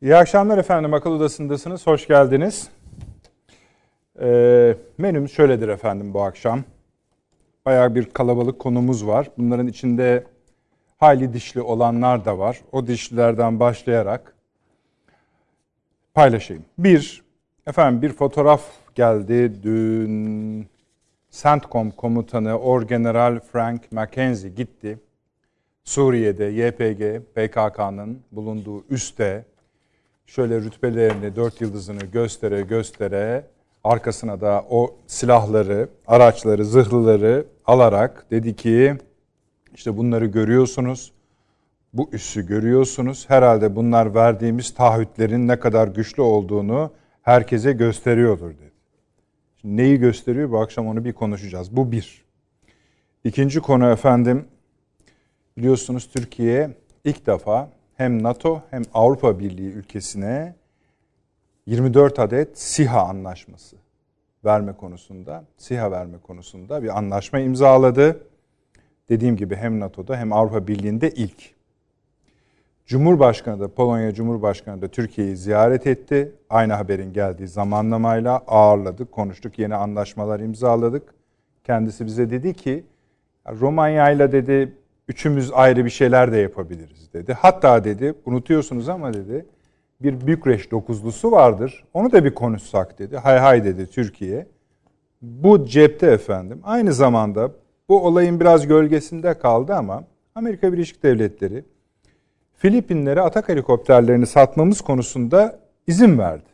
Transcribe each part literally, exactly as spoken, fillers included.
İyi akşamlar efendim. Akıl Odası'ndasınız. Hoş geldiniz. Ee, menümüz şöyledir efendim bu akşam. Bayağı bir kalabalık konumuz var. Bunların içinde hayli dişli olanlar da var. O dişlilerden başlayarak paylaşayım. Bir, efendim bir fotoğraf geldi dün. CENTCOM komutanı Orgeneral Frank McKenzie gitti. Suriye'de Y P G, P K K'nın bulunduğu üste şöyle rütbelerini, dört yıldızını göstere göstere arkasına da o silahları, araçları, zırhlıları alarak dedi ki işte bunları görüyorsunuz, bu üssü görüyorsunuz. Herhalde bunlar verdiğimiz taahhütlerin ne kadar güçlü olduğunu herkese gösteriyordur dedi. Şimdi neyi gösteriyor? Bu akşam onu bir konuşacağız. Bu bir. İkinci konu efendim, biliyorsunuz Türkiye ilk defa hem NATO hem Avrupa Birliği ülkesine yirmi dört adet SİHA anlaşması verme konusunda, SİHA verme konusunda bir anlaşma imzaladı. Dediğim gibi hem NATO'da hem Avrupa Birliği'nde ilk. Cumhurbaşkanı da, Polonya Cumhurbaşkanı da Türkiye'yi ziyaret etti. Aynı haberin geldiği zamanlamayla ağırladık, konuştuk, yeni anlaşmalar imzaladık. Kendisi bize dedi ki, Romanya'yla dedi, üçümüz ayrı bir şeyler de yapabiliriz dedi. Hatta dedi, unutuyorsunuz ama dedi, bir Bükreş dokuzlusu vardır. Onu da bir konuşsak dedi. Hay hay dedi Türkiye. Bu cepte efendim. Aynı zamanda bu olayın biraz gölgesinde kaldı ama Amerika Birleşik Devletleri Filipinlere atak helikopterlerini satmamız konusunda izin verdi.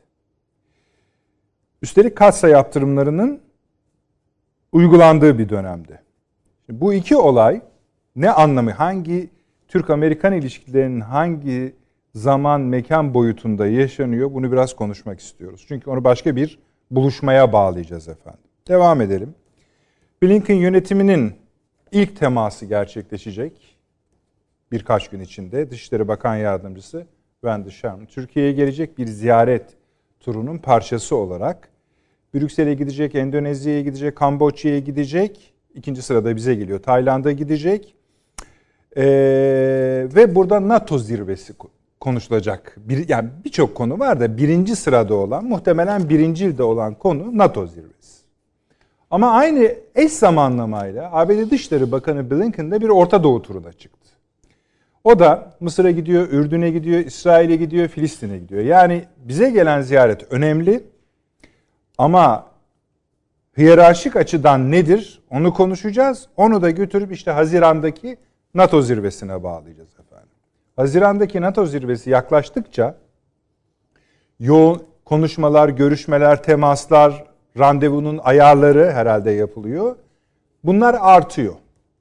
Üstelik kasa yaptırımlarının uygulandığı bir dönemde. Şimdi bu iki olay ne anlamı, hangi Türk-Amerikan ilişkilerinin hangi zaman, mekan boyutunda yaşanıyor, bunu biraz konuşmak istiyoruz. Çünkü onu başka bir buluşmaya bağlayacağız efendim. Devam edelim. Blinken yönetiminin ilk teması gerçekleşecek birkaç gün içinde. Dışişleri Bakan Yardımcısı Wendy Sherman Türkiye'ye gelecek, bir ziyaret turunun parçası olarak. Brüksel'e gidecek, Endonezya'ya gidecek, Kamboçya'ya gidecek. İkinci sırada bize geliyor. Tayland'a gidecek. Ee, ve burada NATO zirvesi konuşulacak. Bir, yani birçok konu var da birinci sırada olan, muhtemelen birincilde olan konu NATO zirvesi. Ama aynı eş zamanlamayla A B D Dışişleri Bakanı Blinken de bir Orta Doğu turuna çıktı. O da Mısır'a gidiyor, Ürdün'e gidiyor, İsrail'e gidiyor, Filistin'e gidiyor. Yani bize gelen ziyaret önemli ama hiyerarşik açıdan nedir onu konuşacağız. Onu da götürüp işte Haziran'daki NATO zirvesine bağlayacağız efendim. Haziran'daki NATO zirvesi yaklaştıkça yoğun konuşmalar, görüşmeler, temaslar, randevunun ayarları herhalde yapılıyor. Bunlar artıyor.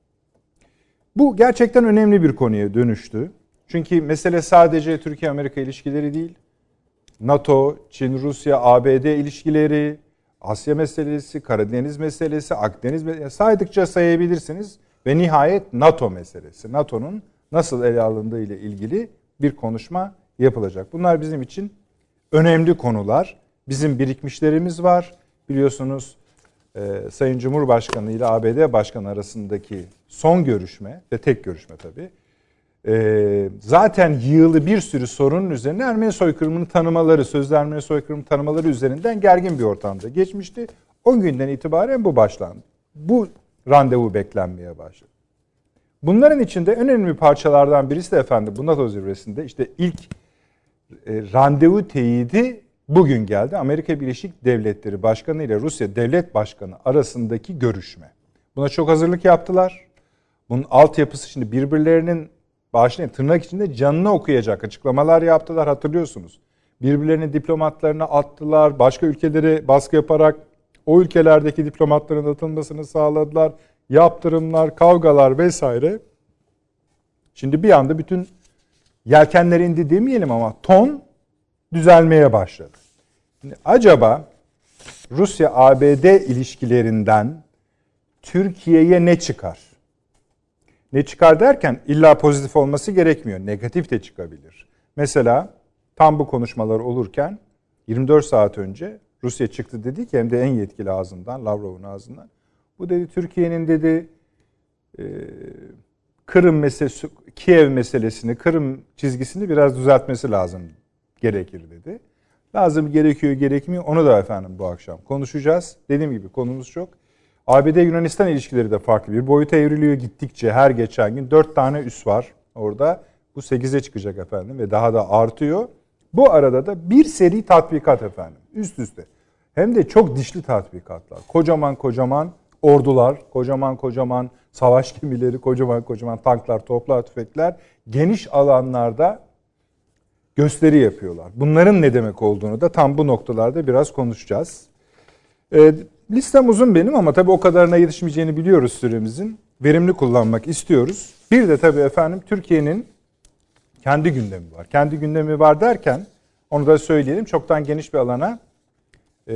Bu gerçekten önemli bir konuya dönüştü. Çünkü mesele sadece Türkiye-Amerika ilişkileri değil. NATO, Çin, Rusya, A B D ilişkileri, Asya meselesi, Karadeniz meselesi, Akdeniz meselesi, saydıkça sayabilirsiniz. Ve nihayet NATO meselesi. NATO'nun nasıl ele alındığı ile ilgili bir konuşma yapılacak. Bunlar bizim için önemli konular. Bizim birikmişlerimiz var. Biliyorsunuz e, Sayın Cumhurbaşkanı ile A B D Başkanı arasındaki son görüşme ve tek görüşme tabii. E, zaten yığılı bir sürü sorunun üzerine Ermeni soykırımını tanımaları, sözde Ermeni soykırımını tanımaları üzerinden gergin bir ortamda geçmişti. O günden itibaren bu başlandı. Bu randevu beklenmeye başladı. Bunların içinde önemli parçalardan birisi de efendim bu NATO zirvesinde işte ilk e, randevu teyidi bugün geldi. Amerika Birleşik Devletleri Başkanı ile Rusya Devlet Başkanı arasındaki görüşme. Buna çok hazırlık yaptılar. Bunun altyapısı şimdi birbirlerinin bağışlayın tırnak içinde canını okuyacak açıklamalar yaptılar, hatırlıyorsunuz. Birbirlerinin diplomatlarını attılar, başka ülkelere baskı yaparak o ülkelerdeki diplomatların atılmasını sağladılar. Yaptırımlar, kavgalar vesaire. Şimdi bir anda bütün yelkenler indi demeyelim ama ton düzelmeye başladı. Şimdi acaba Rusya-A B D ilişkilerinden Türkiye'ye ne çıkar? Ne çıkar derken illa pozitif olması gerekmiyor. Negatif de çıkabilir. Mesela tam bu konuşmalar olurken yirmi dört saat önce Rusya çıktı dedi ki, hem de en yetkili ağzından, Lavrov'un ağzından. Bu dedi Türkiye'nin dedi e, Kırım meselesi, Kiev meselesini, Kırım çizgisini biraz düzeltmesi lazım gerekir dedi. Lazım gerekiyor gerekmiyor onu da efendim bu akşam konuşacağız. Dediğim gibi konumuz çok. A B D-Yunanistan ilişkileri de farklı bir boyuta evriliyor gittikçe her geçen gün. Dört tane üs var orada. Bu sekize çıkacak efendim ve daha da artıyor. Bu arada da bir seri tatbikat efendim üst üste. Hem de çok dişli tatbikatlar. Kocaman kocaman ordular, kocaman kocaman savaş gemileri, kocaman kocaman tanklar, toplar, tüfekler geniş alanlarda gösteri yapıyorlar. Bunların ne demek olduğunu da tam bu noktalarda biraz konuşacağız. E, listem uzun benim ama tabii o kadarına yetişmeyeceğini biliyoruz süremizin. Verimli kullanmak istiyoruz. Bir de tabii efendim Türkiye'nin kendi gündemi var. Kendi gündemi var derken onu da söyleyelim çoktan geniş bir alana e,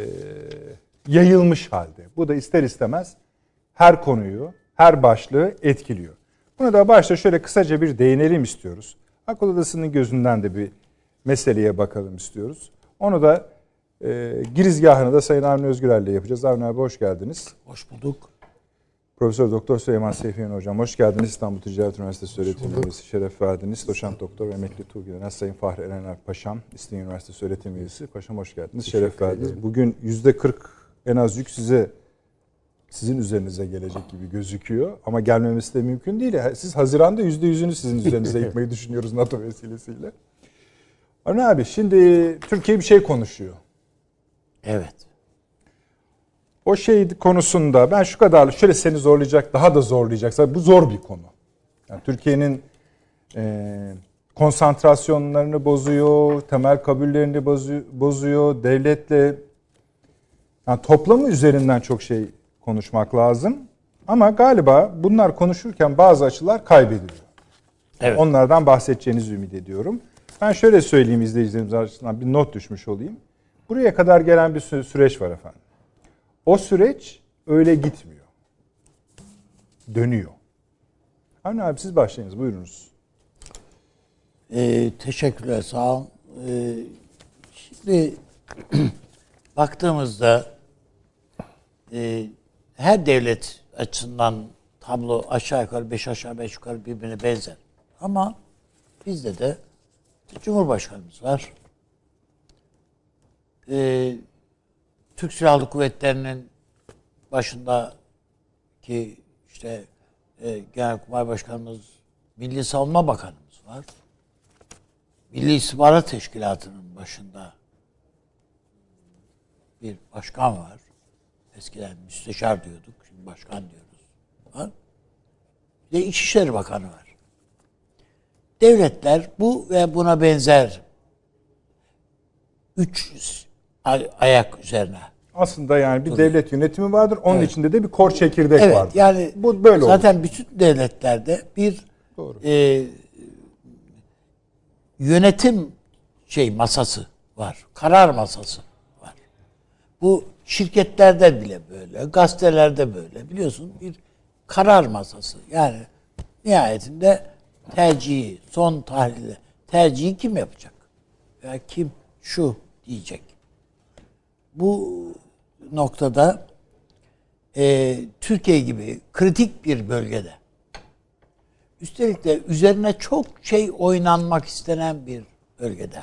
yayılmış halde. Bu da ister istemez her konuyu, her başlığı etkiliyor. Buna da başta şöyle kısaca bir değinelim istiyoruz. Akıl Odası'nın gözünden de bir meseleye bakalım istiyoruz. Onu da e, girizgahını da Sayın Avni Özgürel ile yapacağız. Avni abi hoş geldiniz. Hoş bulduk. Profesör Doktor Süleyman Seyfiyen Hocam hoş geldiniz. İstanbul Ticaret Üniversitesi öğretim üyesi, şeref verdiniz. Doçent Doktor ve Emekli Tuğgeneral Sayın Fahri Erener Paşam, İstinye Üniversitesi öğretim üyesi. Paşam hoş geldiniz. Teşekkür şeref verdiniz. Ederim. Bugün yüzde kırk en az yük size sizin üzerinize gelecek gibi gözüküyor. Ama gelmemesi de mümkün değil. Siz Haziran'da yüzde yüzünü sizin üzerinize yıkmayı düşünüyoruz NATO vesilesiyle. Avni abi şimdi Türkiye bir şey konuşuyor. Evet. O şey konusunda ben şu kadar şöyle seni zorlayacak, daha da zorlayacaksa bu zor bir konu. Yani Türkiye'nin e, konsantrasyonlarını bozuyor, temel kabullerini bozuyor, devletle yani toplamı üzerinden çok şey konuşmak lazım. Ama galiba bunlar konuşurken bazı açılar kaybediliyor. Evet. Onlardan bahsedeceğinizi ümit ediyorum. Ben şöyle söyleyeyim izleyicilerimiz açısından bir not düşmüş olayım. Buraya kadar gelen bir süreç var efendim. O süreç öyle gitmiyor. Dönüyor. Avni abi siz başlayınız. Buyurunuz. Ee, teşekkürler. Sağ olun. Ee, şimdi baktığımızda e, her devlet açısından tablo aşağı yukarı beş aşağı beş yukarı birbirine benzer. Ama bizde de Cumhurbaşkanımız var. Ee, Türk Silahlı Kuvvetleri'nin başındaki işte e, Genelkurmay Başkanımız, Milli Savunma Bakanımız var. Milli İstihbarat Teşkilatı'nın başında bir başkan var. Eskiden müsteşar diyorduk, şimdi başkan diyoruz. Var. Bir de İçişleri Bakanı var. Devletler bu ve buna benzer üç ay- ayak üzerine. Aslında yani bir duruyor. Devlet yönetimi vardır. Onun evet. içinde de bir kor çekirdek evet, vardır. Yani bu böyle zaten olur. Bütün devletlerde bir e, yönetim şey masası var. Karar masası var. Bu şirketlerde bile böyle, gazetelerde böyle. Biliyorsun bir karar masası. Yani nihayetinde tercihi, son tahlilde tercihi kim yapacak? Ya kim şu diyecek. Bu noktada e, Türkiye gibi kritik bir bölgede üstelik de üzerine çok şey oynanmak istenen bir bölgede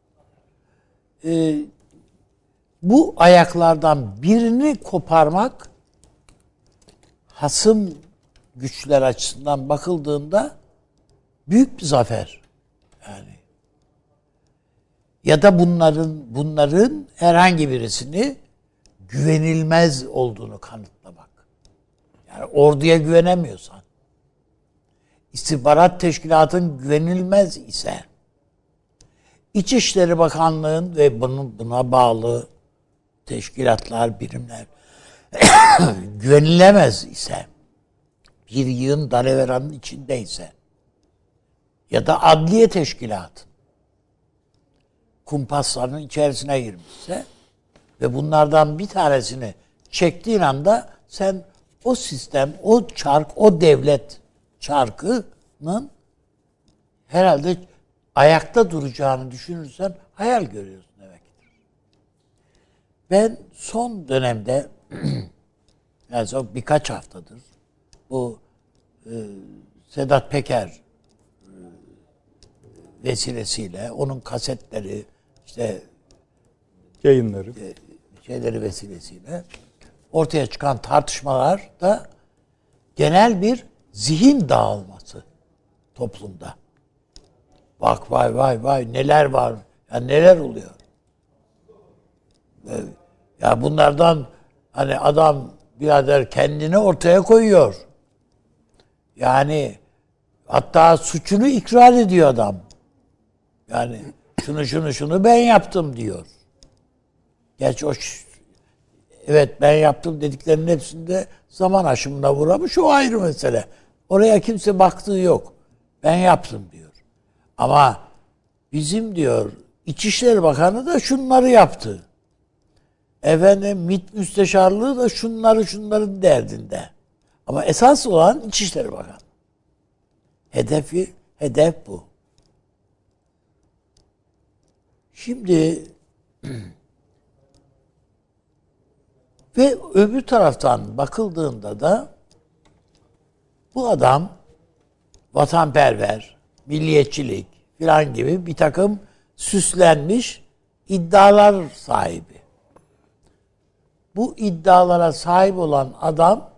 e, bu ayaklardan birini koparmak hasım güçler açısından bakıldığında büyük bir zafer. Yani ya da bunların bunların herhangi birisini güvenilmez olduğunu kanıtlamak. Yani orduya güvenemiyorsan, istihbarat teşkilatın güvenilmez ise, İçişleri Bakanlığı'nın ve bunun buna bağlı teşkilatlar, birimler güvenilemez ise, bir yığın dalaveranın içindeyse ya da adliye teşkilatı kumpaslarının içerisine girmişse ve bunlardan bir tanesini çektiğin anda sen o sistem, o çark, o devlet çarkının herhalde ayakta duracağını düşünürsen hayal görüyorsun demektir. Ben son dönemde yani son birkaç haftadır bu e, Sedat Peker e, vesilesiyle, onun kasetleri, işte yayınları, şeyleri vesilesiyle ortaya çıkan tartışmalar da genel bir zihin dağılması toplumda. Bak vay vay vay neler var, ya neler oluyor. Ya bunlardan hani adam birader kendini ortaya koyuyor. Yani hatta suçunu ikrar ediyor adam. Yani şunu şunu şunu ben yaptım diyor. Gerçi o evet ben yaptım dediklerinin hepsinde zaman aşımına uğramış, o ayrı mesele. Oraya kimse baktığı yok. Ben yaptım diyor. Ama bizim diyor İçişleri Bakanı da şunları yaptı. Efendim MİT Müsteşarlığı da şunları şunların derdinde. Ama esas olan İçişleri Bakanı. Hedefi, hedef bu. Şimdi ve öbür taraftan bakıldığında da bu adam vatanperver, milliyetçilik filan gibi bir takım süslenmiş iddialar sahibi. Bu iddialara sahip olan adam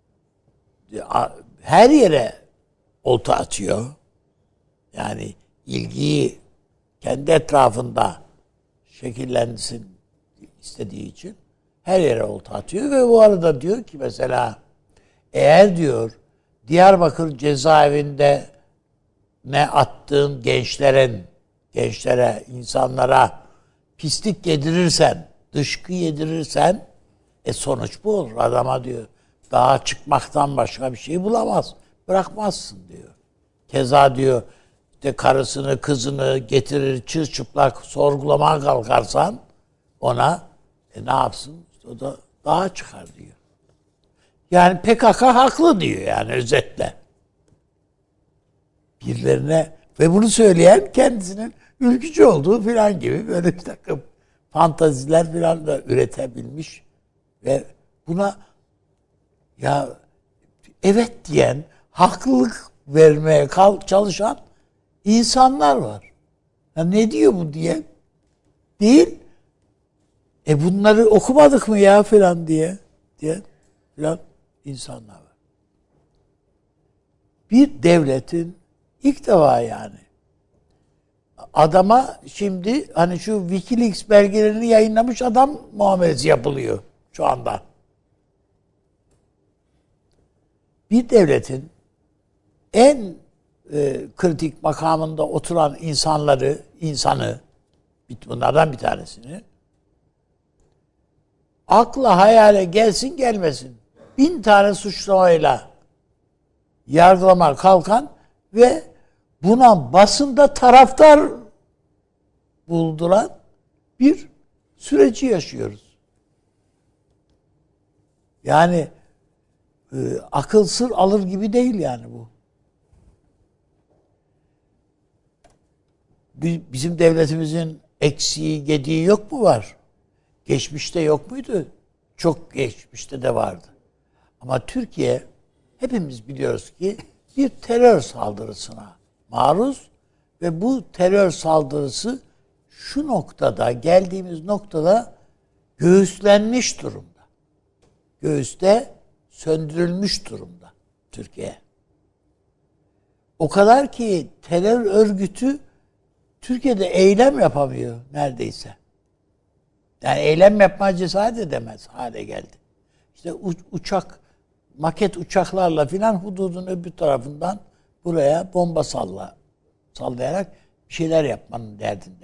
her yere olta atıyor. Yani ilgiyi kendi etrafında şekillensin istediği için her yere olta atıyor ve bu arada diyor ki mesela eğer diyor Diyarbakır cezaevinde ne attığın gençlerin, gençlere, insanlara pislik yedirirsen, dışkı yedirirsen e sonuç bu olur. Adama diyor daha çıkmaktan başka bir şey bulamaz. Bırakmazsın diyor. Keza diyor işte karısını, kızını getirir çırçıplak sorgulamaya kalkarsan ona e ne yapsın? O da daha çıkar diyor. Yani P K K haklı diyor yani özetle. Birilerine ve bunu söyleyen kendisinin ülkücü olduğu filan gibi böyle bir takım fantaziler filan da üretebilmiş ve buna ya evet diyen, haklılık vermeye kalk, çalışan insanlar var. Ya ne diyor bu diye? Değil. E bunları okumadık mı ya filan diye diye filan insanlar var. Bir devletin ilk defa yani adama şimdi hani şu WikiLeaks belgelerini yayınlamış adam muamelesi yapılıyor şu anda. Bir devletin en e, kritik makamında oturan insanları, insanı, bunlardan bir tanesini akla hayale gelsin gelmesin bin tane suçlamayla yargılama kalkan ve buna basında taraftar bulduran bir süreci yaşıyoruz. Yani e, akıl sır alır gibi değil yani bu. Bizim devletimizin eksiği, gediği yok mu var? Geçmişte yok muydu? Çok geçmişte de vardı. Ama Türkiye hepimiz biliyoruz ki bir terör saldırısına maruz ve bu terör saldırısı şu noktada, geldiğimiz noktada göğüslenmiş durumda. Göğüste söndürülmüş durumda Türkiye. O kadar ki terör örgütü Türkiye'de eylem yapamıyor neredeyse. Yani eylem yapmaya cesaret edemez hale geldi. İşte uçak, maket uçaklarla filan hududun öbür tarafından buraya bomba salla, sallayarak bir şeyler yapmanın derdinde.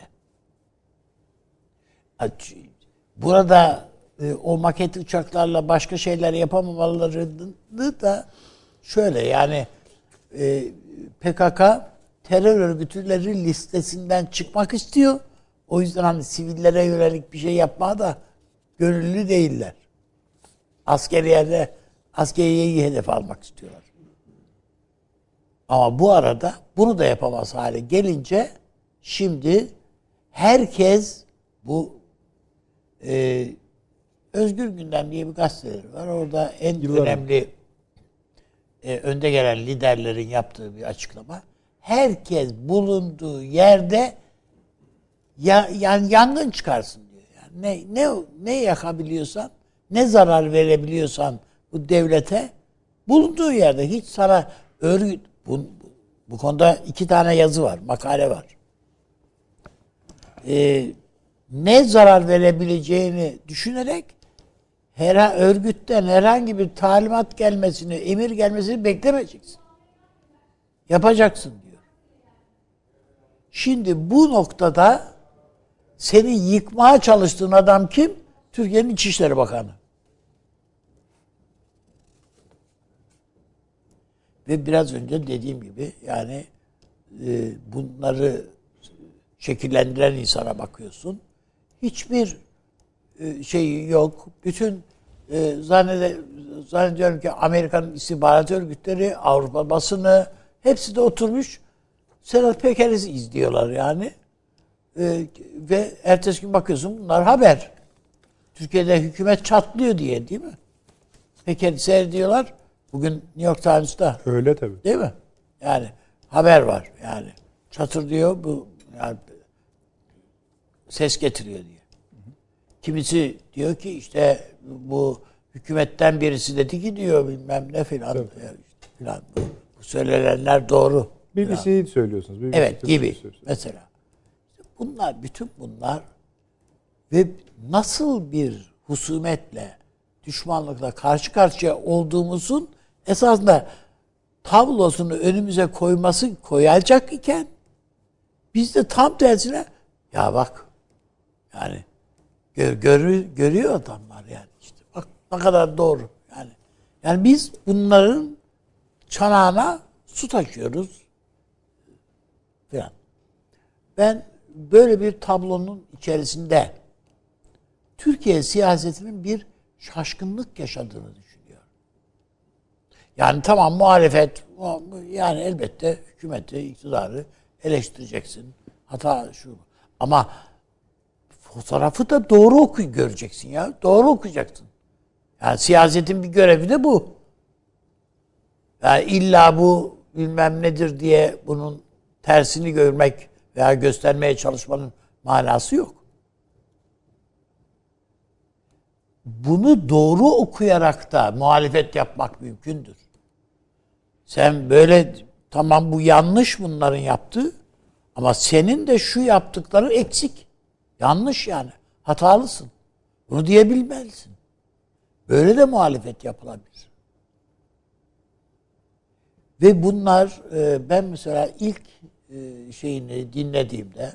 Burada e, o maket uçaklarla başka şeyler yapamamalarını da şöyle yani e, P K K terör örgütleri listesinden çıkmak istiyor. O yüzden hani sivillere yönelik bir şey yapmaya da gönüllü değiller. Askeriyede askeriyeyi hedef almak istiyorlar. Ama bu arada bunu da yapamaz hale gelince şimdi herkes bu e, Özgür Gündem diye bir gazeteleri var. Orada en Yıllarım. önemli e, önde gelen liderlerin yaptığı bir açıklama. herkes bulunduğu yerde ya, yani yangın çıkarsın diyor. Yani ne ne ne yakabiliyorsan, ne zarar verebiliyorsan bu devlete bulunduğu yerde hiç sana örgüt bu, bu konuda iki tane yazı var, makale var. Ee, ne zarar verebileceğini düşünerek her örgütten herhangi bir talimat gelmesini, emir gelmesini beklemeyeceksin. Yapacaksın diyor. Şimdi bu noktada senin yıkmaya çalıştığın adam kim? Türkiye'nin İçişleri Bakanı. Ve biraz önce dediğim gibi yani e, bunları şekillendiren insana bakıyorsun. Hiçbir e, şey yok. Bütün e, zannede, zannediyorum ki Amerikan istihbarat örgütleri, Avrupa basını hepsi de oturmuş Sedat Peker'i izliyorlar yani. E, ve ertesi gün bakıyorsun bunlar haber. Türkiye'de hükümet çatlıyor diye değil mi? Peker'i seyrediyorlar. Bugün New York Times'ta. Öyle tabii. Değil mi? Yani haber var yani. Çatır diyor bu yani ses getiriyor diye. Kimisi diyor ki işte bu hükümetten birisi dedi ki diyor bilmem ne filan işte filan. Bu, bu söylenenler doğru. B B C'yi söylüyorsunuz. B B C evet gibi mesela. Bunlar bütün bunlar ve nasıl bir husumetle düşmanlıkla karşı karşıya olduğumuzun esasında tablosunu önümüze koyması koyacak iken biz de tam tersine ya bak yani gör, görü, görüyor adamlar yani işte bak ne kadar doğru yani yani biz bunların çanağına su taşıyoruz falan. Ben böyle bir tablonun içerisinde Türkiye siyasetinin bir şaşkınlık yaşadığını düşünüyorum. Yani tamam muhalefet yani elbette hükümeti, iktidarı eleştireceksin. Hata şu. Ama fotoğrafı da doğru oku göreceksin ya. Doğru okuyacaksın. Yani siyasetin bir görevi de bu. Yani illa bu bilmem nedir diye bunun tersini görmek veya göstermeye çalışmanın manası yok. Bunu doğru okuyarak da muhalefet yapmak mümkündür. Sen böyle tamam bu yanlış bunların yaptığı ama senin de şu yaptıkları eksik. Yanlış yani. Hatalısın. Bunu diyebilmelisin. Böyle de muhalefet yapılabilir. Ve bunlar ben mesela ilk şeyini dinlediğimde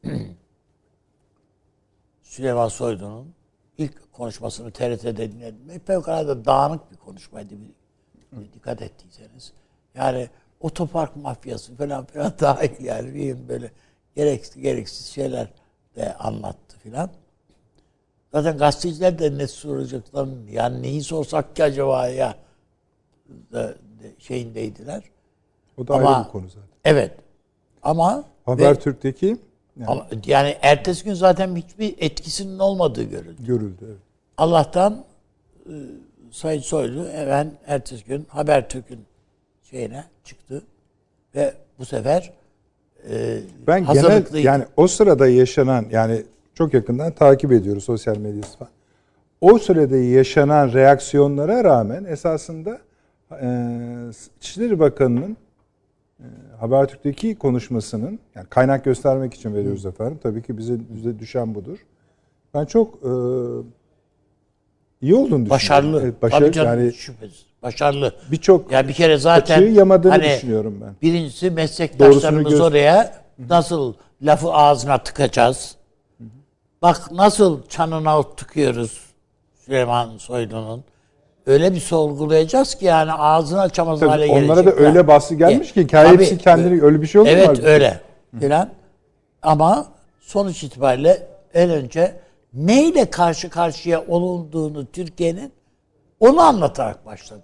Süleyman Soylu'nun ilk konuşmasını T R T'de dinledim. Epey kadar dağınık bir konuşmaydı. Bir, dikkat ettiyseniz. Yani otopark mafyası falan filan dahil yani bir böyle gereksiz gereksiz şeyler de anlattı filan. Zaten gazeteciler de ne soracaklarını yani neyi sorsak ki acaba ya da şeyindeydiler. O da ama, ayrı bir konu zaten. Evet. Ama Habertürk'teki yani, ama, yani ertesi gün zaten hiçbir etkisinin olmadığı görüldü. Görüldü evet. Allah'tan e, Sayın Soylu hemen ertesi gün Habertürk'ün şeyine çıktı ve bu sefer e, ben genel yani o sırada yaşanan yani çok yakından takip ediyoruz sosyal medyası falan. O sırada yaşanan reaksiyonlara rağmen esasında e, İçişleri Bakanı'nın e, Habertürk'teki konuşmasının yani kaynak göstermek için veriyoruz Hı. efendim. Tabii ki bize bize düşen budur. Ben çok e, iyi olduğunu düşünüyorum. Başarılı. Evet, başarılı. Canım, yani şüphesiz. Başarılı. Birçok yani bir kere zaten yamadığını hani, düşünüyorum ben. Birincisi meslektaşlarımız göz... oraya nasıl lafı ağzına tıkacağız. Hı hı. Bak nasıl çanına tıkıyoruz Süleyman Soylu'nun. Öyle bir sorgulayacağız ki yani ağzını açamaz Tabii hale onlara gelecek. Onlara da öyle bahsi gelmiş ki hikayesi kendini öyle bir şey olur mu? Evet öyle. Falan. Ama sonuç itibariyle en önce neyle karşı karşıya olunduğunu Türkiye'nin onu anlatarak başladı.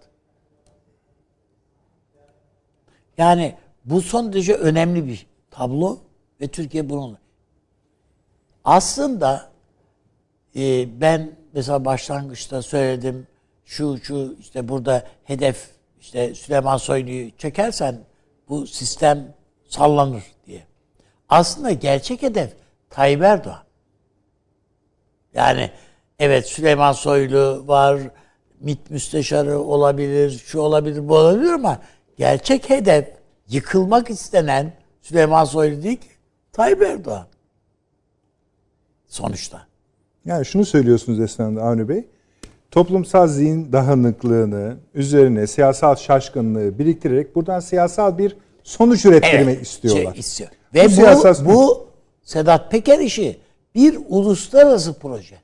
Yani bu son derece önemli bir tablo ve Türkiye bununla. Aslında e, ben mesela başlangıçta söyledim şu şu işte burada hedef işte Süleyman Soylu'yu çekersen bu sistem sallanır diye. Aslında gerçek hedef Tayyip Erdoğan. Yani evet Süleyman Soylu var, MİT müsteşarı olabilir, şu olabilir, bu olabilir ama gerçek hedef yıkılmak istenen Süleyman Soylu değil ki Tayyip Erdoğan. Sonuçta. Yani şunu söylüyorsunuz esnasında Avni Bey. Toplumsal zihin dağınıklığını, üzerine siyasal şaşkınlığı biriktirerek buradan siyasal bir sonuç ürettirmek evet, istiyorlar. Şey istiyor. Ve bu, bu, siyasal... bu Sedat Peker işi bir uluslararası proje.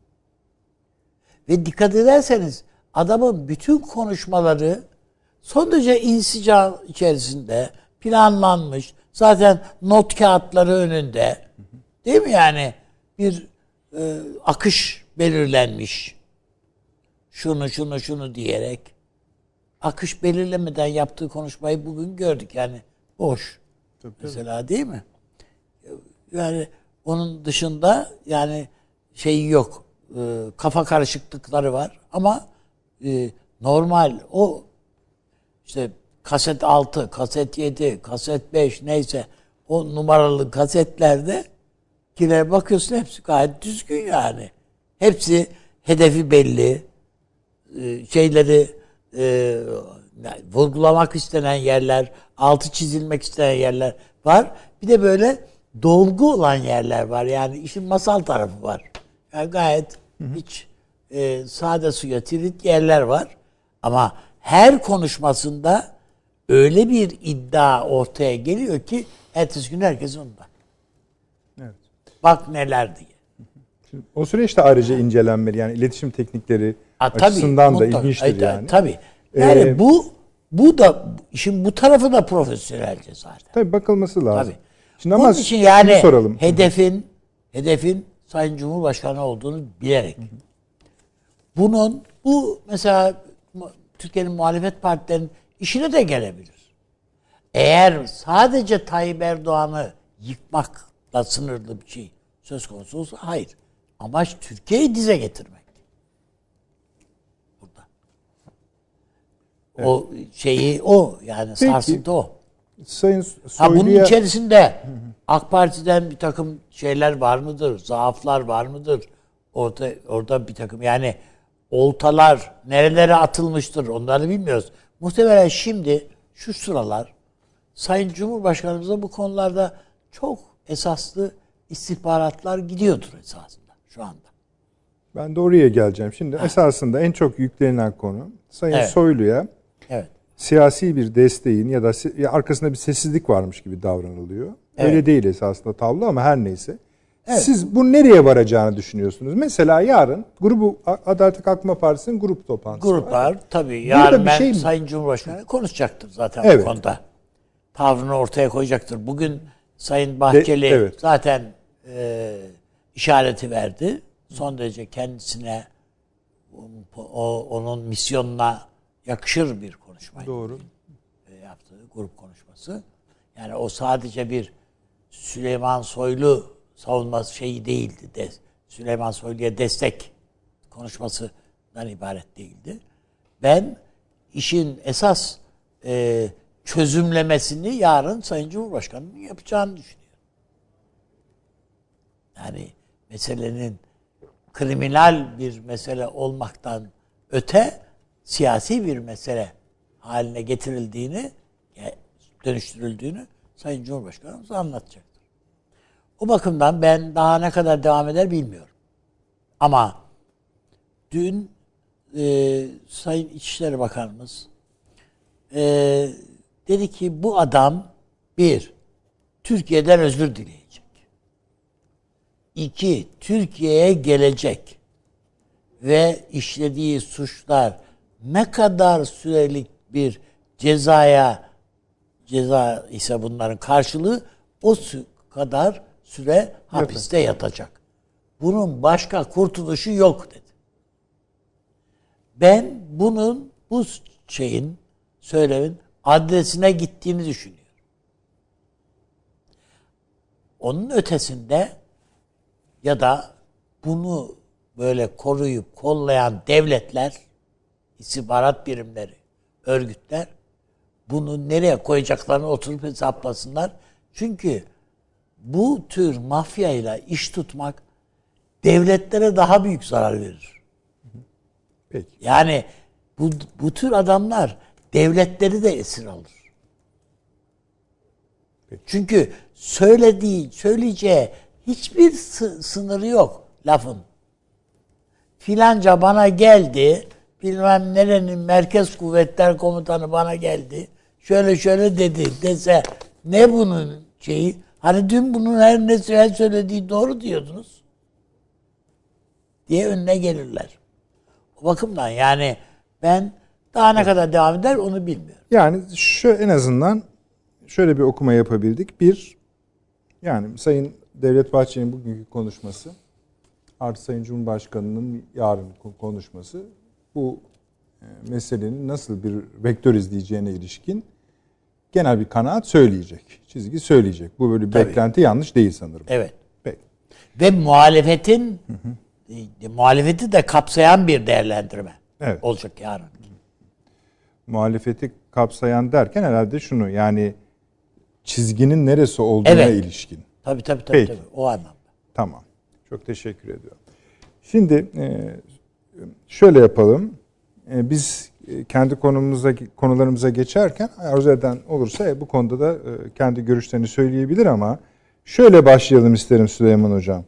Ve dikkat ederseniz adamın bütün konuşmaları son derece insica içerisinde planlanmış. Zaten not kağıtları önünde. Değil mi yani? Bir e, akış belirlenmiş. Şunu şunu şunu diyerek. Akış belirlemeden yaptığı konuşmayı bugün gördük. Yani boş. Tabii, mesela tabii. Değil mi? Yani onun dışında yani şeyi yok. E, kafa karışıklıkları var. Ama e, normal o işte kaset altı, kaset yedi, kaset beş neyse o numaralı kasetlerde kilere bakıyorsun hepsi gayet düzgün yani. Hepsi hedefi belli. Şeyleri e, vurgulamak istenen yerler, altı çizilmek istenen yerler var. Bir de böyle dolgu olan yerler var. Yani işin masal tarafı var. Yani gayet hı hı. hiç e, sade suya tirit yerler var. Ama her konuşmasında öyle bir iddia ortaya geliyor ki ertesi gün herkes onda. Evet. Bak neler diye. Şimdi o süreçte ayrıca incelenmeli. Yani iletişim teknikleri A, açısından tabii, da mutlaka, ilginçtir ay, yani. Tabii. Yani ee, bu bu da işin bu tarafı da profesyonelce zaten. Tabii bakılması lazım. Tabii. Şimdi ama onun için yani soralım. hedefin hedefin Sayın Cumhurbaşkanı olduğunu bilerek. Hı hı. Bunun bu mesela Türkiye'nin muhalefet partilerinin işine de gelebilir. Eğer sadece Tayyip Erdoğan'ı yıkmakla sınırlı bir şey söz konusu olsa hayır. Amaç Türkiye'yi dize getirmek. Burada. Evet. O şeyi o yani Peki, sarsıntı o. Sayın Soylu'ya... Ha bunun içerisinde AK Parti'den bir takım şeyler var mıdır? Zaaflar var mıdır? Orada orada bir takım yani oltalar nerelere atılmıştır onları bilmiyoruz. Muhtemelen şimdi şu sıralar Sayın Cumhurbaşkanımıza bu konularda çok esaslı istihbaratlar gidiyordur esasında şu anda. Ben de oraya geleceğim. Şimdi ha. esasında en çok yüklenilen konu Sayın evet. Soylu'ya evet. siyasi bir desteğin ya da ya arkasında bir sessizlik varmış gibi davranılıyor. Evet. Öyle değil esasında tablo ama her neyse. Evet. Siz bu nereye varacağını düşünüyorsunuz? Mesela yarın grubu Adalet ve Kalkınma Partisi'nin grup toplantısı Gruplar var. Tabii yarın ben şey Sayın Cumhurbaşkanı konuşacaktır zaten evet. bu konuda. Tavrını ortaya koyacaktır. Bugün Sayın Bahçeli De, evet. zaten e, işareti verdi. Son derece kendisine o, onun misyonuna yakışır bir konuşmaydı. Doğru. E, yaptığı grup konuşması. Yani o sadece bir Süleyman Soylu savunması şeyi değildi. De, Süleyman Soylu'ya destek konuşmasından ibaret değildi. Ben işin esas e, çözümlemesini yarın Sayın Cumhurbaşkanı'nın yapacağını düşünüyorum. Yani meselenin kriminal bir mesele olmaktan öte siyasi bir mesele haline getirildiğini, dönüştürüldüğünü Sayın Cumhurbaşkanımız anlatacaktır. O bakımdan ben daha ne kadar devam eder bilmiyorum. Ama dün e, Sayın İçişleri Bakanımız e, dedi ki bu adam bir, Türkiye'den özür dileyecek. İki, Türkiye'ye gelecek ve işlediği suçlar ne kadar sürelik bir cezaya ceza ise bunların karşılığı o kadar süre hapiste yatacak. Bunun başka kurtuluşu yok dedi. Ben bunun bu şeyin söylemin adresine gittiğini düşünüyorum. Onun ötesinde ya da bunu böyle koruyup kollayan devletler, istihbarat birimleri, örgütler bunu nereye koyacaklarını oturup hesaplasınlar. Çünkü bu tür mafyayla iş tutmak devletlere daha büyük zarar verir. Peki. Yani bu, bu tür adamlar devletleri de esir alır. Peki. Çünkü söylediği, söyleyeceği hiçbir sı- sınırı yok lafın. Filanca bana geldi, bilmem nerenin merkez kuvvetler komutanı bana geldi, şöyle şöyle dedi dese ne bunun şeyi? Hani dün bunun her ne söylediği doğru diyordunuz diye önüne gelirler. O bakımdan yani ben daha ne kadar devam eder onu bilmiyorum. Yani şu en azından şöyle bir okuma yapabildik. Bir, yani Sayın Devlet Bahçeli'nin bugünkü konuşması artı Sayın Cumhurbaşkanı'nın yarın konuşması bu meselenin nasıl bir vektör izleyeceğine ilişkin genel bir kanaat söyleyecek. Çizgi söyleyecek. Bu böyle bir Tabii. beklenti yanlış değil sanırım. Evet. Peki. Ve muhalefetin hı hı. E, muhalefeti de kapsayan bir değerlendirme evet. olacak yarın. Muhalefeti kapsayan derken herhalde şunu, yani çizginin neresi olduğuna evet. ilişkin. Tabii tabii tabii, tabii. O anlamda. Tamam. Çok teşekkür ediyorum. Şimdi şöyle yapalım. Biz kendi konumuza konularımıza geçerken arzu eden olursa bu konuda da kendi görüşlerini söyleyebilir ama şöyle başlayalım isterim Süleyman Hocam.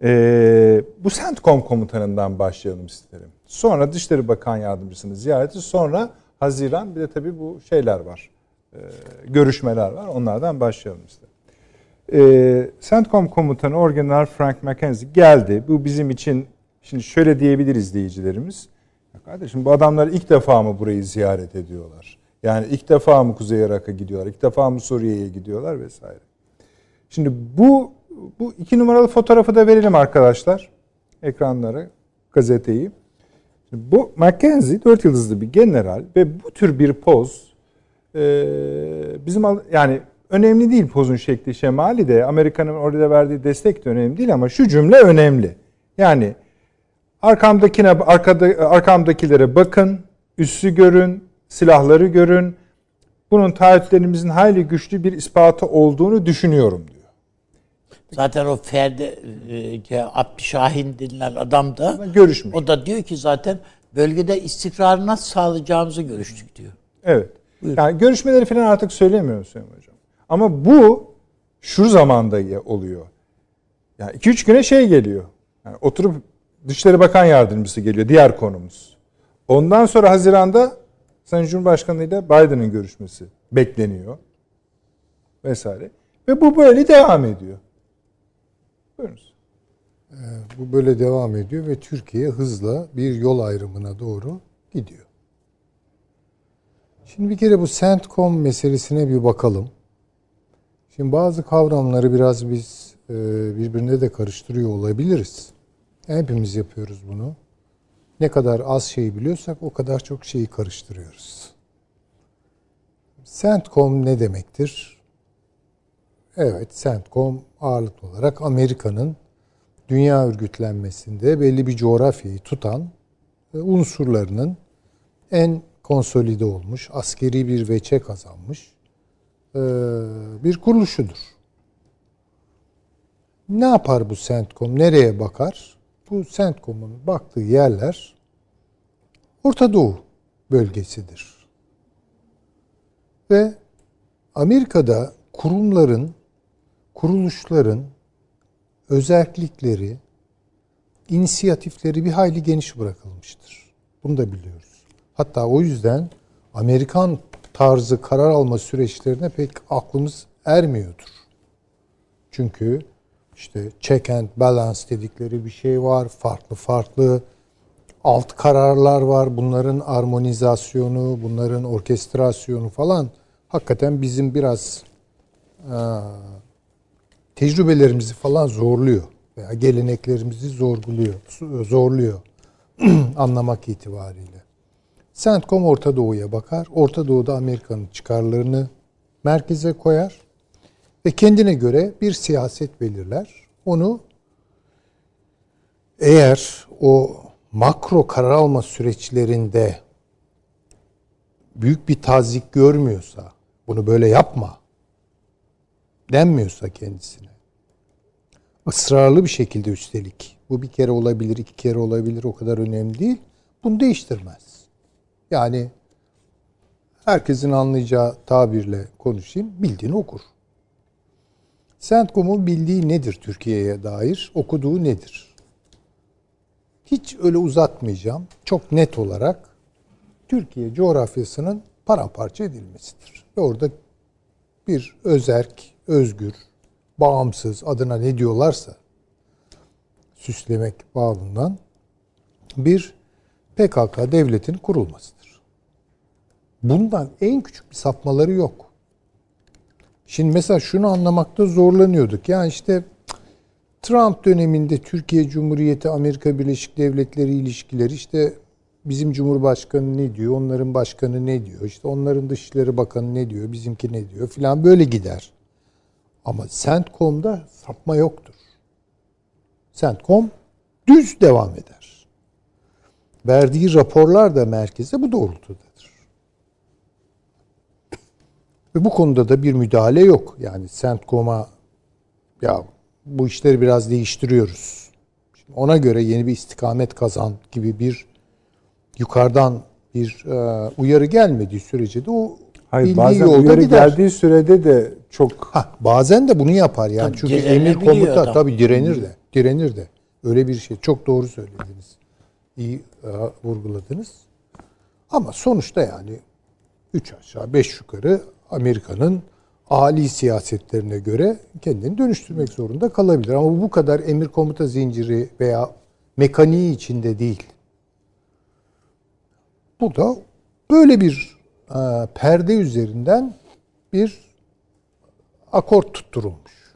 Bu CENTCOM komutanından başlayalım isterim. Sonra Dışişleri Bakan Yardımcısını ziyareti, sonra Haziran, bir de tabii bu şeyler var. Görüşmeler var. Onlardan başlayalım isterim. E, CENTCOM komutanı Orgeneral Frank McKenzie geldi. Bu bizim için, şimdi şöyle diyebilir izleyicilerimiz. Ya kardeşim, bu adamlar ilk defa mı burayı ziyaret ediyorlar? Yani ilk defa mı Kuzey Irak'a gidiyorlar? İlk defa mı Suriye'ye gidiyorlar vesaire. Şimdi bu bu iki numaralı fotoğrafı da verelim arkadaşlar. Ekranlara, gazeteyi. Şimdi bu McKenzie dört yıldızlı bir general ve bu tür bir poz e, bizim yani önemli değil pozun şekli şemali de, Amerika'nın orada verdiği destek de önemli değil ama şu cümle önemli. Yani arkamdakine arkada arkamdakilere bakın, üssü görün, silahları görün. Bunun taahhütlerimizin hayli güçlü bir ispatı olduğunu düşünüyorum diyor. Zaten o Ferdi e, Abdi Şahin denilen adam da görüşmüş. O da diyor ki zaten bölgede istikrarı nasıl sağlayacağımızı görüştük diyor. Evet. Buyurun. Yani görüşmeleri falan artık söylemiyor Hüseyin Hocam. Ama bu şu zamanda oluyor. Yani iki üç güne şey geliyor. Yani oturup Dışişleri Bakan Yardımcısı geliyor. Diğer konumuz. Ondan sonra Haziran'da Sayın Cumhurbaşkanı ile Biden'ın görüşmesi bekleniyor. Vesaire. Ve bu böyle devam ediyor. Buyurunuz. Ee, bu böyle devam ediyor ve Türkiye hızla bir yol ayrımına doğru gidiyor. Şimdi bir kere bu CENTCOM meselesine bir bakalım. Şimdi bazı kavramları biraz biz e, birbirine de karıştırıyor olabiliriz. Hepimiz yapıyoruz bunu. Ne kadar az şey biliyorsak o kadar çok şeyi karıştırıyoruz. CENTCOM ne demektir? Evet, CENTCOM ağırlıklı olarak Amerika'nın dünya örgütlenmesinde belli bir coğrafyayı tutan unsurlarının en konsolide olmuş, askeri bir veçe kazanmış bir kuruluşudur. Ne yapar bu CENTCOM? Nereye bakar? Bu CENTCOM'un baktığı yerler Orta Doğu bölgesidir. Ve Amerika'da kurumların, kuruluşların özellikleri, inisiyatifleri bir hayli geniş bırakılmıştır. Bunu da biliyoruz. Hatta o yüzden Amerikan tarzı karar alma süreçlerine pek aklımız ermiyordur. Çünkü işte check and balance dedikleri bir şey var. Farklı farklı alt kararlar var. Bunların armonizasyonu, bunların orkestrasyonu falan hakikaten bizim biraz aa, tecrübelerimizi falan zorluyor. Veya geleneklerimizi zorluyor. Zorluyor. Anlamak itibariyle. CENTCOM Orta Doğu'ya bakar. Orta Doğu'da Amerika'nın çıkarlarını merkeze koyar. Ve kendine göre bir siyaset belirler. Onu eğer o makro karar alma süreçlerinde büyük bir tazyik görmüyorsa, bunu böyle yapma denmiyorsa kendisine, ısrarlı bir şekilde üstelik, bu bir kere olabilir, iki kere olabilir, o kadar önemli değil, bunu değiştirmez. Yani herkesin anlayacağı tabirle konuşayım, bildiğini okur. CENTCOM'un bildiği nedir Türkiye'ye dair, okuduğu nedir? Hiç öyle uzatmayacağım. Çok net olarak Türkiye coğrafyasının paramparça edilmesidir. Ve orada bir özerk, özgür, bağımsız, adına ne diyorlarsa süslemek bağımından bir P K K devletinin kurulmasıdır. Bundan en küçük bir sapmaları yok. Şimdi mesela şunu anlamakta zorlanıyorduk. Yani işte Trump döneminde Türkiye Cumhuriyeti, Amerika Birleşik Devletleri ilişkileri, işte bizim Cumhurbaşkanı ne diyor, onların başkanı ne diyor, işte onların Dışişleri Bakanı ne diyor, bizimki ne diyor filan böyle gider. Ama CENTCOM'da sapma yoktur. CENTCOM düz devam eder. Verdiği raporlar da merkeze bu doğrultudadır. Ve bu konuda da bir müdahale yok. Yani CENTCOM'a ya bu işleri biraz değiştiriyoruz, şimdi ona göre yeni bir istikamet kazan gibi bir yukarıdan bir e, uyarı gelmediği sürece de o Hayır, bildiği bazen yolda uyarı gider. geldiği sürede de çok... Hah, bazen de bunu yapar yani. Tabii, çünkü direnebiliyor emir komuta adam. tabii direnir de. Direnir de. Öyle bir şey. Çok doğru söylediniz. İyi e, vurguladınız. Ama sonuçta yani üç aşağı beş yukarı Amerika'nın âli siyasetlerine göre kendini dönüştürmek zorunda kalabilir. Ama bu kadar emir komuta zinciri veya mekaniği içinde değil. Bu da böyle bir e, perde üzerinden bir akort tutturulmuş.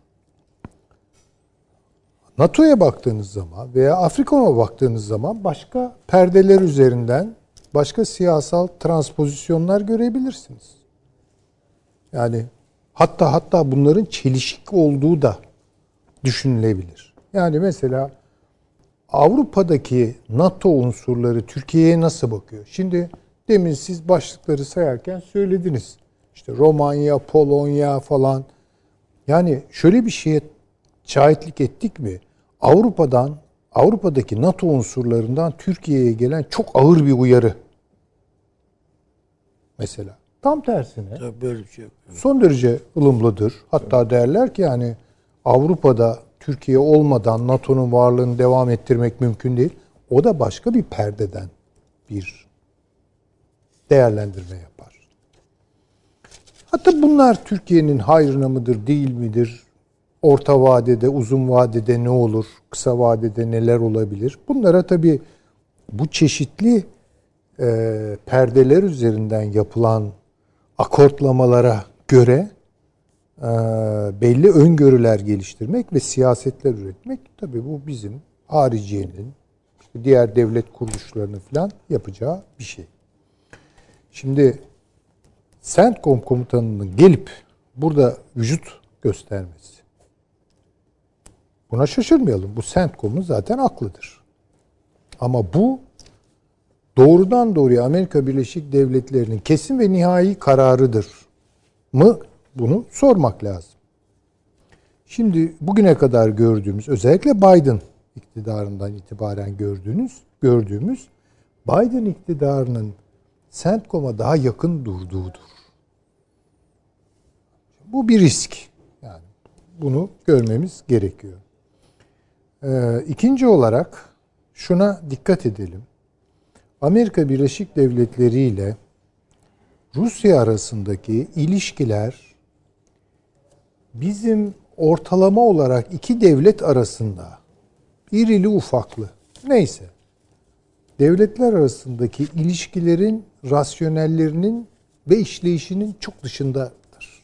NATO'ya baktığınız zaman veya Afrika'ya baktığınız zaman başka perdeler üzerinden başka siyasal transpozisyonlar görebilirsiniz. Yani hatta hatta bunların çelişik olduğu da düşünülebilir. Yani mesela Avrupa'daki NATO unsurları Türkiye'ye nasıl bakıyor? Şimdi demin siz başlıkları sayarken söylediniz. İşte Romanya, Polonya falan. Yani şöyle bir şeye şahitlik ettik mi? Avrupa'dan, Avrupa'daki NATO unsurlarından Türkiye'ye gelen çok ağır bir uyarı. Mesela. Tam tersine. Tabii böyle bir şey yok. Son derece ılımlıdır. Hatta derler ki yani Avrupa'da Türkiye olmadan NATO'nun varlığını devam ettirmek mümkün değil. O da başka bir perdeden bir değerlendirme yapar. Hatta bunlar Türkiye'nin hayrına mıdır, değil midir? Orta vadede, uzun vadede ne olur? Kısa vadede neler olabilir? Bunlara tabii bu çeşitli e, perdeler üzerinden yapılan akortlamalara göre e, belli öngörüler geliştirmek ve siyasetler üretmek, tabii bu bizim hariciyenin, işte diğer devlet kuruluşlarının falan yapacağı bir şey. Şimdi CENTCOM komutanının gelip burada vücut göstermesi, buna şaşırmayalım. Bu CENTCOM'un zaten aklıdır. Ama bu doğrudan doğruya Amerika Birleşik Devletleri'nin kesin ve nihai kararıdır mı? Bunu sormak lazım. Şimdi bugüne kadar gördüğümüz, özellikle Biden iktidarından itibaren gördüğünüz, gördüğümüz Biden iktidarının CENTCOM'a daha yakın durduğudur. Bu bir risk. Yani bunu görmemiz gerekiyor. Ee, ikinci olarak şuna dikkat edelim. Amerika Birleşik Devletleri ile Rusya arasındaki ilişkiler bizim ortalama olarak iki devlet arasında irili ufaklı neyse devletler arasındaki ilişkilerin rasyonellerinin ve işleyişinin çok dışındadır.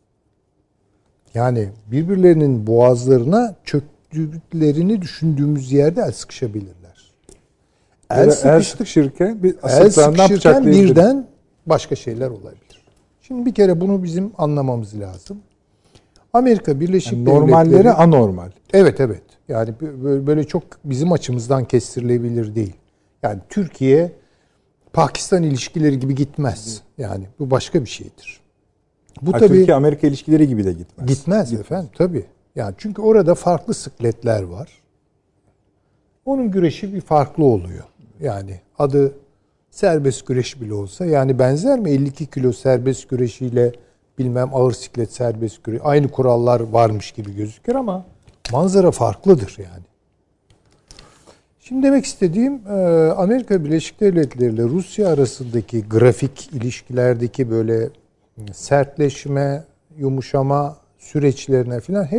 Yani birbirlerinin boğazlarına çöktüklerini düşündüğümüz yerde el sıkışabilirler. El, el sıkışırken bir el sıkışırken birden başka şeyler olabilir. Şimdi bir kere bunu bizim anlamamız lazım. Amerika Birleşik yani Devletleri normalleri anormal. Evet evet. Yani böyle çok bizim açımızdan kestirilebilir değil. Yani Türkiye Pakistan ilişkileri gibi gitmez. Yani bu başka bir şeydir. Bu ha, tabii Türkiye-Amerika ilişkileri gibi de gitmez. Gitmez, gitmez efendim tabii. Yani çünkü orada farklı sıkletler var. Onun güreşi bir farklı oluyor. Yani adı serbest güreş bile olsa, yani benzer mi elli iki kilo serbest güreşiyle bilmem ağır siklet serbest güreş, aynı kurallar varmış gibi gözükür ama manzara farklıdır yani. Şimdi demek istediğim Amerika Birleşik Devletleri ile Rusya arasındaki grafik ilişkilerdeki böyle sertleşme, yumuşama süreçlerine falan hep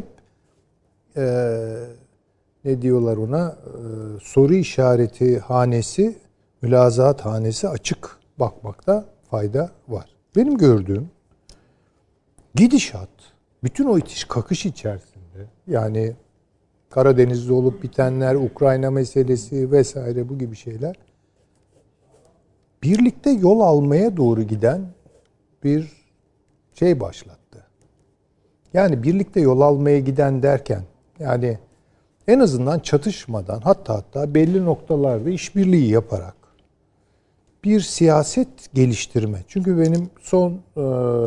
e, ne diyorlar ona e, soru işareti hanesi, mülazat hanesi açık bakmakta fayda var. Benim gördüğüm gidişat bütün o itiş kakış içerisinde, yani Karadeniz'de olup bitenler, Ukrayna meselesi vesaire bu gibi şeyler birlikte yol almaya doğru giden bir şey başlattı. Yani birlikte yol almaya giden derken yani en azından çatışmadan, hatta hatta belli noktalarda işbirliği yaparak bir siyaset geliştirme. Çünkü benim son e,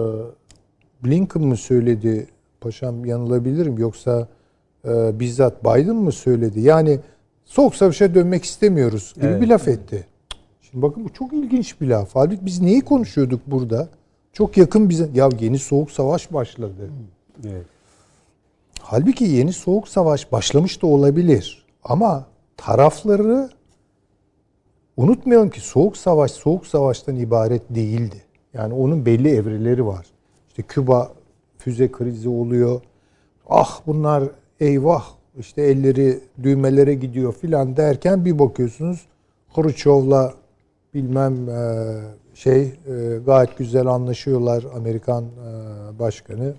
Blinken mı söyledi, paşam yanılabilirim, yoksa e, bizzat Biden mı söyledi? Yani soğuk savaşa dönmek istemiyoruz gibi evet, bir laf etti. Şimdi bakın bu çok ilginç bir laf. Halbuki biz neyi konuşuyorduk burada? Çok yakın bize. Ya yeni soğuk savaş başladı. Evet. Halbuki yeni soğuk savaş başlamış da olabilir. Ama tarafları unutmayalım ki soğuk savaş soğuk savaştan ibaret değildi. Yani onun belli evreleri var. İşte Küba füze krizi oluyor. Ah bunlar eyvah işte elleri düğmelere gidiyor filan derken bir bakıyorsunuz Khrushchev'la bilmem şey gayet güzel anlaşıyorlar, Amerikan başkanı.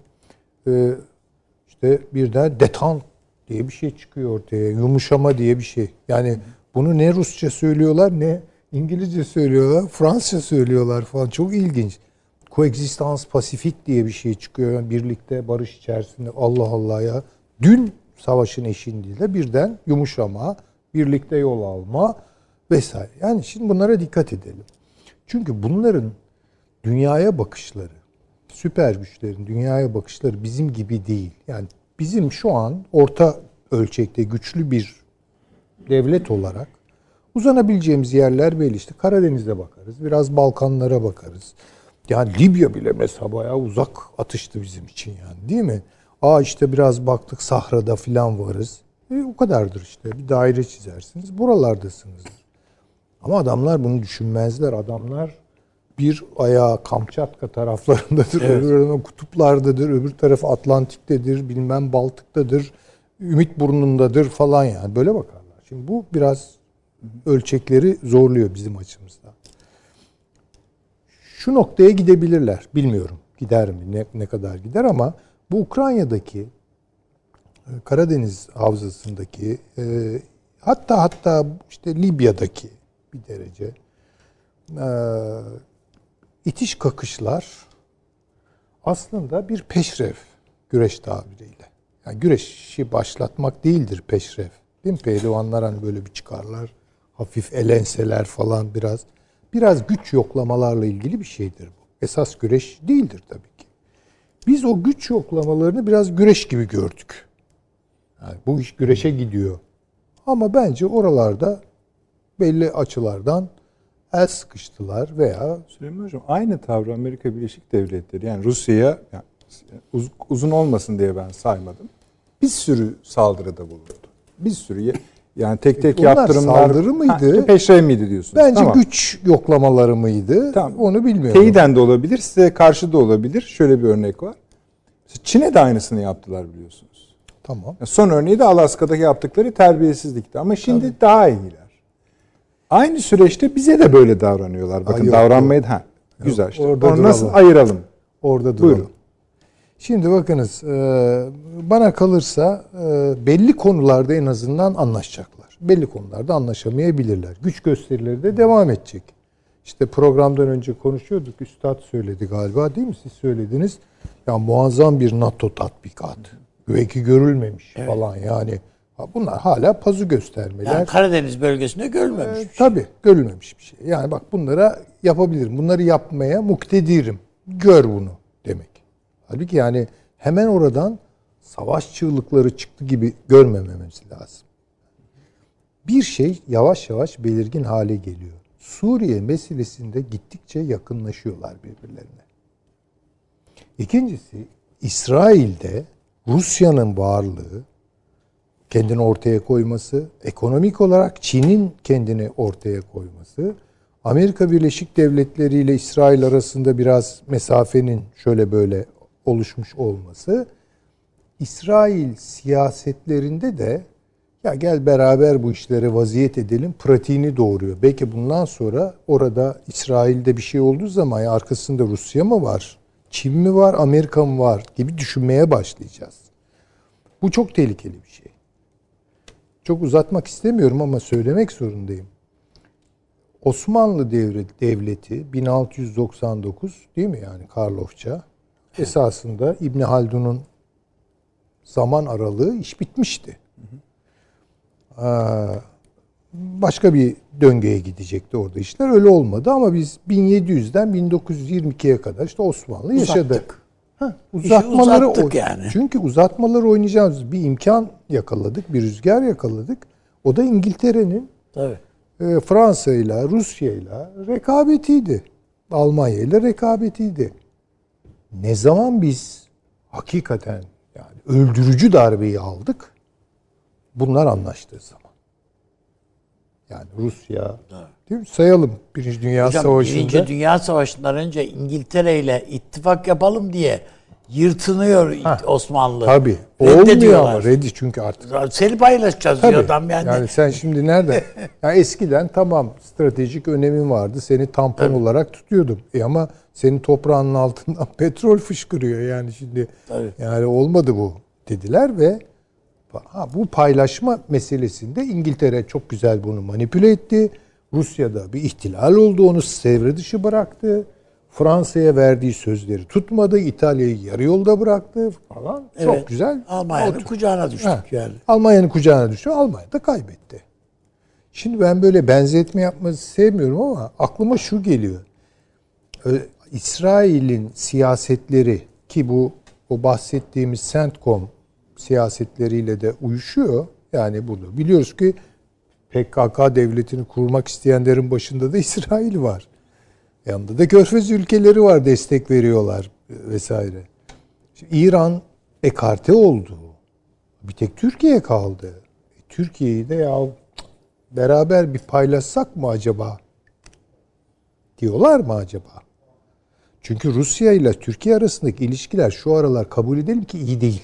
İşte birden detan diye bir şey çıkıyor ortaya. Yumuşama diye bir şey. Yani bunu ne Rusça söylüyorlar ne İngilizce söylüyorlar. Fransızca söylüyorlar falan. Çok ilginç. Coexistence Pasifik diye bir şey çıkıyor. Yani birlikte barış içerisinde. Allah Allah ya. Dün savaşın eşiğinde birden yumuşama, birlikte yol alma vesaire. Yani şimdi bunlara dikkat edelim. Çünkü bunların dünyaya bakışları, süper güçlerin dünyaya bakışları bizim gibi değil. Yani bizim şu an orta ölçekte güçlü bir devlet olarak uzanabileceğimiz yerler belli. İşte Karadeniz'e bakarız, biraz Balkanlara bakarız. Yani Libya bile mesela bayağı uzak atıştı bizim için yani, değil mi? Aa işte biraz baktık Sahra'da filan varız. E, o kadardır işte. Bir daire çizersiniz. Buralardasınızdır. Ama adamlar bunu düşünmezler. Adamlar bir ayağı Kamçatka taraflarındadır, evet, öbür tarafı kutuplardadır, öbür tarafı Atlantik'tedir, bilmem Baltık'tadır, Ümitburnu'ndadır falan yani. Böyle bakarlar. Şimdi bu biraz ölçekleri zorluyor bizim açımızdan. Şu noktaya gidebilirler. Bilmiyorum gider mi, ne, ne kadar gider ama bu Ukrayna'daki Karadeniz havzasındaki e, hatta hatta işte Libya'daki bir derece e, itiş kakışlar aslında bir peşref güreş tabiriyle. Yani güreşi başlatmak değildir peşref. Değil mi? Pehlivanlar hani böyle bir çıkarlar, hafif elenseler falan biraz. Biraz güç yoklamalarla ilgili bir şeydir bu. Esas güreş değildir tabii ki. Biz o güç yoklamalarını biraz güreş gibi gördük. Yani bu iş güreşe gidiyor. Ama bence oralarda belli açılardan el sıkıştılar veya... Süleyman Hocam aynı tavrı Amerika Birleşik Devletleri, yani Rusya'ya yani uz, uzun olmasın diye ben saymadım. Bir sürü saldırıda bulundu. Bir sürü yani tek tek Onlar yaptırımlar... saldırı mıydı? Ha, peşrev miydi diyorsunuz? Bence tamam, güç yoklamaları mıydı? Tamam. Onu bilmiyorum. Teyiden de olabilir, size karşı da olabilir. Şöyle bir örnek var. Çin'e de aynısını yaptılar biliyorsunuz. Tamam. Son örneği de Alaska'daki yaptıkları terbiyesizlikti. Ama şimdi Tabii. daha iyiler. Aynı süreçte bize de böyle davranıyorlar. Bakın yok, davranmayı... Ha, güzel işte. Orada Onu nasıl ayıralım? Orada duralım. Buyurun. Şimdi bakınız, bana kalırsa belli konularda en azından anlaşacaklar. Belli konularda anlaşamayabilirler. Güç gösterileri de devam edecek. İşte programdan önce konuşuyorduk. Üstad söyledi galiba, değil mi? Siz söylediniz. Ya muazzam bir NATO tatbikatı. Belki görülmemiş evet. falan yani. Bunlar hala pazı göstermeler. Yani Karadeniz bölgesinde görülmemiş ee, bir şey. Tabii görülmemiş bir şey. Yani bak bunlara yapabilirim. Bunları yapmaya muktedirim. Gör bunu demek. Halbuki yani hemen oradan savaş çığlıkları çıktı gibi görmememiz lazım. Bir şey yavaş yavaş belirgin hale geliyor. Suriye meselesinde gittikçe yakınlaşıyorlar birbirlerine. İkincisi, İsrail'de Rusya'nın varlığı, kendini ortaya koyması, ekonomik olarak Çin'in kendini ortaya koyması, Amerika Birleşik Devletleri ile İsrail arasında biraz mesafenin şöyle böyle oluşmuş olması, İsrail siyasetlerinde de ya gel beraber bu işlere vaziyet edelim pratiğini doğuruyor. Belki bundan sonra orada İsrail'de bir şey olduğu zaman ya arkasında Rusya mı var, Çin mi var, Amerika mı var gibi düşünmeye başlayacağız. Bu çok tehlikeli bir şey. Çok uzatmak istemiyorum ama söylemek zorundayım. Osmanlı Devleti bin altı yüz doksan dokuz değil mi yani Karlofça esasında İbni Haldun'un zaman aralığı iş bitmişti. Başka bir döngüye gidecekti orada işler. Öyle olmadı ama biz bin yedi yüzden bin dokuz yüz yirmi ikiye kadar işte Osmanlı yaşadı. Uzattık. Ha, uzatmaları uzattık yani. Çünkü uzatmaları oynayacağımız bir imkan yakaladık, bir rüzgar yakaladık. O da İngiltere'nin Tabii. e, Fransa ile Rusya ile rekabetiydi. Almanya ile rekabetiydi. Ne zaman biz hakikaten yani öldürücü darbeyi aldık? Bunlar anlaştığı zaman. Yani Rusya, değil mi? Sayalım Birinci Dünya Hocam, Savaşı'nda. Birinci Dünya Savaşı'ndan önce İngiltere ile ittifak yapalım diye yırtınıyor Heh, Osmanlı. Tabii. Olmuyor Reddediyorlar. ama reddi çünkü artık. Seni paylaşacağız Tabii. diyor adam yani. Yani sen şimdi nerede? Yani eskiden tamam stratejik önemin vardı. Seni tampon Tabii. olarak tutuyordum. E ama senin toprağının altından petrol fışkırıyor yani şimdi. Tabii. Yani olmadı bu dediler ve ha, bu paylaşma meselesinde İngiltere çok güzel bunu manipüle etti. Rusya'da bir ihtilal oldu. Onu devre dışı bıraktı. Fransa'ya verdiği sözleri tutmadı. İtalya'yı yarı yolda bıraktı falan. Evet. Çok güzel. Almanya'nın kucağına düştük ha. yani. Almanya'nın kucağına düştü. Almanya da kaybetti. Şimdi ben böyle benzetme yapmayı sevmiyorum ama aklıma şu geliyor. İsrail'in siyasetleri ki bu o bahsettiğimiz CENTCOM siyasetleriyle de uyuşuyor. Yani burada biliyoruz ki P K K devletini kurmak isteyenlerin başında da İsrail var. Yanında da Körfez ülkeleri var, destek veriyorlar vesaire. Şimdi İran ekarte oldu. Bir tek Türkiye kaldı. E, Türkiye'yi de ya beraber bir paylaşsak mı acaba? Diyorlar mı acaba? Çünkü Rusya ile Türkiye arasındaki ilişkiler şu aralar kabul edelim ki iyi değil.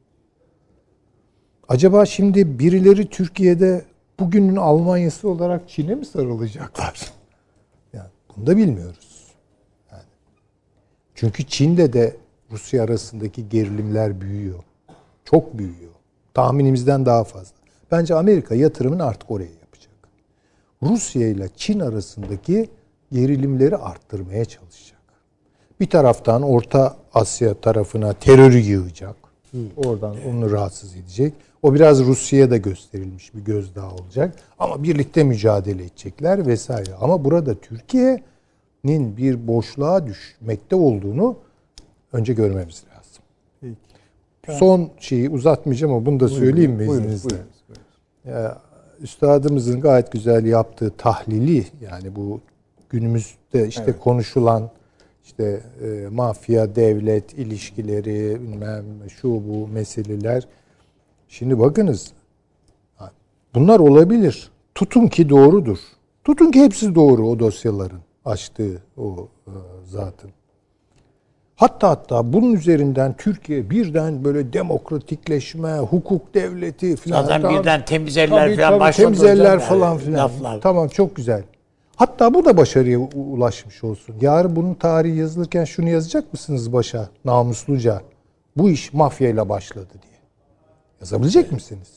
Acaba şimdi birileri Türkiye'de bugünün Almanya'sı olarak Çin'e mi sarılacaklar? Yani bunu da bilmiyoruz. Yani. Çünkü Çin'de de Rusya arasındaki gerilimler büyüyor. Çok büyüyor. Tahminimizden daha fazla. Bence Amerika yatırımını artık oraya yapacak. Rusya ile Çin arasındaki gerilimleri arttırmaya çalışacak. Bir taraftan Orta Asya tarafına terörü yığacak. Oradan onu rahatsız edecek. O biraz Rusya'ya da gösterilmiş bir gözdağı olacak. Ama birlikte mücadele edecekler vesaire. Ama burada Türkiye'nin bir boşluğa düşmekte olduğunu önce görmemiz lazım. Peki. Son şeyi uzatmayacağım ama bunu da buyurun, söyleyeyim mi buyurun, izninizle? Buyurun, buyurun. Ya, üstadımızın gayet güzel yaptığı tahlili yani bu günümüzde işte evet. konuşulan işte e, mafya, devlet ilişkileri, bilmem şu bu meseleler. Şimdi bakınız, bunlar olabilir. Tutun ki doğrudur. Tutun ki hepsi doğru o dosyaların açtığı o e, zatın. Hatta hatta bunun üzerinden Türkiye birden böyle demokratikleşme, hukuk devleti falan. Zaten tamam, birden temiz eller tabii, falan tabii, başladı. Temiz eller falan filan. Laflar. Tamam çok güzel. Hatta bu da başarıya ulaşmış olsun. Yarın bunun tarihi yazılırken şunu yazacak mısınız başa namusluca? Bu iş mafyayla başladı diye. Yazabilecek evet. misiniz?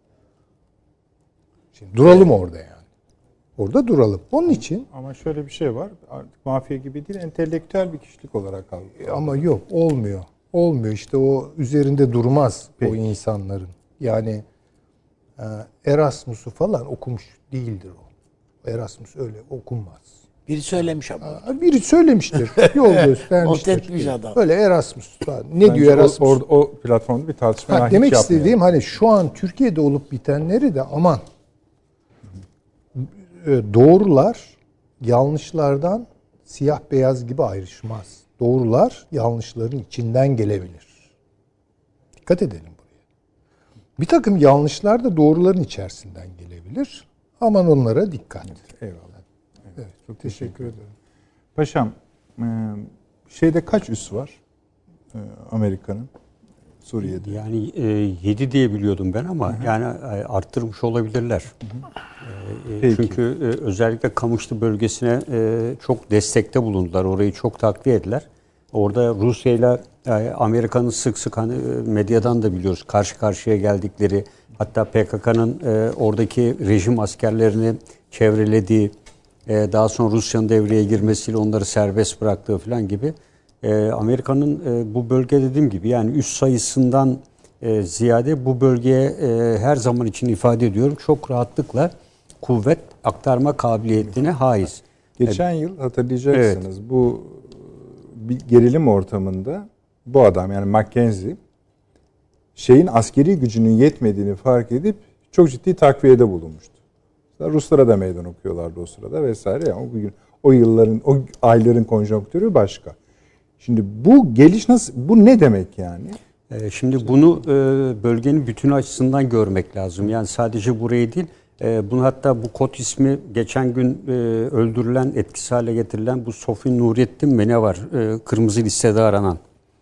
Şimdi duralım evet. orada yani. Orada duralım. Onun ama, için... Ama şöyle bir şey var. Artık mafya gibi değil, entelektüel bir kişilik olarak kaldı. Ama yok, olmuyor. Olmuyor. İşte o üzerinde durmaz Peki. o insanların. Yani Erasmus'u falan okumuş değildir o. Erasmus öyle okunmaz. Biri söylemiş ama. Biri söylemiştir. Yol Not göstermiştir. etmiş adam. Öyle Erasmus. Ne Bence diyor Erasmus? O, o, o platformda bir tartışma Ha, hiç demek yapmayalım. istediğim hani şu an Türkiye'de olup bitenleri de aman doğrular yanlışlardan siyah beyaz gibi ayrışmaz. Doğrular yanlışların içinden gelebilir. Dikkat edelim buraya. Bir takım yanlışlar da doğruların içerisinden gelebilir. Aman onlara dikkat. Eyvallah. Evet, çok teşekkür ederim. Paşam, e, şeyde kaç üs var e, Amerika'nın Suriye'de? Yani e, yedi diye biliyordum ben ama Hı-hı. yani e, arttırmış olabilirler. E, e, çünkü e, özellikle Kamışlı bölgesine e, çok destekte bulundular. Orayı çok takviye ettiler. Orada Rusya ile Amerika'nın sık sık hani medyadan da biliyoruz karşı karşıya geldikleri, hatta P K K'nın e, oradaki rejim askerlerini çevrelediği, e, daha sonra Rusya'nın devreye girmesiyle onları serbest bıraktığı falan gibi. E, Amerika'nın e, bu bölge dediğim gibi yani üs sayısından e, ziyade bu bölgeye e, her zaman için ifade ediyorum çok rahatlıkla kuvvet aktarma kabiliyetine haiz. Geçen yıl hatırlayacaksınız evet. bu bir gerilim ortamında bu adam yani Mackenzie şeyin askeri gücünün yetmediğini fark edip çok ciddi takviyede bulunmuştu. Ruslara da meydan okuyorlardı o sırada vesaire. Yani bugün o yılların, o ayların konjonktürü başka. Şimdi bu geliş nasıl, bu ne demek yani? Şimdi bunu bölgenin bütünü açısından görmek lazım. Yani sadece burayı değil, bunu hatta bu kod ismi geçen gün öldürülen, etkisiz hale getirilen bu Sofi Nurettin mi ne var? Kırmızı listede aranan.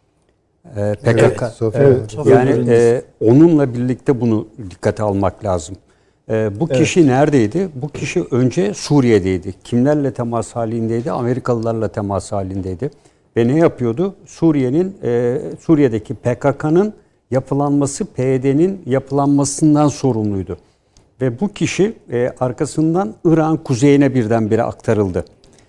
P K K. Evet, evet. Yani e, onunla birlikte bunu dikkate almak lazım. E, bu kişi evet. neredeydi? Bu kişi önce Suriye'deydi. Kimlerle temas halindeydi? Amerikalılarla temas halindeydi. Ve ne yapıyordu? Suriye'nin e, Suriye'deki P K K'nın yapılanması, P Y D'nin yapılanmasından sorumluydu. Ve bu kişi e, arkasından İran kuzeyine birdenbire aktarıldı.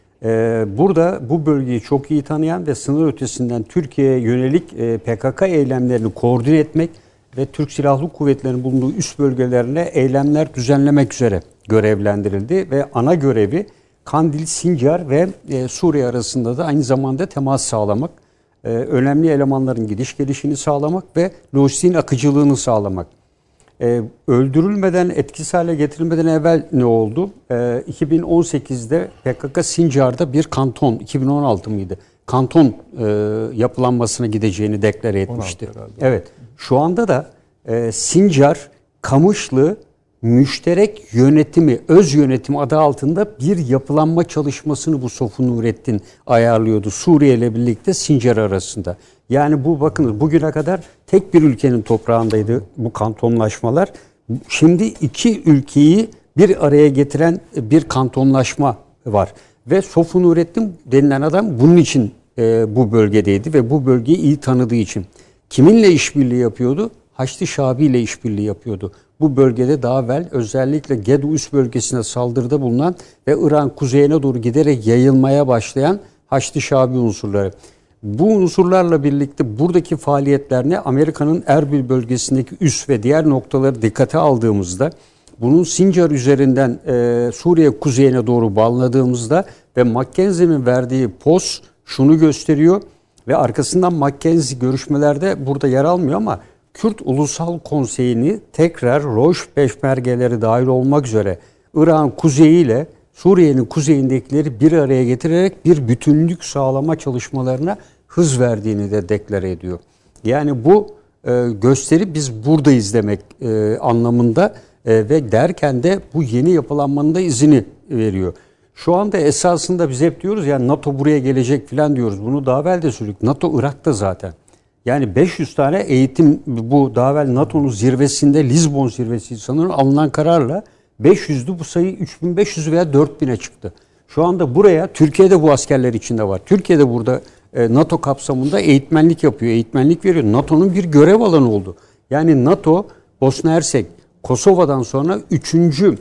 Ee, burada bu bölgeyi çok iyi tanıyan ve sınır ötesinden Türkiye'ye yönelik e, P K K eylemlerini koordine etmek ve Türk Silahlı Kuvvetleri'nin bulunduğu üst bölgelerine eylemler düzenlemek üzere görevlendirildi ve ana görevi Kandil, Sincar ve e, Suriye arasında da aynı zamanda temas sağlamak, e, önemli elemanların gidiş gelişini sağlamak ve lojistiğin akıcılığını sağlamak. Ee, öldürülmeden, etkisiz hale getirilmeden evvel ne oldu? Ee, iki bin on sekizde P K K Sincar'da bir kanton, iki bin on altı mıydı? Kanton e, yapılanmasına gideceğini deklare etmişti. Evet. Şu anda da e, Sincar, Kamışlı müşterek yönetimi, öz yönetimi adı altında bir yapılanma çalışmasını bu Sofi Nurettin ayarlıyordu. Suriye ile birlikte Sincar arasında. Yani bu bakınız bugüne kadar tek bir ülkenin toprağındaydı bu kantonlaşmalar. Şimdi iki ülkeyi bir araya getiren bir kantonlaşma var. Ve Sofi Nurettin denilen adam bunun için e, bu bölgedeydi ve bu bölgeyi iyi tanıdığı için. Kiminle işbirliği yapıyordu? Haçlı Şabi ile işbirliği yapıyordu. Bu bölgede daha evvel özellikle Gedo üst bölgesine saldırıda bulunan ve İran kuzeyine doğru giderek yayılmaya başlayan Haçlı Şabi unsurları. Bu unsurlarla birlikte buradaki faaliyetlerine Amerika'nın Erbil bölgesindeki üs ve diğer noktaları dikkate aldığımızda bunun Sincar üzerinden e, Suriye kuzeyine doğru bağladığımızda ve Mackenzie'nin verdiği poz şunu gösteriyor ve arkasından Mackenzie görüşmelerde burada yer almıyor ama Kürt Ulusal Konseyi'ni tekrar Roş peşmergeleri dahil olmak üzere İran kuzeyiyle Suriye'nin kuzeyindekileri bir araya getirerek bir bütünlük sağlama çalışmalarına hız verdiğini de deklare ediyor. Yani bu e, gösteri biz buradayız demek e, anlamında e, ve derken de bu yeni yapılanmanın da izini veriyor. Şu anda esasında biz hep diyoruz ya NATO buraya gelecek falan diyoruz. Bunu daha evvel de söyledik. NATO Irak'ta zaten. Yani beş yüz tane eğitim bu daha evvel NATO'nun zirvesinde Lizbon zirvesi sanırım alınan kararla beş yüzdü bu sayı üç bin beş yüz veya dört bine çıktı. Şu anda buraya Türkiye'de bu askerler içinde var. Türkiye'de burada e, NATO kapsamında eğitmenlik yapıyor, eğitmenlik veriyor. NATO'nun bir görev alanı oldu. Yani NATO Bosna Hersek, Kosova'dan sonra üçüncü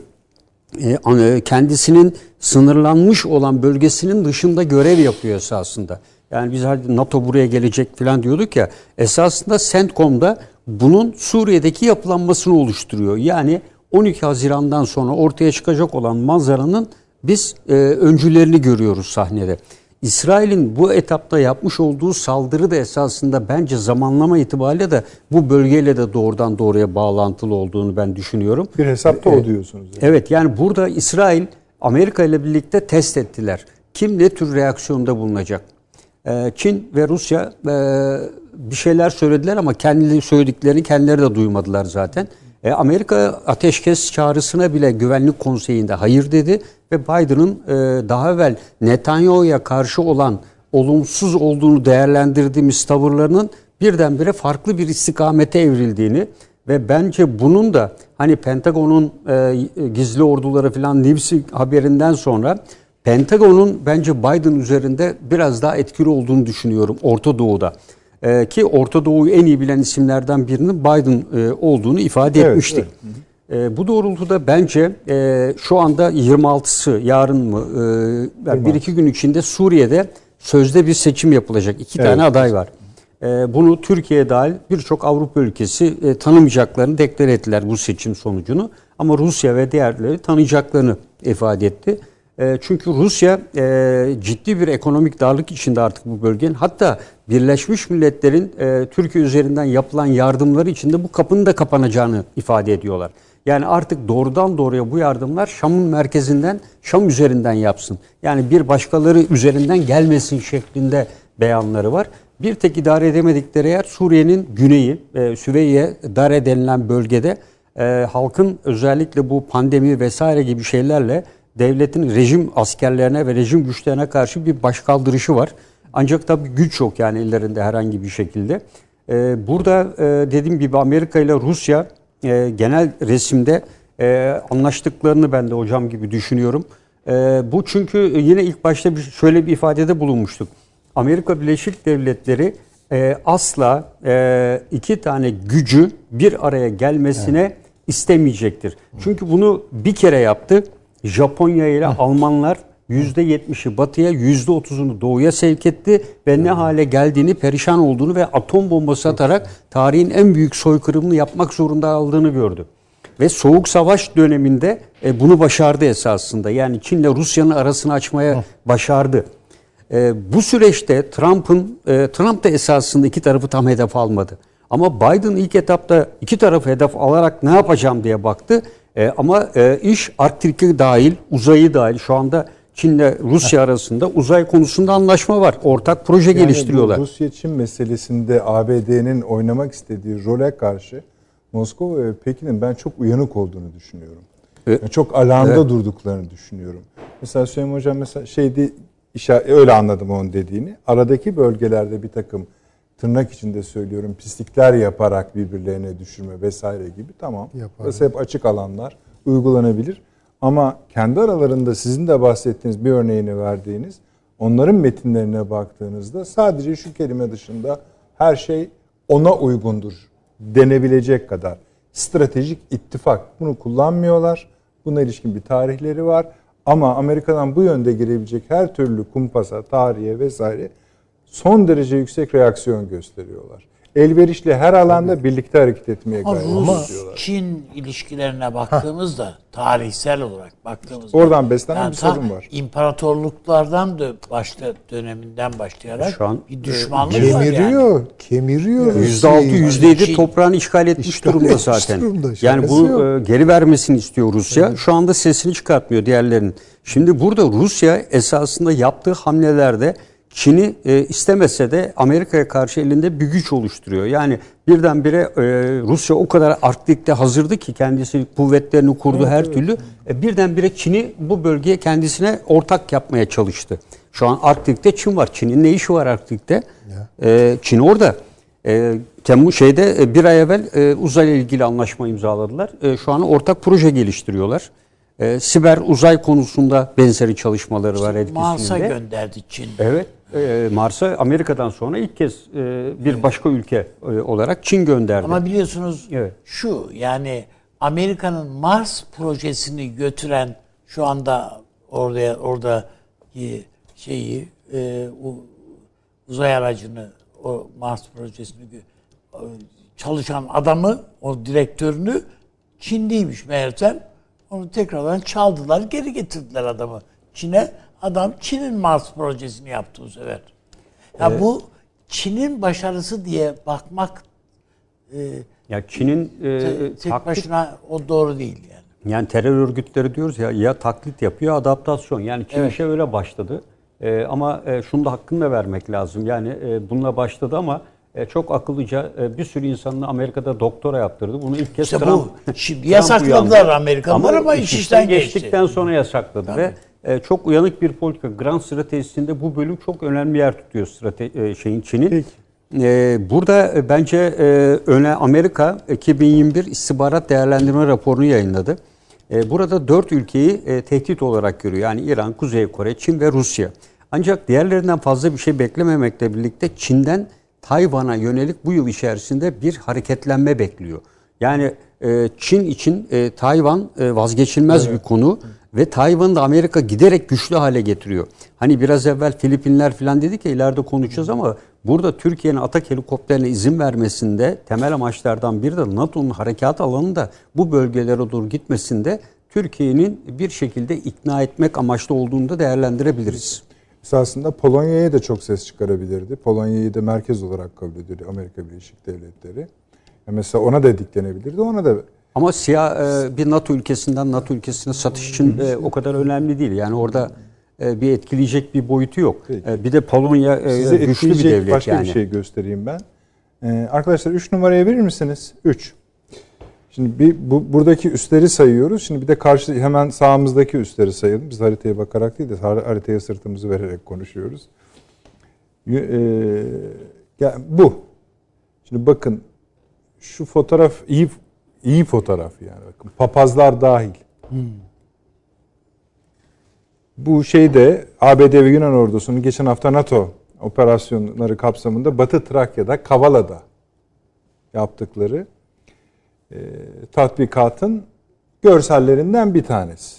e, kendisinin sınırlanmış olan bölgesinin dışında görev yapıyor esasında. Yani biz hadi NATO buraya gelecek falan diyorduk ya, esasında CENTCOM'da bunun Suriye'deki yapılanmasını oluşturuyor. Yani on iki Haziran'dan sonra ortaya çıkacak olan manzaranın biz e, öncülerini görüyoruz sahnede. İsrail'in bu etapta yapmış olduğu saldırı da esasında bence zamanlama itibariyle de bu bölgeyle de doğrudan doğruya bağlantılı olduğunu ben düşünüyorum. Bir hesapta o diyorsunuz. Yani. Evet, yani burada İsrail Amerika ile birlikte test ettiler. Kim ne tür reaksiyonda bulunacak? Çin ve Rusya bir şeyler söylediler ama kendi söylediklerini kendileri de duymadılar zaten. Amerika ateşkes çağrısına bile Güvenlik Konseyi'nde hayır dedi ve Biden'ın daha evvel Netanyahu'ya karşı olan olumsuz olduğunu değerlendirdiğimiz tavırlarının birdenbire farklı bir istikamete evrildiğini ve bence bunun da hani Pentagon'un gizli orduları falan Nibsi haberinden sonra Pentagon'un bence Biden üzerinde biraz daha etkili olduğunu düşünüyorum Orta Doğu'da. Ee, ki Orta Doğu'yu en iyi bilen isimlerden birinin Biden e, olduğunu ifade evet, etmiştik. Evet. E, bu doğrultuda bence e, şu anda yirmi altısı yarın mı e, bir iki gün içinde Suriye'de sözde bir seçim yapılacak. İki evet. tane aday var. E, bunu Türkiye dahil birçok Avrupa ülkesi e, tanımayacaklarını deklar ettiler bu seçim sonucunu. Ama Rusya ve diğerleri tanıyacaklarını ifade etti. Çünkü Rusya e, ciddi bir ekonomik darlık içinde artık bu bölgenin. Hatta Birleşmiş Milletler'in e, Türkiye üzerinden yapılan yardımları içinde bu kapının da kapanacağını ifade ediyorlar. Yani artık doğrudan doğruya bu yardımlar Şam'ın merkezinden, Şam üzerinden yapsın. Yani bir başkaları üzerinden gelmesin şeklinde beyanları var. Bir tek idare edemedikleri yer Suriye'nin güneyi, e, Süveyye, Dare denilen bölgede e, halkın özellikle bu pandemi vesaire gibi şeylerle devletin rejim askerlerine ve rejim güçlerine karşı bir başkaldırışı var. Ancak tabii güç yok yani ellerinde herhangi bir şekilde. Ee, burada e, dediğim gibi Amerika ile Rusya e, genel resimde e, anlaştıklarını ben de hocam gibi düşünüyorum. E, bu çünkü yine ilk başta bir, şöyle bir ifadede bulunmuştuk. Amerika Birleşik Devletleri e, asla e, iki tane gücü bir araya gelmesine evet. istemeyecektir. Çünkü bunu bir kere yaptı. Japonya ile Hı. Almanlar yüzde yetmişi batıya, yüzde otuzunu doğuya sevk etti ve Hı. ne hale geldiğini, perişan olduğunu ve atom bombası atarak tarihin en büyük soykırımını yapmak zorunda aldığını gördü. Ve Soğuk Savaş döneminde e, bunu başardı esasında. Yani Çin ile Rusya'nın arasını açmaya Hı. başardı. E, bu süreçte Trump'ın, e, Trump da esasında iki tarafı tam hedef almadı. Ama Biden ilk etapta iki tarafı hedef alarak ne yapacağım diye baktı. E, ama e, iş Arktik'i dahil, uzayı dahil şu anda Çin'le Rusya arasında uzay konusunda anlaşma var. Ortak proje yani geliştiriyorlar. Rusya-Çin meselesinde A B D'nin oynamak istediği role karşı Moskova ve Pekin'in ben çok uyanık olduğunu düşünüyorum. Evet. Yani çok alanda evet. durduklarını düşünüyorum. Mesela Süleyman Hocam mesela şeydi, öyle anladım onun dediğini. Aradaki bölgelerde bir takım tırnak içinde söylüyorum pislikler yaparak birbirlerine düşürme vesaire gibi tamam. Burası hep açık alanlar uygulanabilir. Ama kendi aralarında sizin de bahsettiğiniz bir örneğini verdiğiniz onların metinlerine baktığınızda sadece şu kelime dışında her şey ona uygundur denebilecek kadar stratejik ittifak. Bunu kullanmıyorlar. Buna ilişkin bir tarihleri var. Ama Amerika'dan bu yönde girebilecek her türlü kumpasa, tarihe vesaire son derece yüksek reaksiyon gösteriyorlar. Elverişli her alanda Tabii. birlikte hareket etmeye gayret ediyorlar. Rus-Çin ilişkilerine baktığımızda ha. tarihsel olarak baktığımızda oradan beslenen yani bir sorun var. İmparatorluklardan da başta döneminden başlayarak şu an bir düşmanlık kemiriyor, var yani. Kemiriyor, kemiriyor. yüzde altı, yüzde yedi toprağını işgal etmiş işgal durumda zaten. Durumda, yani bu yok. geri vermesini istiyor Rusya. Evet. Şu anda sesini çıkartmıyor diğerlerinin. Şimdi burada Rusya esasında yaptığı hamlelerde Çin'i e, istemese de Amerika'ya karşı elinde bir güç oluşturuyor. Yani birdenbire e, Rusya o kadar Arktik'te hazırdı ki kendisi kuvvetlerini kurdu evet, her evet. türlü. E, birdenbire Çin'i bu bölgeye kendisine ortak yapmaya çalıştı. Şu an Arktik'te Çin var. Çin'in ne işi var Arktik'te? E, Çin orada. E, Temmuz şeyde e, bir ay evvel e, uzayla ilgili anlaşma imzaladılar. E, şu an ortak proje geliştiriyorlar. E, siber uzay konusunda benzeri çalışmaları işte var etkisinde. Mars'a gönderdi Çin. Evet. E, Mars'a Amerika'dan sonra ilk kez e, bir evet. başka ülke e, olarak Çin gönderdi. Ama biliyorsunuz evet. şu yani Amerika'nın Mars projesini götüren şu anda orada orada şeyi e, uzay aracını o Mars projesini çalışan adamı o direktörünü Çinliymiş meğersem. Onu tekrardan çaldılar, geri getirdiler adamı Çin'e. Adam Çin'in Mars projesini yaptı bu sefer. Ya evet. Bu Çin'in başarısı diye bakmak e, ya Çin'in e, te, tek taklit, başına o doğru değil yani. Yani terör örgütleri diyoruz ya ya taklit yapıyor, adaptasyon. Yani Çin evet. işe öyle başladı. E, ama e, şunu da hakkını da vermek lazım. Yani e, bununla başladı ama e, çok akıllıca e, bir sürü insanın Amerika'da doktora yaptırdı. Bunu ilk kez işte Trump, bu şimdi yasakladılar Amerikalılar ama, ama iş işten geçtikten geçti. sonra yasakladı. Tabii. Ve e, çok uyanık bir politika. Grand stratejisinde bu bölüm çok önemli yer tutuyor strate, e, şeyin Çin'in. E, burada e, bence e, öne Amerika iki bin yirmi bir istihbarat değerlendirme raporunu yayınladı. E, burada dört ülkeyi e, tehdit olarak görüyor. Yani İran, Kuzey Kore, Çin ve Rusya. Ancak diğerlerinden fazla bir şey beklememekle birlikte Çin'den Tayvan'a yönelik bu yıl içerisinde bir hareketlenme bekliyor. Yani e, Çin için e, Tayvan e, vazgeçilmez evet. bir konu ve Tayvan'ı da Amerika giderek güçlü hale getiriyor. Hani biraz evvel Filipinler falan dedik ya ileride konuşacağız ama burada Türkiye'nin atak helikopterine izin vermesinde temel amaçlardan biri de NATO'nun harekat alanında bu bölgelere doğru gitmesinde Türkiye'nin bir şekilde ikna etmek amaçlı olduğunu da değerlendirebiliriz. Esasında Polonya'ya da çok ses çıkarabilirdi. Polonya'yı da merkez olarak kabul ediyor Amerika Birleşik Devletleri. Mesela ona da diklenebilirdi, ona da... Ama siyah e, bir NATO ülkesinden NATO ülkesine satış için e, o kadar önemli değil. Yani orada e, bir etkileyecek bir boyutu yok. E, bir de Polonya e, güçlü bir devlet başka yani. bir şey göstereyim ben. E, arkadaşlar üç numaraya verir misiniz? üç. Şimdi bir bu, buradaki üsleri sayıyoruz. Şimdi bir de karşı hemen sağımızdaki üsleri sayalım. Biz haritaya bakarak değil de haritaya sırtımızı vererek konuşuyoruz. E, yani bu. Şimdi bakın şu fotoğraf iyi iyi fotoğraf yani bakın. Papazlar dahil. Hmm. Bu şeyde A B D ve Yunan ordusunun geçen hafta NATO operasyonları kapsamında Batı Trakya'da Kavala'da yaptıkları e, tatbikatın görsellerinden bir tanesi.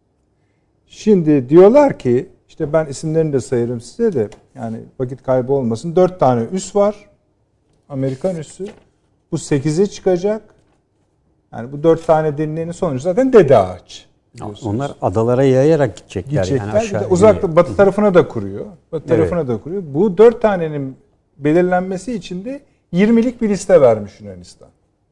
Şimdi diyorlar ki işte ben isimlerini de sayarım size de yani vakit kaybı olmasın. Dört tane üs var. Amerikan üssü. Bu sekize çıkacak. Yani bu dört tane denilenin sonucu zaten Dede Ağaç. Onlar adalara yayarak gidecekler. Gidecekler. Yani aşağı. Uzakta batı tarafına da kuruyor. Batı evet. tarafına da kuruyor. Bu dört tanenin belirlenmesi için de yirmilik bir liste vermiş Yunanistan.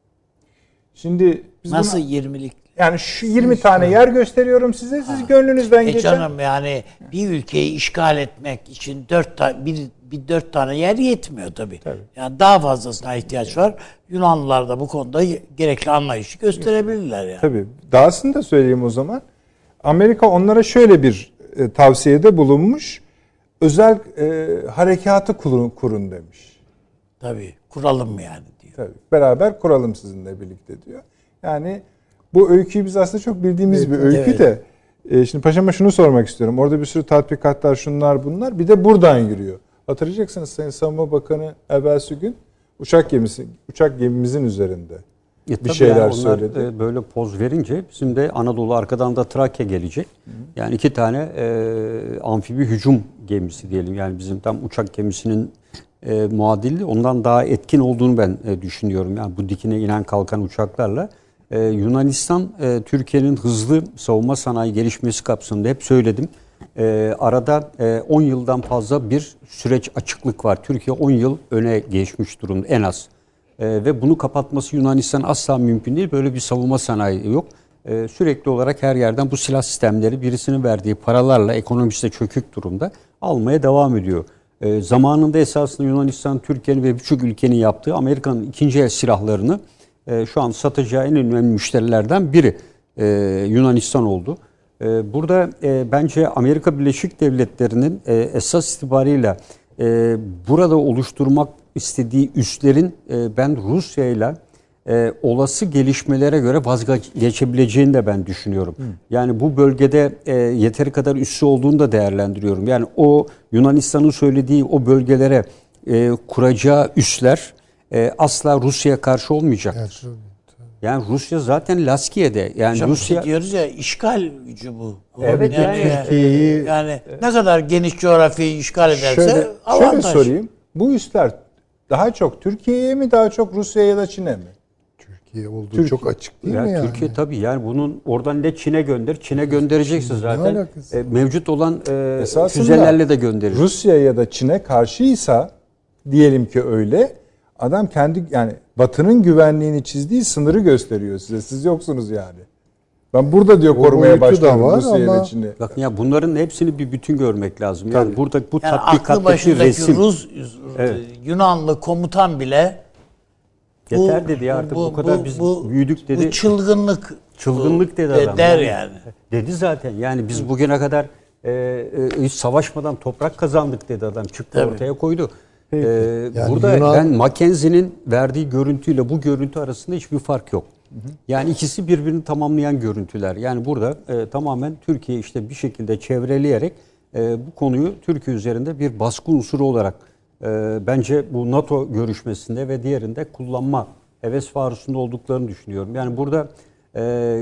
Şimdi biz nasıl buna, yirmilik? Yani şu yirmi tane yer gösteriyorum size. Siz ha. gönlünüzden e geçen. Canım yani bir ülkeyi işgal etmek için dört tane bir bir dört tane yer yetmiyor tabii. tabii. Yani daha fazlasına ihtiyaç var. Yunanlılar da bu konuda gerekli anlayışı gösterebilirler yani. Tabii. Dahasını da söyleyeyim o zaman. Amerika onlara şöyle bir e, tavsiyede bulunmuş. Özel e, harekatı kurun, kurun demiş. Tabii. Kuralım mı yani diyor. Tabii. Beraber kuralım sizinle birlikte diyor. Yani bu öyküyü biz aslında çok bildiğimiz evet, bir öykü evet. de. E, şimdi paşama şunu sormak istiyorum. Orada bir sürü tatbikatlar şunlar bunlar. Bir de buradan yürüyor. Hatırlayacaksınız Sayın Savunma Bakanı evvelsi gün uçak gemisi, uçak gemimizin üzerinde e, bir şeyler yani söyledi. E, böyle poz verince bizim de Anadolu arkadan da Trakya gelecek. Hı hı. Yani iki tane e, amfibi hücum gemisi diyelim. Yani bizim tam uçak gemisinin e, muadili ondan daha etkin olduğunu ben e, düşünüyorum. Yani bu dikine inen kalkan uçaklarla. E, Yunanistan e, Türkiye'nin hızlı savunma sanayi gelişmesi kapsamında hep söyledim. Ee, arada e, on yıldan fazla bir süreç açıklık var. Türkiye on yıl öne geçmiş durumda en az. E, ve bunu kapatması Yunanistan asla mümkün değil. Böyle bir savunma sanayi yok. E, sürekli olarak her yerden bu silah sistemleri birisinin verdiği paralarla ekonomisi de çökük durumda almaya devam ediyor. E, zamanında esasında Yunanistan, Türkiye'nin ve birçok ülkenin yaptığı Amerika'nın ikinci el silahlarını e, şu an satacağı en önemli müşterilerden biri e, Yunanistan oldu. Burada e, bence Amerika Birleşik Devletleri'nin e, esas itibarıyla e, burada oluşturmak istediği üslerin e, ben Rusya ile e, olası gelişmelere göre vazgeçebileceğini de ben düşünüyorum. Hı. Yani bu bölgede e, yeteri kadar üssü olduğunu da değerlendiriyorum. Yani o Yunanistan'ın söylediği o bölgelere e, kuracağı üsler e, asla Rusya'ya karşı olmayacak. Evet. Yani Rusya zaten Laskiye'de. Yani Hocam, Rusya diyoruz ya işgal gücü bu. Evet yani yani, Türkiye'yi yani ne kadar geniş coğrafyayı işgal ederse şöyle, avantaj. Şöyle sorayım. Bu üsler daha çok Türkiye'ye mi daha çok Rusya'ya ya da Çin'e mi? Türkiye. Türkiye olduğu Türkiye. çok açık değil Ya mi yani? Türkiye tabii yani bunun oradan ne Çin'e gönder, Çin'e göndereceksin zaten. alakası? E, mevcut olan e, Esasında füzelerle de gönderir. Rusya ya da Çin'e karşıysa diyelim ki öyle, adam kendi yani Batı'nın güvenliğini çizdiği sınırı gösteriyor size. Siz yoksunuz yani. Ben burada diyor O korumaya boyutu da başlıyorum var Rusya'yı ama- ve Çin'i. Bakın ya bunların hepsini bir bütün görmek lazım. Yani Tabii. burada bu Yani aklı tatbikattaki başındaki resim Rus Evet. Yunanlı komutan bile yeter dedi ya artık bu, kadar biz büyüdük dedi. Bu çılgınlık Çılgınlık dedi e, adam. Der yani. Dedi zaten. Yani biz bugüne kadar e, e, hiç savaşmadan toprak kazandık dedi adam. Çıktı Tabii. ortaya koydu. E, Yani burada Yunan- ben Mackenzie'nin verdiği görüntüyle bu görüntü arasında hiçbir fark yok. Yani ikisi birbirini tamamlayan görüntüler. Yani burada e, tamamen Türkiye işte bir şekilde çevreleyerek e, bu konuyu Türkiye üzerinde bir baskı unsuru olarak e, bence bu NATO görüşmesinde ve diğerinde kullanma heves farusunda olduklarını düşünüyorum. Yani burada e,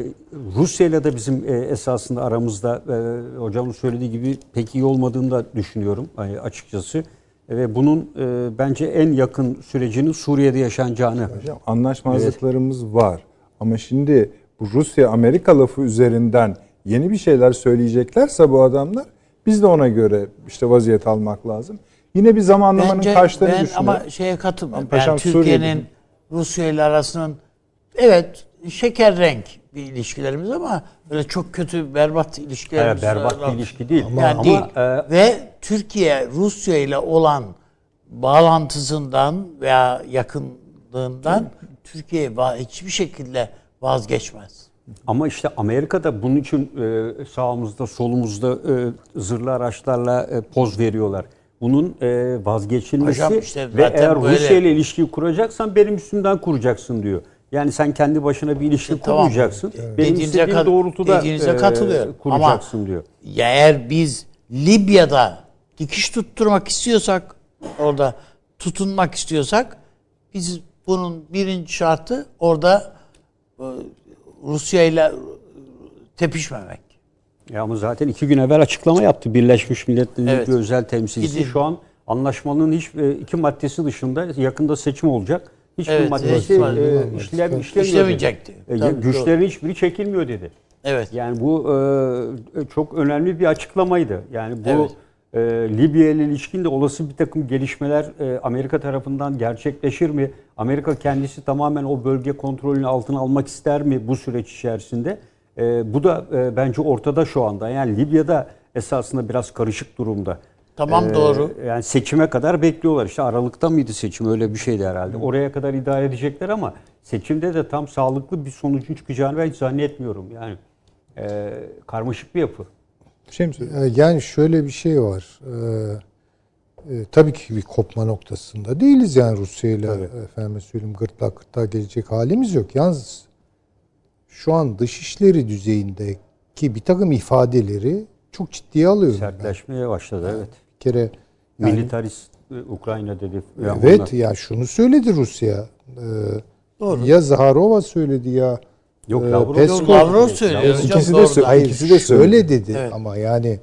Rusya ile de bizim e, esasında aramızda e, hocamın söylediği gibi pek iyi olmadığını da düşünüyorum e, açıkçası. Ve bunun e, bence en yakın sürecinin Suriye'de yaşanacağını. Hocam, anlaşmazlıklarımız var. Ama şimdi bu Rusya-Amerika lafı üzerinden yeni bir şeyler söyleyeceklerse bu adamlar, biz de ona göre işte vaziyet almak lazım. Yine bir zamanlamanın Bence karşılarını ben düşünüyorum. ama şeye katılmıyorum. Paşam, Yani Türkiye'nin Suriye'de. Rusya ile arasının evet şeker renk bir ilişkilerimiz ama öyle çok kötü berbat ilişkilerimiz Evet, berbat var. bir ilişki değil. Yani Ama, değil. e, Ve Türkiye Rusya ile olan bağlantısından veya yakınlığından Türkiye va- hiçbir şekilde vazgeçmez. Ama işte Amerika'da bunun için e, sağımızda solumuzda e, zırhlı araçlarla e, poz veriyorlar. Bunun e, vazgeçilmesi Hocam işte ve zaten eğer böyle- Rusya ile ilişkiyi kuracaksan benim üstümden kuracaksın diyor. Yani sen kendi başına bir ilişki İşte tamam. kurmayacaksın. Benim Dediğinize istediğim kat- doğrultuda dediğinize e, katılıyorum. kuracaksın Ama diyor. ya eğer biz Libya'da dikiş tutturmak istiyorsak, orada tutunmak istiyorsak, biz bunun birinci şartı orada e, Rusya ile tepişmemek. Ya ama zaten iki gün evvel açıklama yaptı Birleşmiş Milletler'in Evet. bir özel temsilcisi. Gidin. Şu an anlaşmanın hiç e, iki maddesi dışında yakında seçim olacak. Hiçbir Evet, maddesi evet. e, işlem, işlemiyor İşlemeyecek dedi. diyor. E, Tabii, güçlerin hiçbiri çekilmiyor dedi. Evet. Yani bu e, çok önemli bir açıklamaydı. Yani bu Evet. e, Libya ile ilişkin de olası bir takım gelişmeler e, Amerika tarafından gerçekleşir mi? Amerika kendisi tamamen o bölge kontrolünü altına almak ister mi bu süreç içerisinde? E, bu da e, bence ortada şu anda. Yani Libya'da esasında biraz karışık durumda. Tamam, E, doğru. Yani seçime kadar bekliyorlar. İşte Aralık'ta mıydı seçim? Öyle bir şeydi herhalde. Oraya kadar idare edecekler ama seçimde de tam sağlıklı bir sonucun çıkacağını ben hiç zannetmiyorum. Yani e, karmaşık bir yapı. Şey mi Ee, Yani şöyle bir şey var. Ee, e, tabii ki bir kopma noktasında değiliz yani Rusya ile efendim söyleyeyim gırtlak gırtlağa gelecek halimiz yok. Yalnız şu an dışişleri düzeyindeki bir takım ifadeleri çok ciddiye alıyorum ben. Sertleşmeye başladı evet. Bir kere yani, Militarist e, Ukrayna dedi. Yani evet onlar- ya şunu söyledi Rusya. Ee, Doğru. Ya Zaharova söyledi ya Yok e, Lavrov, Peskov- Lavrov söylüyor hocam, İkisi de doğrudan. söylüyor. Hayır, İkisi de şöyle söyledi. dedi Evet. ama yani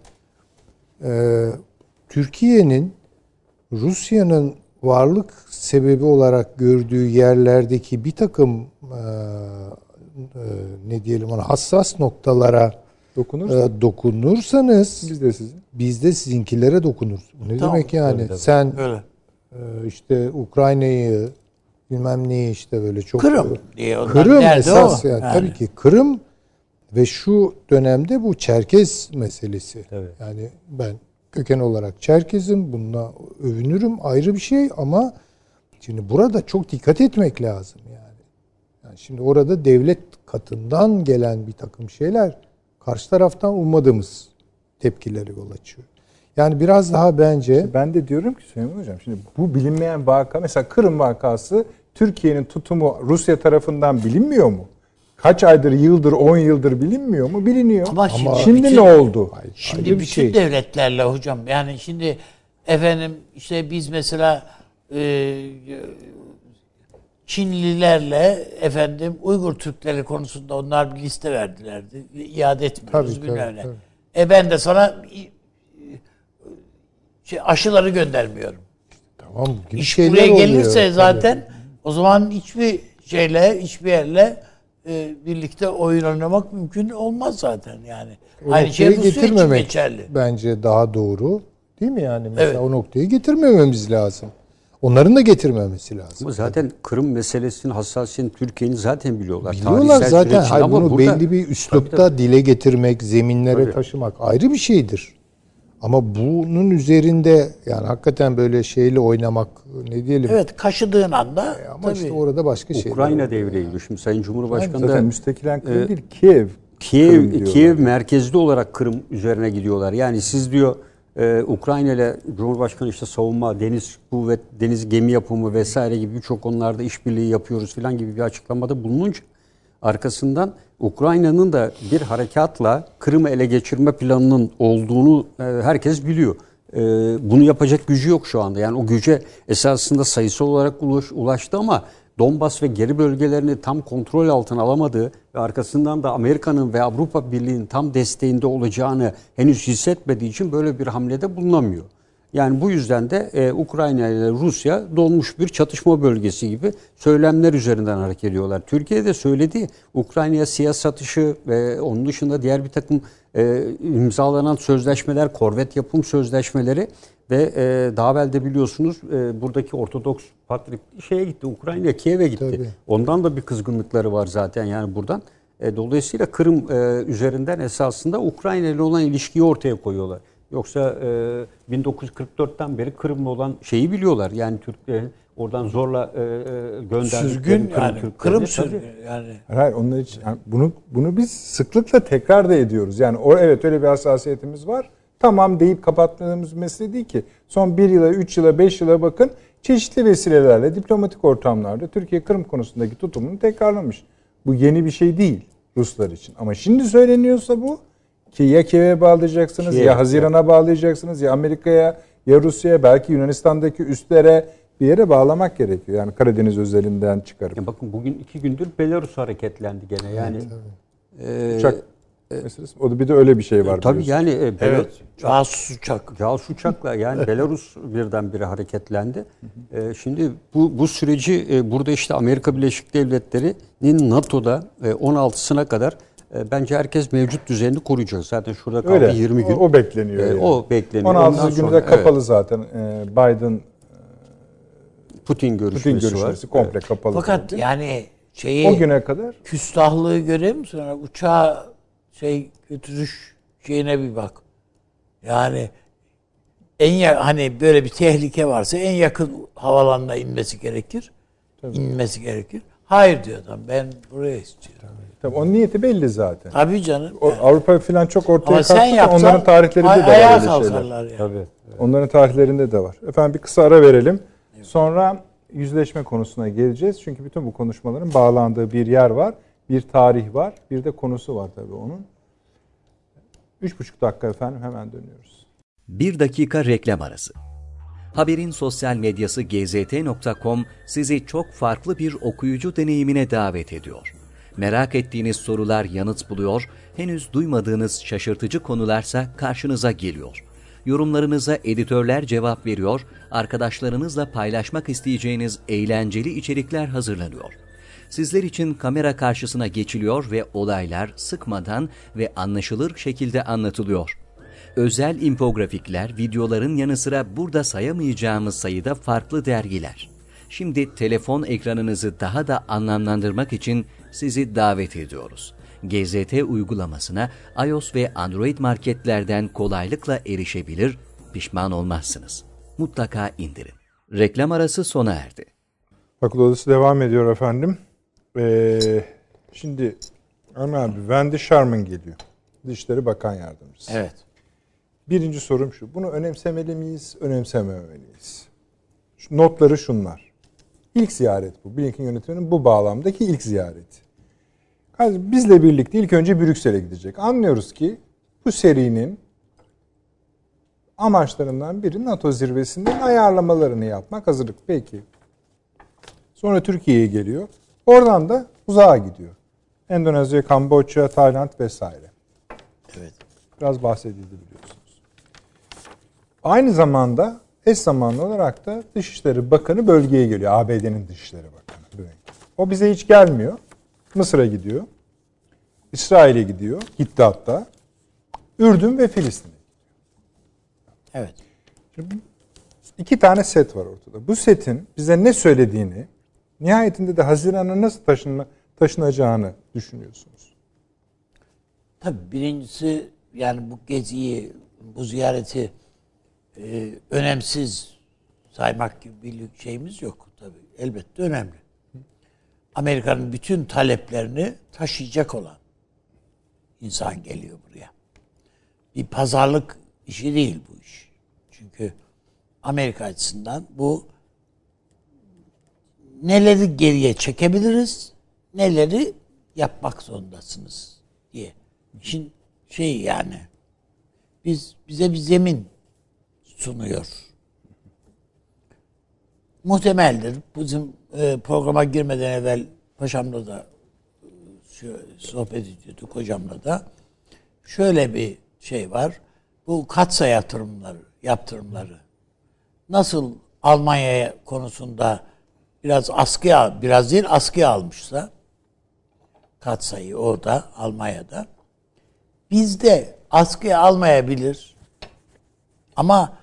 e, Türkiye'nin Rusya'nın varlık sebebi olarak gördüğü yerlerdeki bir takım e, e, ne diyelim ona hassas noktalara dokunursa e, dokunursanız biz de sizin. biz de sizinkilere dokunuruz. Bu ne Tamam. demek yani? Tabii, tabii. Sen Öyle. e, işte Ukrayna'yı bilmem neyi işte böyle çok Kırım diye onlar Kırım nerede esas o? yani. Yani. Tabii ki Kırım ve şu dönemde bu Çerkez meselesi. Evet. Yani ben köken olarak Çerkezim. Bununla övünürüm. Ayrı bir şey ama şimdi burada çok dikkat etmek lazım yani. Yani şimdi orada devlet katından gelen bir takım şeyler karşı taraftan ummadığımız tepkilere yol açıyor. Yani biraz daha bence Ben de diyorum ki Süleyman Hocam, şimdi bu bilinmeyen vaka, mesela Kırım vakası, Türkiye'nin tutumu Rusya tarafından bilinmiyor mu? Kaç aydır, yıldır, on yıldır bilinmiyor mu? Biliniyor. Ama şimdi, Şimdi bütün- ne oldu? Şimdi Ayrı bir bütün şey. devletlerle hocam, yani şimdi efendim işte biz mesela e, Çinlilerle efendim Uygur Türkleri konusunda onlar bir liste verdilerdi. İade etmiyoruz Tabii, bilmem tabii, ne. tabii. E ben de sana şey, aşıları göndermiyorum. tamam gibi İş şeyler buraya oluyor. gelirse Tabii. zaten o zaman hiçbir şeyle, hiçbir yerle e, birlikte oyun oynamak mümkün olmaz zaten yani. O Aynı şey noktaya Rusya için geçerli. bence daha doğru. Değil mi yani? Mesela Evet. o noktaya getirmememiz lazım. Onların da getirmemesi lazım. Ama zaten Kırım meselesinin hassasiyetini Türkiye'nin zaten biliyorlar. Biliyorlar Tarihsel zaten. sürecin Hayır, ama bunu burada- belli bir üslupta Tabii, tabii. dile getirmek, zeminlere Tabii. taşımak ayrı bir şeydir. Ama bunun üzerinde yani hakikaten böyle şeyle oynamak ne diyelim. Evet, kaşıdığın anda E Ama tabii. işte orada başka şeyler. Ukrayna oluyor. devreye giriyor. Şimdi Sayın Cumhurbaşkanı Zaten da müstakilen Kırım e, değil, Kiev. Kiev Kırım diyorlar. Kiev merkezli olarak Kırım üzerine gidiyorlar. Yani siz diyor e, Ukrayna ile Cumhurbaşkanı işte savunma, deniz kuvvet, deniz gemi yapımı vesaire gibi birçok konularda işbirliği yapıyoruz falan gibi bir açıklamada bulununca arkasından Ukrayna'nın da bir harekatla Kırım'ı ele geçirme planının olduğunu e, herkes biliyor. E, bunu yapacak gücü yok şu anda. Yani o güce esasında sayısal olarak ulaş, ulaştı ama Donbas ve geri bölgelerini tam kontrol altına alamadığı ve arkasından da Amerika'nın ve Avrupa Birliği'nin tam desteğinde olacağını henüz hissetmediği için böyle bir hamlede bulunamıyor. Yani bu yüzden de e, Ukrayna ile Rusya donmuş bir çatışma bölgesi gibi söylemler üzerinden hareket ediyorlar. Türkiye'de söylediği Ukrayna'ya siyah satışı ve onun dışında diğer bir takım e, imzalanan sözleşmeler, korvet yapım sözleşmeleri ve e, daha evvel de biliyorsunuz e, buradaki Ortodoks Patrik şeye gitti, Ukrayna'ya, Kiev'e gitti. Tabii. Ondan da bir kızgınlıkları var zaten yani buradan. E, dolayısıyla Kırım e, üzerinden esasında Ukrayna ile olan ilişkiyi ortaya koyuyorlar. Yoksa e, bin dokuz yüz kırk dörtten beri Kırım'la olan şeyi biliyorlar. Yani Türklerin oradan zorla e, gönderdikleri Süzgün Kırım yani. Türkleri. Kırım Tabii. sürgün yani. Hayır, onlar için yani bunu bunu biz sıklıkla tekrar da ediyoruz. Yani o evet öyle bir hassasiyetimiz var. Tamam deyip kapatmadığımız mesele değil ki. Son bir yıla, üç yıla, beş yıla bakın çeşitli vesilelerle diplomatik ortamlarda Türkiye Kırım konusundaki tutumunu tekrarlamış. Bu yeni bir şey değil Ruslar için. Ama şimdi söyleniyorsa bu ki ya Kiev'e bağlayacaksınız Kiev, ya Haziran'a bağlayacaksınız ya Amerika'ya ya Rusya'ya belki Yunanistan'daki üslere bir yere bağlamak gerekiyor. Yani Karadeniz özelinden çıkarıp. Ya bakın bugün iki gündür Belarus hareketlendi gene. Yani e, Uçak meselesi. O da bir de öyle bir şey var. tabii biliyorsun. yani e, Belarus, Evet. Casus uçak. Casus uçakla yani Belarus birdenbire hareketlendi. E, şimdi bu bu süreci e, burada işte Amerika Birleşik Devletleri'nin NATO'da e, on altısına kadar e, bence herkes mevcut düzenini koruyacak. Zaten şurada kaldı Öyle. yirmi gün. O, o bekleniyor. E, yani. O bekleniyor. on Ondan altıncı günü sonra- de kapalı evet, zaten. Ee, Biden Putin görüşmesi, Putin görüşmesi var. komple Evet. kapalı. Fakat zaten. yani şeyi o güne kadar küstahlığı görüyor musun? Yani uçağa şey götürüş şeyine bir bak. Yani en ya, hani böyle bir tehlike varsa en yakın havalanına inmesi gerekir. Tabii. İnmesi gerekir. Hayır diyor adam. Ben buraya istiyorum. tabii onun niyeti belli zaten. Tabii canım. O, Yani. Avrupa falan çok ortaya Ama sen kalktı. yapsan Onların tarihlerinde ay- de var ayağa öyle şeyler. kalkarlar yani. Tabii. Onların tarihlerinde de var. Efendim bir kısa ara verelim. Sonra yüzleşme konusuna geleceğiz. Çünkü bütün bu konuşmaların bağlandığı bir yer var. Bir tarih var. Bir de konusu var tabii onun. Üç buçuk dakika efendim, hemen dönüyoruz. Bir dakika reklam arası. Haberin sosyal medyası gezet nokta com sizi çok farklı bir okuyucu deneyimine davet ediyor. Merak ettiğiniz sorular yanıt buluyor, henüz duymadığınız şaşırtıcı konularsa karşınıza geliyor. Yorumlarınıza editörler cevap veriyor, arkadaşlarınızla paylaşmak isteyeceğiniz eğlenceli içerikler hazırlanıyor. Sizler için kamera karşısına geçiliyor ve olaylar sıkmadan ve anlaşılır şekilde anlatılıyor. Özel infografikler, videoların yanı sıra burada sayamayacağımız sayıda farklı dergiler. Şimdi telefon ekranınızı daha da anlamlandırmak için sizi davet ediyoruz. G Z T uygulamasına iOS ve Android marketlerden kolaylıkla erişebilir, pişman olmazsınız. Mutlaka indirin. Reklam arası sona erdi. Akıl Odası devam ediyor efendim. Ee, şimdi Ömer abi, Wendy Sherman geliyor. Dışişleri Bakan Yardımcısı. Evet. Birinci sorum şu. Bunu önemsemeli miyiz, önemsememeliyiz? Şu notları şunlar. İlk ziyaret bu. Blinken yönetiminin bu bağlamdaki ilk ziyareti. Yani bizle birlikte ilk önce Brüksel'e gidecek. Anlıyoruz ki bu serinin amaçlarından biri NATO zirvesinden ayarlamalarını yapmak. Hazırlık. Peki. Sonra Türkiye'ye geliyor. Oradan da uzağa gidiyor. Endonezya, Kamboçya, Tayland vesaire. Evet. Biraz bahsedildi biliyorsunuz. Aynı zamanda eş zamanlı olarak da Dışişleri Bakanı bölgeye geliyor. A B D'nin Dışişleri Bakanı. O bize hiç gelmiyor. Mısır'a gidiyor. İsrail'e gidiyor. Gitti hatta. Ürdün ve Filistin'e. Evet. Şimdi iki tane set var ortada. Bu setin bize ne söylediğini, nihayetinde de Haziran'a nasıl taşınma, taşınacağını düşünüyorsunuz. Tabii birincisi yani bu geziyi, bu ziyareti e, önemsiz saymak gibi bir şeyimiz yok tabii. Elbette önemli. Amerika'nın bütün taleplerini taşıyacak olan insan geliyor buraya. Bir pazarlık işi değil bu iş. Çünkü Amerika açısından bu neleri geriye çekebiliriz, neleri yapmak zorundasınız diye. İşin şey yani biz bize bir zemin sunuyor. Muhtemeldir. Bizim e, programa girmeden evvel paşamla da e, şu, sohbet ediyorduk hocamla da. Şöyle bir şey var. Bu katsayı yatırımları, yaptırımları nasıl Almanya'ya konusunda biraz askıya, biraz değil askıya almışsa katsayı orada Almanya'da bizde askıya almayabilir ama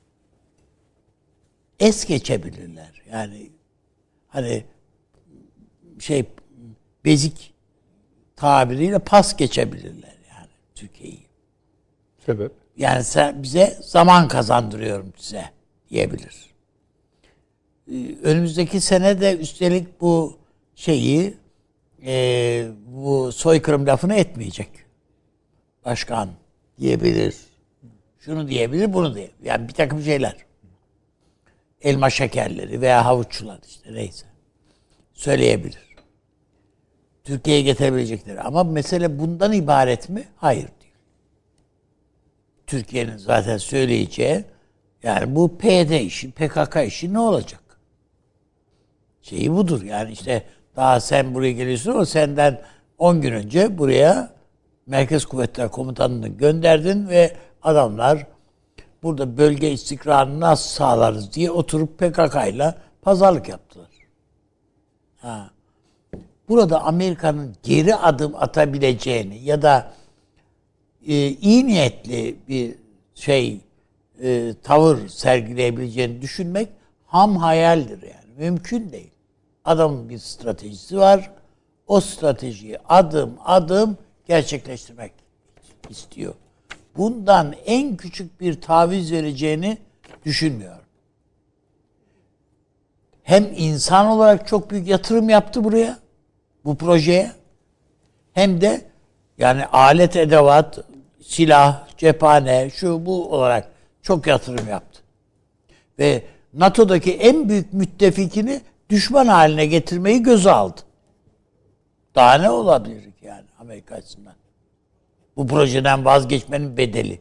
es geçebilirler. Yani hani şey bezik tabiriyle pas geçebilirler yani Türkiye'yi. Sebep? Yani sen bize zaman kazandırıyorum size diyebilir. Ee, önümüzdeki sene de üstelik bu şeyi e, bu soykırım lafını etmeyecek. Başkan diyebilir. Şunu diyebilir, bunu diyebilir. Yani bir takım şeyler. Elma şekerleri veya havuççular işte neyse. Söyleyebilir. Türkiye'ye getirebilecekleri. Ama mesele bundan ibaret mi? Hayır diyor. Türkiye'nin zaten söyleyeceği yani bu P Y D işi, P K K işi ne olacak? Şeyi budur. Yani işte daha sen buraya geliyorsun ama senden on gün önce buraya Merkez Kuvvetler Komutanı'nı gönderdin ve adamlar burada bölge istikrarını nasıl sağlarız diye oturup P K K'yla pazarlık yaptılar. Ha. Burada Amerika'nın geri adım atabileceğini ya da e, iyi niyetli bir şey e, tavır sergileyebileceğini düşünmek ham hayaldir yani. Mümkün değil. Adamın bir stratejisi var. O stratejiyi adım adım gerçekleştirmek istiyor. Bundan en küçük bir taviz vereceğini düşünmüyorum. Hem insan olarak çok büyük yatırım yaptı buraya, bu projeye. Hem de yani alet, edevat, silah, cephane, şu bu olarak çok yatırım yaptı. Ve NATO'daki en büyük müttefikini düşman haline getirmeyi göze aldı. Daha ne olabilir ki yani Amerika açısından? Bu projeden vazgeçmenin bedeli.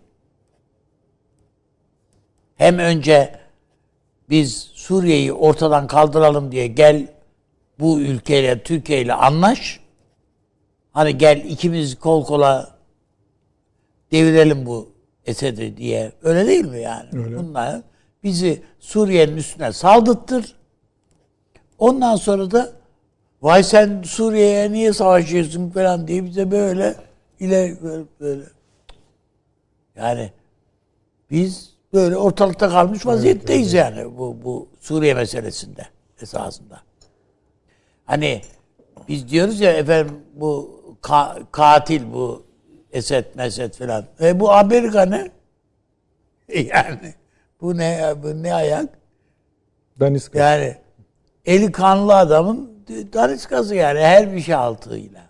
Hem önce biz Suriye'yi ortadan kaldıralım diye gel bu ülkeyle, Türkiye ile anlaş. Hani gel ikimiz kol kola devirelim bu Esed'i diye. Öyle değil mi yani? Öyle. Bunlar bizi Suriye'nin üstüne saldırttır. Ondan sonra da vay sen Suriye'ye niye savaşıyorsun falan diye bize böyle ile böyle, böyle. Yani biz böyle ortalıkta kalmış vaziyetteyiz evet, evet. yani bu bu Suriye meselesinde esasında. Hani biz diyoruz ya efendim bu ka- katil bu Esed, Mesed falan. E bu Amerika ne? Yani bu ne bu ne ayak? Daniskası. Yani eli kanlı adamın daniskası yani her bir şey altıyla.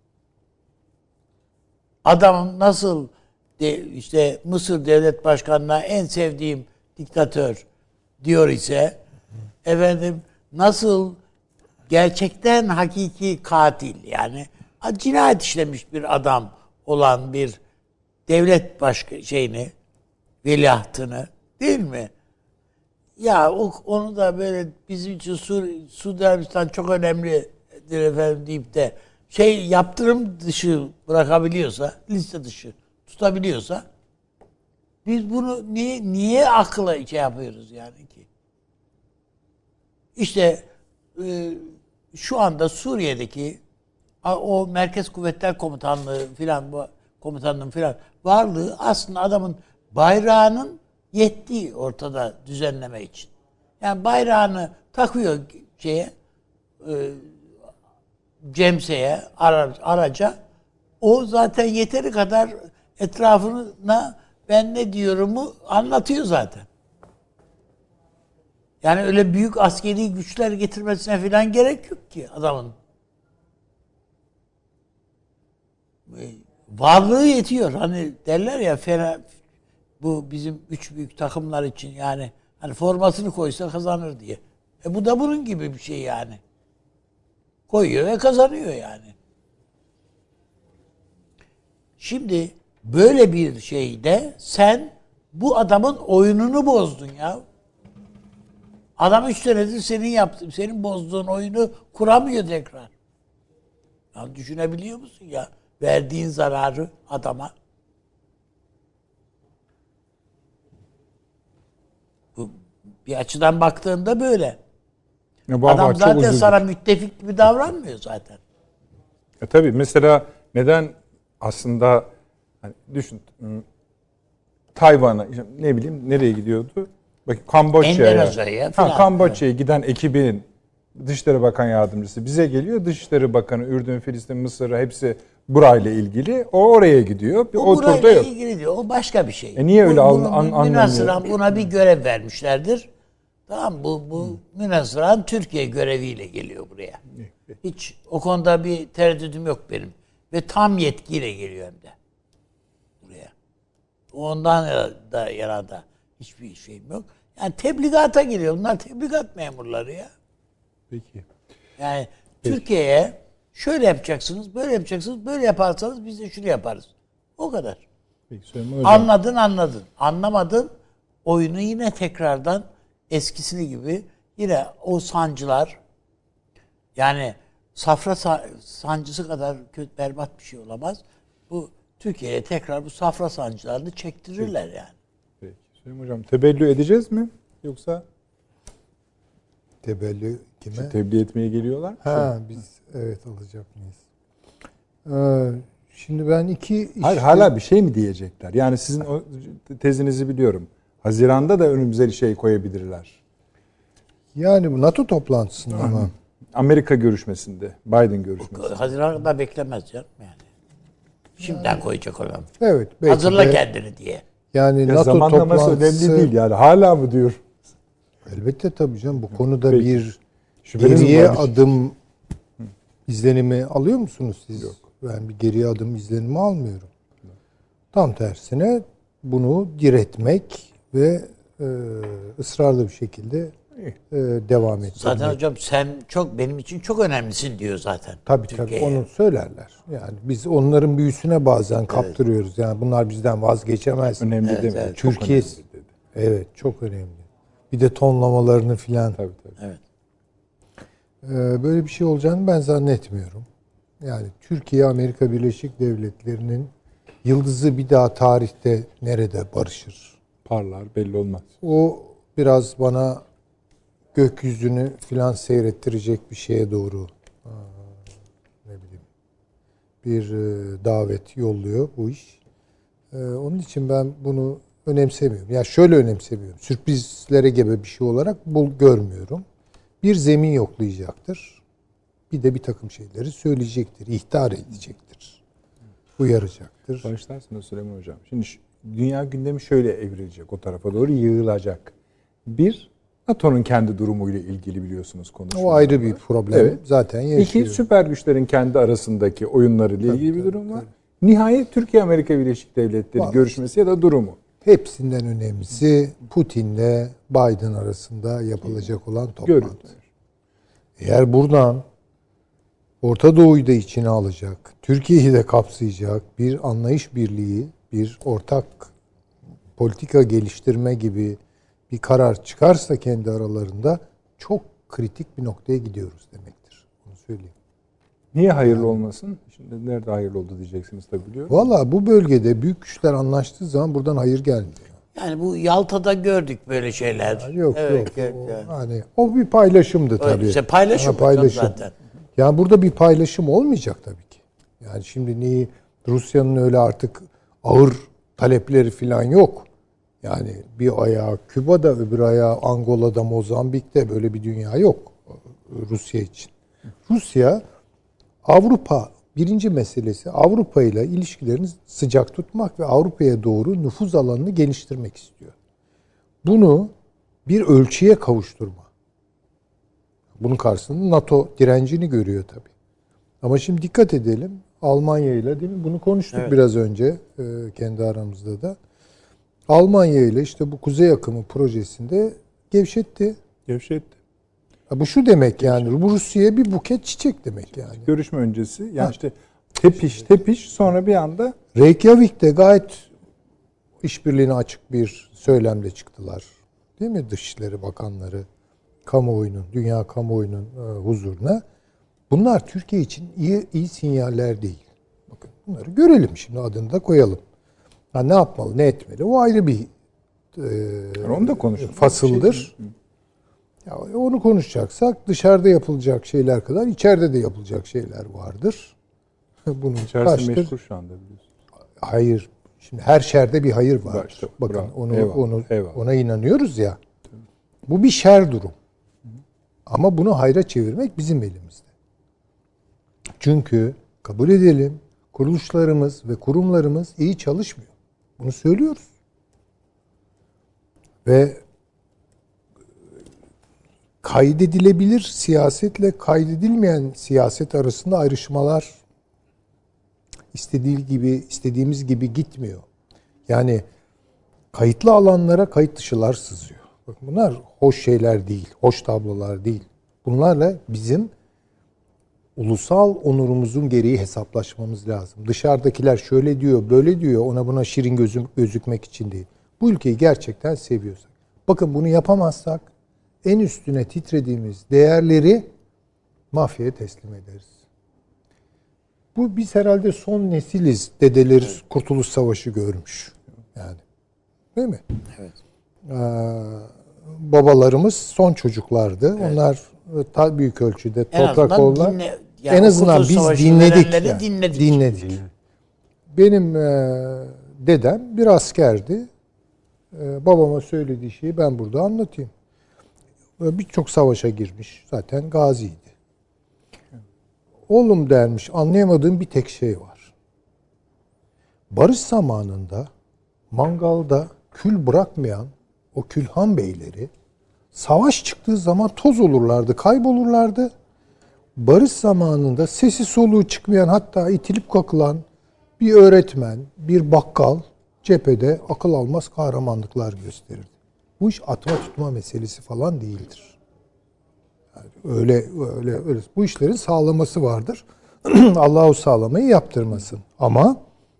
Adam nasıl de, işte Mısır Devlet Başkanı'na en sevdiğim diktatör diyor ise efendim nasıl gerçekten hakiki katil yani cinayet işlemiş bir adam olan bir devlet başka şeyini veliahtını değil mi? Ya o, onu da böyle bizim için Su, Suudi Arabistan çok önemlidir efendim deyip de şey yaptırım dışı bırakabiliyorsa, liste dışı tutabiliyorsa biz bunu niye niye akla şey yapıyoruz yani ki? İşte e, şu anda Suriye'deki o Merkez Kuvvetler Komutanlığı filan bu komutanlığın filan varlığı aslında adamın bayrağının yettiği ortada düzenleme için. Yani bayrağını takıyor şeye e, cemseye, ara, araca. O zaten yeteri kadar etrafına ben ne diyorumu anlatıyor zaten. Yani öyle büyük askeri güçler getirmesine falan gerek yok ki adamın. Varlığı yetiyor. Hani derler ya fena, bu bizim üç büyük takımlar için yani hani formasını koysa kazanır diye. E bu da bunun gibi bir şey yani. Koyuyor ve kazanıyor yani. Şimdi böyle bir şeyde sen bu adamın oyununu bozdun ya. Adam üç senedir senin yaptığın, senin bozduğun oyunu kuramıyor tekrar. Ya düşünebiliyor musun ya? Verdiğin zararı adama. Bu bir açıdan baktığında böyle. Ya bu adam çok zaten üzücü. sana müttefik gibi davranmıyor zaten. E tabii mesela neden aslında hani düşün Tayvan'a ne bileyim nereye gidiyordu? Bak Kamboçya'ya. Endonezya'ya falan. Ha, Kamboçya'ya evet. Giden ekibin Dışişleri Bakan Yardımcısı bize geliyor. Dışişleri Bakanı Ürdün, Filistin, Mısır hepsi burayla ilgili. O oraya gidiyor. Bir o oturda burayla yok. ilgili diyor. O başka bir şey. E niye öyle bu, an, bunu, an, anlamıyor? Münasıran buna bir görev vermişlerdir. Tamam bu bu hmm. Münasıran Türkiye göreviyle geliyor buraya. Hiç o konuda bir tereddüdüm yok benim. Ve tam yetkiyle geliyor hem de. Buraya. Ondan da yana da hiçbir şeyim yok. Yani tebligata geliyor. Bunlar tebligat memurları ya. Peki. Yani Peki. Türkiye'ye şöyle yapacaksınız, böyle yapacaksınız, böyle yaparsanız biz de şunu yaparız. O kadar. Peki, hocam. Anladın anladın. Anlamadın oyunu yine tekrardan eskisini gibi yine o sancılar yani safra sancısı kadar kötü berbat bir şey olamaz. Bu Türkiye'ye tekrar bu safra sancılarını çektirirler Peki. yani. Peki. Süleyman Hocam teberrü edeceğiz mi? Yoksa teberrü kime? Şu tebliğ etmeye geliyorlar. Ha Şu. biz evet alacak mıyız? Ee, şimdi ben iki işte... Hayır hala bir şey mi diyecekler? Yani sizin o tezinizi biliyorum. Haziran'da da önümüze bir şey koyabilirler. Yani bu NATO toplantısında Hı. ama. Amerika görüşmesinde, Biden görüşmesinde. Haziran'da beklemez canım yani. Şimdiden yani, koyacak olan. Evet. Hazırla de, kendini diye. Yani ya NATO zamanlaması toplantısı önemli değil yani. Hala mı diyor? Elbette tabii canım. Bu konuda Peki. bir Şüpheniz geriye adım izlenimi alıyor musunuz siz? Yok. Ben bir geriye adım izlenimi almıyorum. Yok. Tam tersine bunu diretmek ve e, ısrarlı bir şekilde e, devam ettirmek. Zaten hocam sen çok benim için çok önemlisin diyor zaten. Tabii Türkiye'ye. Tabii onu söylerler. Yani biz onların büyüsüne bazen evet. kaptırıyoruz. Yani bunlar bizden vazgeçemez. Önemli evet, değil mi? Evet. Türkiye çok önemli dedi. Evet, çok önemli. Bir de tonlamalarını filan. Tabii tabii. Evet. Ee, böyle bir şey olacağını ben zannetmiyorum. Yani Türkiye Amerika Birleşik Devletleri'nin yıldızı bir daha tarihte nerede barışır? Parlar belli olmaz. O biraz bana gökyüzünü filan seyrettirecek bir şeye doğru aa, ne bileyim bir e, davet yolluyor bu iş. E, onun için ben bunu önemsemiyorum. Ya yani şöyle önemsemiyorum. Sürprizlere gebe bir şey olarak bu görmüyorum. Bir zemin yoklayacaktır. Bir de bir takım şeyleri söyleyecektir, ihtar edecektir. Uyaracaktır. Başlarsınız Süleyman Hocam. Şimdi şu, dünya gündemi şöyle evrilecek, o tarafa doğru yığılacak. Bir, NATO'nun kendi durumuyla ilgili biliyorsunuz konuşmalar. O ayrı bir problem. Evet. Zaten yaşıyor. İki, süper güçlerin kendi arasındaki oyunlarıyla tabii, ilgili bir tabii, durum var. tabii. Nihayet Türkiye-Amerika Birleşik Devletleri Vallahi görüşmesi ya da durumu. Hepsinden önemlisi Putin'le Biden arasında yapılacak olan toplantı. Görüntü. Eğer buradan Orta Doğu'yu da içine alacak, Türkiye'yi de kapsayacak bir anlayış birliği, bir ortak politika geliştirme gibi bir karar çıkarsa kendi aralarında çok kritik bir noktaya gidiyoruz demektir. Onu söyleyeyim. Niye hayırlı yani, olmasın? Şimdi nerede hayırlı oldu diyeceksiniz tabii biliyorum. Valla bu bölgede büyük güçler anlaştığı zaman buradan hayır gelmiyor. Yani bu Yalta'da gördük böyle şeyler. Ya yok evet, yok. Evet, o, yani. Hani o bir paylaşımdı tabii. İşte paylaşım, ha, paylaşım. zaten. Yani burada bir paylaşım olmayacak tabii ki. Yani şimdi niye Rusya'nın öyle artık ağır talepleri falan yok. Yani bir ayağı Küba'da, öbür ayağı Angola'da, Mozambik'te, böyle bir dünya yok Rusya için. Rusya, Avrupa, birinci meselesi Avrupa ile ilişkilerini sıcak tutmak ve Avrupa'ya doğru nüfuz alanını geliştirmek istiyor. Bunu bir ölçüye kavuşturma. Bunun karşısında NATO direncini görüyor tabii. Ama şimdi dikkat edelim. Almanya ile, değil mi? Bunu konuştuk evet. biraz önce e, kendi aramızda da. Almanya ile işte bu Kuzey Akımı projesinde gevşetti. Gevşetti. Ha, bu şu demek yani, bu Rusya'ya bir buket çiçek demek yani. Görüşme öncesi yani ha. işte tepiş tepiş sonra bir anda Reykjavik'te gayet işbirliğine açık bir söylemle çıktılar. Değil mi? Dışişleri Bakanları kamuoyunun, dünya kamuoyunun e, huzuruna. Bunlar Türkiye için iyi iyi sinyaller değil. Bakın bunları görelim şimdi, adını da koyalım. Ha, ne yapmalı, ne etmeli? O ayrı bir e, onu da konuşalım. fasıldır. Şey, ya, onu konuşacaksak dışarıda yapılacak şeyler kadar içeride de yapılacak şeyler vardır. Bunun İçerisi meşgul şu anda biliyorsun. Hayır. Şimdi her şerde bir hayır var. İşte, bakın bravo. onu eyvallah, onu eyvallah. ona inanıyoruz ya. Bu bir şer durum. Ama bunu hayra çevirmek bizim elimizde. Çünkü kabul edelim, kuruluşlarımız ve kurumlarımız iyi çalışmıyor. Bunu söylüyoruz. Ve kaydedilebilir siyasetle kaydedilmeyen siyaset arasında ayrışmalar istediği gibi, istediğimiz gibi gitmiyor. Yani kayıtlı alanlara kayıt dışılar sızıyor. Bakın bunlar hoş şeyler değil, hoş tablolar değil. Bunlarla bizim ulusal onurumuzun gereği hesaplaşmamız lazım. Dışarıdakiler şöyle diyor, böyle diyor, ona buna şirin gözüm, gözükmek için değil. Bu ülkeyi gerçekten seviyorsak. Bakın bunu yapamazsak en üstüne titrediğimiz değerleri mafyaya teslim ederiz. Bu biz herhalde son nesiliz. Dedeleri Kurtuluş Savaşı görmüş. Yani. Değil mi? Evet. Ee, babalarımız son çocuklardı. Evet. Onlar ta büyük ölçüde toprak oldular. Dinle, yani en azından biz dinledik, yani. dinledik. Dinledik. Benim e, dedem bir askerdi. E, babama söylediği şeyi ben burada anlatayım. Birçok savaşa girmiş. Zaten gaziydi. Oğlum dermiş, anlayamadığım bir tek şey var. Barış zamanında mangalda kül bırakmayan o külhan beyleri savaş çıktığı zaman toz olurlardı, kaybolurlardı. Barış zamanında sesi soluğu çıkmayan, hatta itilip kakılan bir öğretmen, bir bakkal cephede akıl almaz kahramanlıklar gösterirdi. Bu iş atma tutma meselesi falan değildir. Yani öyle öyle öyle. Bu işlerin sağlaması vardır. Allah o sağlamayı yaptırmasın. Ama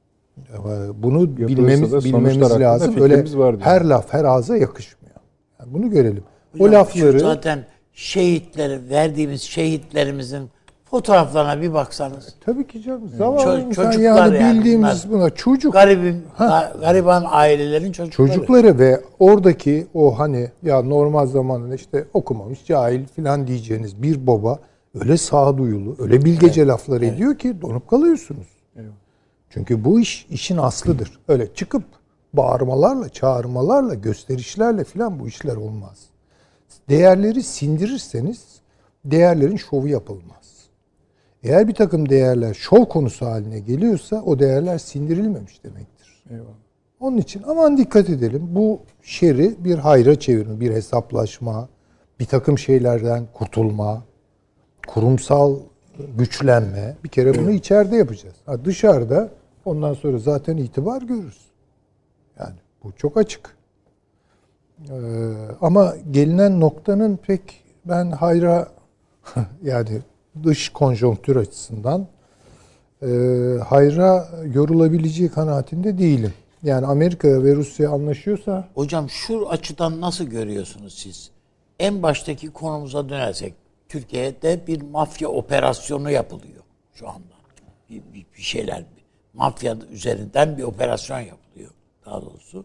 bunu bilmemiz bilmemiz lazım. Öyle her laf her ağza yakışmıyor. Yani bunu görelim. Hocam, o lafları zaten şehitleri, verdiğimiz şehitlerimizin fotoğraflarına bir baksanız. Tabii ki canım. Zavallı Ço- insan yani, yani bildiğimiz buna çocuk. Garibim, ha. gariban ailelerin çocukları. Çocukları ve oradaki o hani ya normal zamanında işte okumamış, cahil falan diyeceğiniz bir baba öyle sağduyulu, öyle bilgece evet. laflar evet. ediyor ki donup kalıyorsunuz. Evet. Çünkü bu iş işin aslıdır. Öyle çıkıp bağırmalarla, çağırmalarla, gösterişlerle falan bu işler olmaz. Değerleri sindirirseniz değerlerin şovu yapılmaz. Eğer bir takım değerler şov konusu haline geliyorsa o değerler sindirilmemiş demektir. Eyvallah. Onun için aman dikkat edelim. Bu şeri bir hayra çevirme, bir hesaplaşma, bir takım şeylerden kurtulma, kurumsal güçlenme. Bir kere bunu içeride yapacağız. Ha, dışarıda ondan sonra zaten itibar görürüz. Yani bu çok açık. Ee, ama gelinen noktanın pek ben hayra yani dış konjonktür açısından e, hayra yorulabileceği kanaatinde değilim. Yani Amerika ve Rusya anlaşıyorsa... Hocam şu açıdan nasıl görüyorsunuz siz? En baştaki konumuza dönersek, Türkiye'de bir mafya operasyonu yapılıyor şu anda. Bir, bir, bir şeyler, mafya üzerinden bir operasyon yapılıyor daha doğrusu.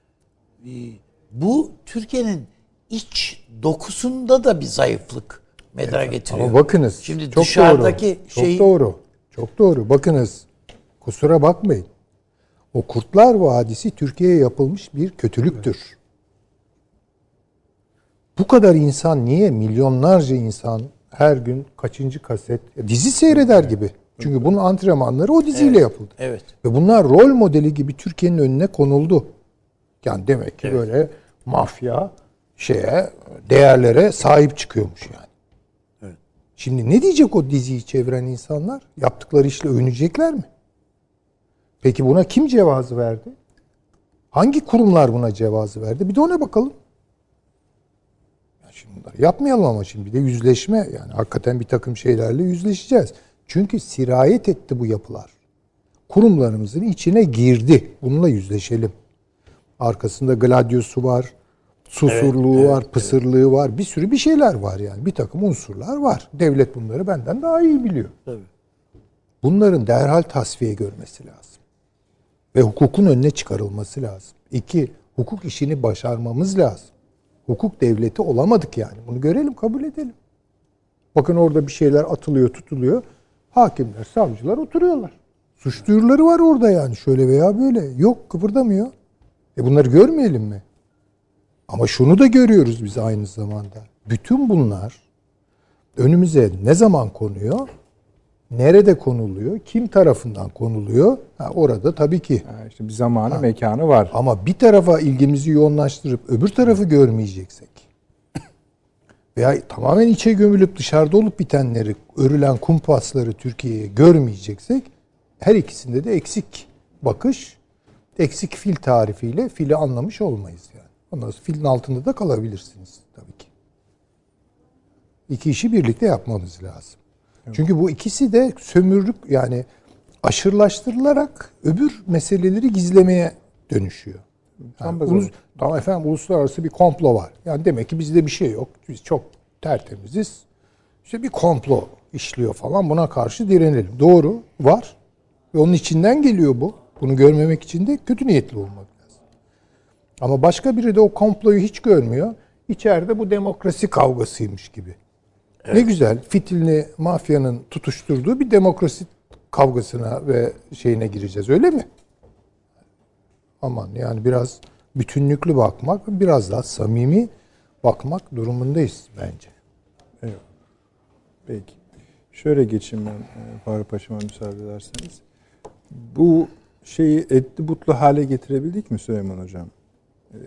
Bu Türkiye'nin iç dokusunda da bir zayıflık meydana getiriyor. Ama bakınız. Şimdi çok dışarıdaki doğru, şeyi... Çok doğru. Çok doğru. Bakınız. Kusura bakmayın. O Kurtlar Vadisi Türkiye'ye yapılmış bir kötülüktür. Bu kadar insan niye? Milyonlarca insan her gün kaçıncı kaset dizi seyreder gibi. Çünkü bunun antrenmanları o diziyle Evet, yapıldı. evet. Ve bunlar rol modeli gibi Türkiye'nin önüne konuldu. Yani demek ki Evet. böyle mafya şeye, değerlere sahip çıkıyormuş yani. Evet. Şimdi ne diyecek o diziyi çeviren insanlar? Yaptıkları işle övünecekler mi? Peki buna kim cevazı verdi? Hangi kurumlar buna cevazı verdi? Bir de ona bakalım. Ya şimdi bunları yapmayalım ama şimdi bir de yüzleşme. Yani hakikaten bir takım şeylerle yüzleşeceğiz. Çünkü sirayet etti bu yapılar. Kurumlarımızın içine girdi. Bununla yüzleşelim. Arkasında gladyosu var, susurluğu Evet, evet, var, pısırlığı evet. var. Bir sürü bir şeyler var yani. Bir takım unsurlar var. Devlet bunları benden daha iyi biliyor. Tabii. Bunların derhal tasfiye görmesi lazım. Ve hukukun önüne çıkarılması lazım. İki, hukuk işini başarmamız lazım. Hukuk devleti olamadık yani. Bunu görelim, kabul edelim. Bakın orada bir şeyler atılıyor, tutuluyor. Hakimler, savcılar oturuyorlar. Suç duyuruları var orada yani. Şöyle veya böyle. Yok, kıpırdamıyor. E bunları görmeyelim mi? Ama şunu da görüyoruz biz aynı zamanda. Bütün bunlar önümüze ne zaman konuyor? Nerede konuluyor? Kim tarafından konuluyor? Ha, orada tabii ki. Ha, işte bir zamanı, ha. mekanı var. Ama bir tarafa ilgimizi yoğunlaştırıp öbür tarafı görmeyeceksek veya tamamen içe gömülüp dışarıda olup bitenleri, örülen kumpasları Türkiye'ye görmeyeceksek her ikisinde de eksik bakış, eksik fil tarifiyle fili anlamış olmayız yani. Ondan sonra filin altında da kalabilirsiniz tabii ki. İki işi birlikte yapmamız lazım. Evet. Çünkü bu ikisi de sömürlük yani aşırılaştırılarak öbür meseleleri gizlemeye dönüşüyor. Yani ulus, tamam efendim uluslararası bir komplo var. Yani demek ki bizde bir şey yok. Biz çok tertemiziz. İşte bir komplo işliyor falan. Buna karşı direnelim. Doğru var. Ve onun içinden geliyor bu. Bunu görmemek için de kötü niyetli olmak lazım. Ama başka biri de o komployu hiç görmüyor. İçeride bu demokrasi kavgasıymış gibi. Evet. Ne güzel fitilini mafyanın tutuşturduğu bir demokrasi kavgasına ve şeyine gireceğiz. Öyle mi? Aman yani biraz bütünlüklü bakmak, biraz daha samimi bakmak durumundayız bence. Evet. Peki. Şöyle geçeyim ben Fahri Paşa'ma müsaade ederseniz. Bu şeyi etli butlu hale getirebildik mi Süleyman Hocam? Ee,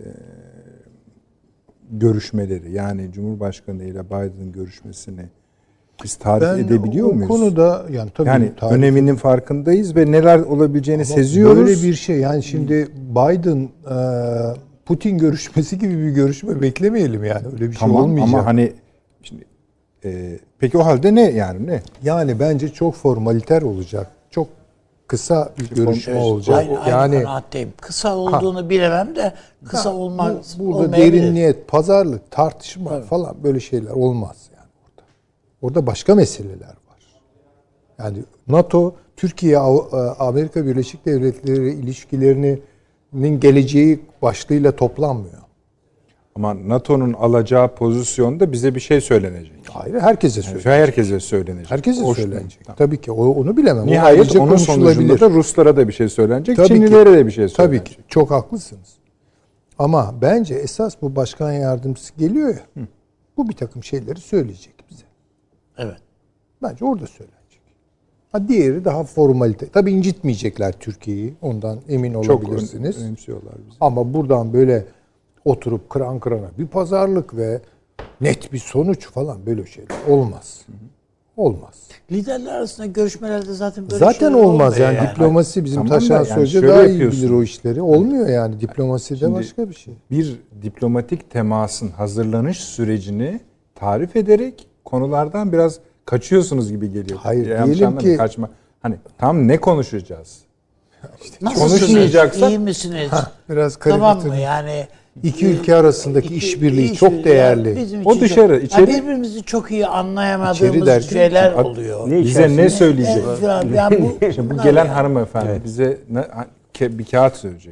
görüşmeleri yani Cumhurbaşkanı ile Biden'ın görüşmesini biz tarif ben edebiliyor o muyuz? O konuda yani tabii yani tarif öneminin farkındayız ve neler olabileceğini ama seziyoruz. Böyle bir şey yani şimdi Biden Putin görüşmesi gibi bir görüşme beklemeyelim yani öyle bir tamam, şey olmayacak. Ama hani şimdi e, peki o halde ne yani ne? Yani bence çok formaliter olacak. Çok kısa bir görüşme evet, olacak. Aynı, aynı yani kanaatteyim. Kısa olduğunu ha, bilemem de kısa ha, olmaz. Bu, burada derin niyet, pazarlık, tartışma evet. falan böyle şeyler olmaz yani orada. Orada başka meseleler var. Yani NATO Türkiye Amerika Birleşik Devletleri ilişkilerinin geleceği başlığıyla toplanmıyor. Ama NATO'nun alacağı pozisyonda bize bir şey söylenecek. Hayır, herkese söylenecek. Yani herkese söylenecek. Herkese o söylenecek. Tamam. Tabii ki o, onu bilemem. Nihayet onun sonucunda da Ruslara da bir şey söylenecek, tabii Çinlilere ki, de bir şey söylenecek. Tabii ki. Çok haklısınız. Ama bence esas bu başkan yardımcısı geliyor ya. Hı. Bu bir takım şeyleri söyleyecek bize. Evet. Bence orada söylenecek. Ha, diğeri daha formalite. Tabii incitmeyecekler Türkiye'yi. Ondan emin olabilirsiniz. Çok önemsiyorlar bizi. Ama buradan böyle oturup kıran kırana bir pazarlık ve net bir sonuç falan böyle şeyler olmaz. Hı hı. Olmaz. Liderler arasında görüşmelerde zaten böyle zaten olmaz yani. yani. Diplomasi bizim tamam Taşan yani Hoca daha iyi bilir o işleri. Olmuyor yani. Diplomasi de başka bir şey. Bir diplomatik temasın hazırlanış sürecini tarif ederek konulardan biraz kaçıyorsunuz gibi geliyor. Hayır, yanlış diyelim ki kaçma. Hani tam ne konuşacağız? İşte konuşmayacaksak iyi misiniz? Ha, biraz tamam mı yani? İki ülke arasındaki işbirliği iş çok değerli. Bizim o dışarı, çok, içeri. Yani birbirimizi çok iyi anlayamadığımız derken, şeyler oluyor. Ne bize ne söyleyecek? Evet, yani bu, Şimdi bu gelen hanımefendi evet. bize ne, bir kağıt söyleyecek.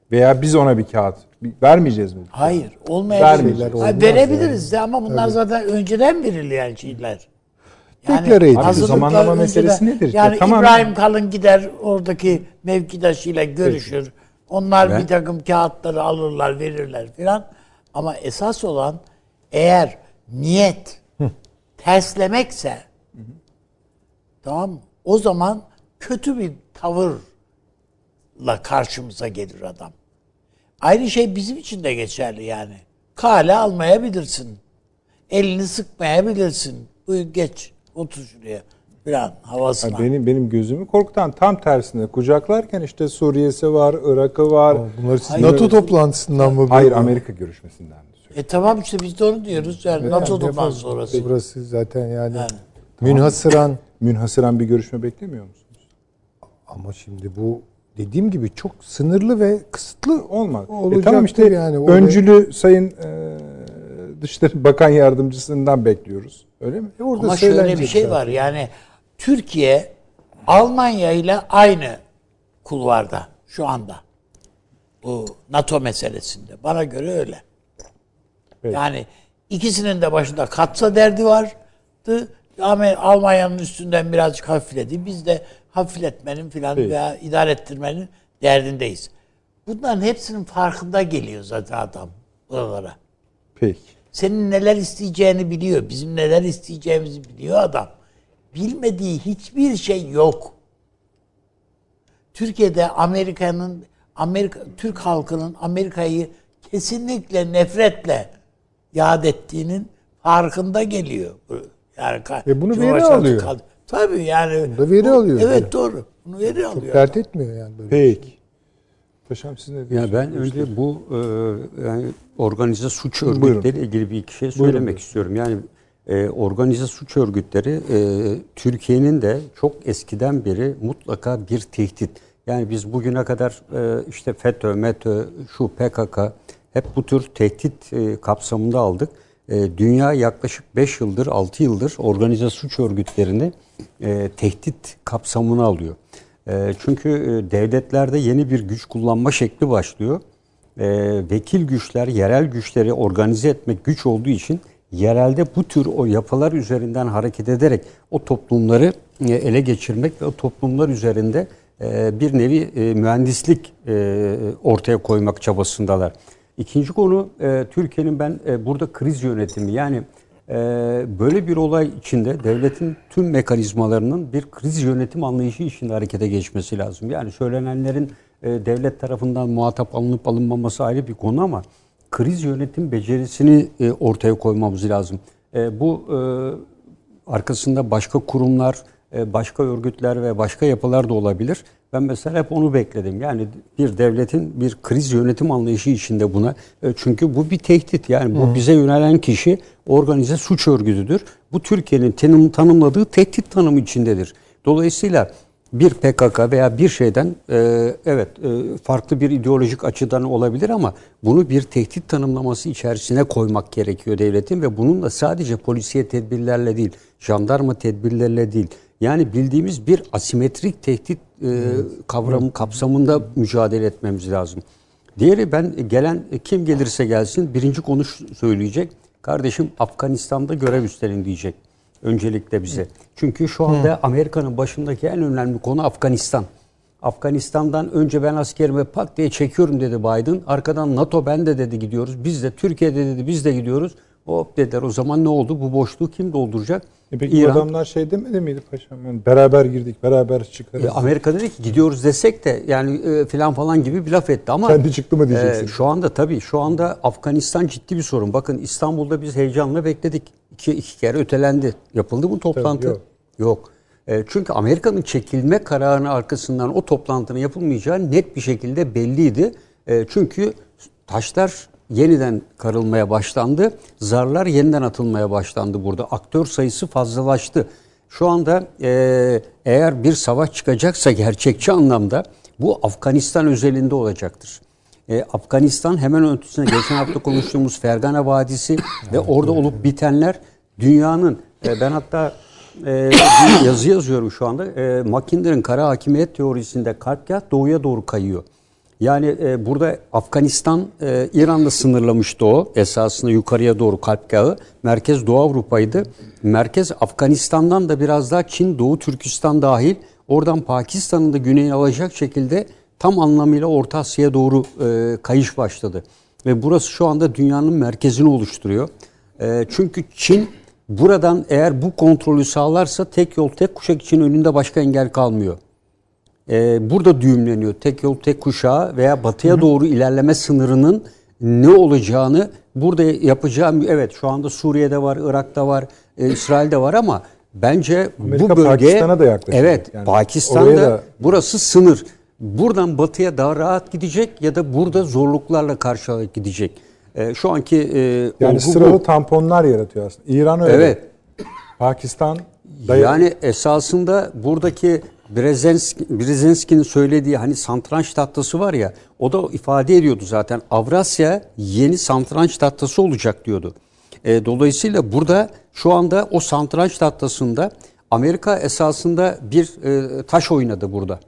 Veya biz ona bir kağıt vermeyeceğiz mi? Hayır, olmayacak. Vermeyeceğiz. Hayır, verebiliriz de ama bunlar zaten önceden verilen şeyler. Deklare edildi. Abi, zamanlama meselesi nedir? Yani Ya, tamam. İbrahim Kalın gider oradaki mevkidaşıyla görüşür. Onlar Ben- bir takım kağıtları alırlar, verirler filan. Ama esas olan eğer niyet terslemekse tamam mı? O zaman kötü bir tavırla karşımıza gelir adam. Aynı şey bizim için de geçerli yani. Kale almayabilirsin. Elini sıkmayabilirsin. Buyur geç. Otur şuraya. Falan havasına. Yani benim benim gözümü korkutan tam tersine kucaklarken işte Suriye'si var, Irak'ı var. Bunları siz Hayır. NATO toplantısından mı? Hayır, Amerika görüşmesinden. E tamam işte biz de onu diyoruz. Yani Evet, NATO yani toplantısı yapalım. orası. Burası zaten yani, Yani. münhasıran. Münhasıran bir görüşme beklemiyor musunuz? Ama şimdi bu dediğim gibi çok sınırlı ve kısıtlı Olmaz. E olacaktır tamam işte yani. O öncülü Sayın e, Dışişleri Bakan Yardımcısından bekliyoruz. Öyle mi? ve orada Ama şöyle bir söylenecek şey zaten. var. Yani Türkiye Almanya ile aynı kulvarda şu anda. Bu NATO meselesinde. Bana göre öyle. Peki. Yani ikisinin de başında katsa derdi vardı. Ama Almanya'nın üstünden birazcık hafifledi. Biz de hafifletmenin filan Peki. veya idare ettirmenin derdindeyiz. Bunların hepsinin farkında geliyor zaten adam buralara. Peki. Senin neler isteyeceğini biliyor. Bizim neler isteyeceğimizi biliyor adam. Bilmediği hiçbir şey yok. Türkiye'de Amerika'nın Amerika Türk halkının Amerika'yı kesinlikle nefretle yad ettiğinin farkında geliyor. Yani Ve bunu Cumhurbaşkanı veri alıyor. kaldı. Tabii yani. Bunu da veri bu- alıyor. Evet Yani. doğru. Bunu veri alıyor. Çok dert etmiyor yani böyle. Peki. Paşam siz ne Ya diyorsunuz? ben önce bu e, yani organize suç Buyurun. örgütleriyle ilgili bir iki şey söylemek buyurun. istiyorum. Yani e, organize suç örgütleri e, Türkiye'nin de çok eskiden beri mutlaka bir tehdit. Yani biz bugüne kadar e, işte FETÖ, METÖ, şu P K K hep bu tür tehdit e, kapsamında aldık. E, dünya yaklaşık beş yıldır, altı yıldır organize suç örgütlerini e, tehdit kapsamına alıyor. E, çünkü e, devletlerde yeni bir güç kullanma şekli başlıyor. E, vekil güçler, yerel güçleri organize etmek güç olduğu için yerelde bu tür o yapılar üzerinden hareket ederek o toplumları e, ele geçirmek ve o toplumlar üzerinde e, bir nevi e, mühendislik e, ortaya koymak çabasındalar. İkinci konu e, Türkiye'nin ben e, burada kriz yönetimi, yani e, böyle bir olay içinde devletin tüm mekanizmalarının bir kriz yönetim anlayışı içinde harekete geçmesi lazım. Yani söylenenlerin e, devlet tarafından muhatap alınıp alınmaması ayrı bir konu ama kriz yönetim becerisini e, ortaya koymamız lazım. E, bu e, arkasında başka kurumlar, e, başka örgütler ve başka yapılar da olabilir. Ben mesela hep onu bekledim. Yani bir devletin bir kriz yönetim anlayışı içinde buna. E, çünkü bu bir tehdit. Yani bu bize yönelen kişi organize suç örgütüdür. Bu Türkiye'nin tanım, tanımladığı tehdit tanımı içindedir. Dolayısıyla bir P K K veya bir şeyden e, evet e, farklı bir ideolojik açıdan olabilir ama bunu bir tehdit tanımlaması içerisine koymak gerekiyor devletin ve bununla sadece polisiye tedbirlerle değil, jandarma tedbirlerle değil. Yani bildiğimiz bir asimetrik tehdit e, kavramı kapsamında mücadele etmemiz lazım. Diğeri, ben gelen kim gelirse gelsin birinci konu söyleyecek. Kardeşim Afganistan'da görev üstlenin diyecek. Öncelikle bize. Çünkü şu anda Amerika'nın başındaki en önemli konu Afganistan. Afganistan'dan önce ben askerimi pat diye çekiyorum dedi Biden. Arkadan NATO ben de dedi gidiyoruz. Biz de Türkiye'de dedi biz de gidiyoruz. Hop dediler, o zaman ne oldu? Bu boşluğu kim dolduracak? E peki İran. bu adamlar şey demedi miydi paşam? Yani beraber girdik, beraber çıkarız. E, Amerika dedi ki gidiyoruz desek de yani e, filan falan gibi bir laf etti ama Kendi çıktı mı diyeceksin. e, şu anda tabii şu anda Afganistan ciddi bir sorun. Bakın İstanbul'da biz heyecanla bekledik. İki, iki kere ötelendi. Yapıldı mı toplantı? Tabii, yok. Yok. E, çünkü Amerika'nın çekilme kararının arkasından o toplantının yapılmayacağı net bir şekilde belliydi. E, çünkü taşlar yeniden karılmaya başlandı. Zarlar yeniden atılmaya başlandı burada. Aktör sayısı fazlalaştı. Şu anda e, eğer bir savaş çıkacaksa gerçekçi anlamda bu Afganistan özelinde olacaktır. E, Afganistan hemen ötesine geçen hafta konuştuğumuz Fergana Vadisi ve orada olup bitenler dünyanın, e, ben hatta e, bir yazı yazıyorum şu anda. E, Mackinder'in kara hakimiyet teorisinde kartgah doğuya doğru kayıyor. Yani e, burada Afganistan e, İran'la sınırlamıştı o. Esasında yukarıya doğru kalpgahı. Merkez Doğu Avrupa'ydı. Merkez Afganistan'dan da biraz daha Çin, Doğu Türkistan dahil. Oradan Pakistan'ın da güneyini alacak şekilde tam anlamıyla Orta Asya'ya doğru e, kayış başladı. Ve burası şu anda dünyanın merkezini oluşturuyor. E, çünkü Çin buradan eğer bu kontrolü sağlarsa tek yol tek kuşak için önünde başka engel kalmıyor. Ee, burada düğümleniyor. Tek yol tek kuşağı veya batıya Hı-hı. doğru ilerleme sınırının ne olacağını burada yapacağım. Evet, şu anda Suriye'de var, Irak'ta var, e, İsrail'de var ama bence Amerika, bu bölge Pakistan'a da yaklaşacak. Evet, yani Pakistan'da da, burası sınır. Buradan batıya daha rahat gidecek ya da burada zorluklarla karşılayarak gidecek. E, şu anki e, yani sıralı bu. tamponlar yaratıyor aslında. İran öyle. Evet. Pakistan dayan- yani esasında buradaki Brzezinski, Brzezinski'nin söylediği hani satranç tahtası var ya, o da ifade ediyordu zaten. Avrasya yeni satranç tahtası olacak diyordu. E, dolayısıyla burada şu anda o satranç tahtasında Amerika esasında bir e, taş oynadı burada.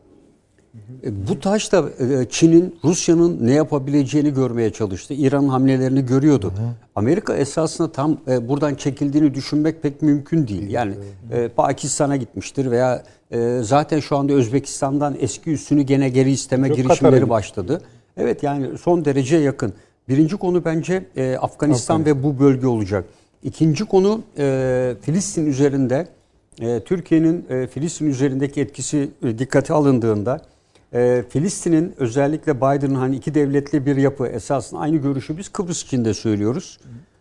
E, bu taş da e, Çin'in, Rusya'nın ne yapabileceğini görmeye çalıştı. İran'ın hamlelerini görüyordu. Hı hı. Amerika esasında tam e, buradan çekildiğini düşünmek pek mümkün değil. Yani e, Pakistan'a gitmiştir veya e, zaten şu anda Özbekistan'dan eski üssünü gene geri isteme Çok girişimleri başladı. Evet, yani son derece yakın. Birinci konu bence e, Afganistan, Afganistan ve bu bölge olacak. İkinci konu e, Filistin üzerinde e, Türkiye'nin e, Filistin üzerindeki etkisi e, dikkate alındığında e, Filistin'in özellikle Biden'ın hani iki devletli bir yapı, esasında aynı görüşü biz Kıbrıs için de söylüyoruz.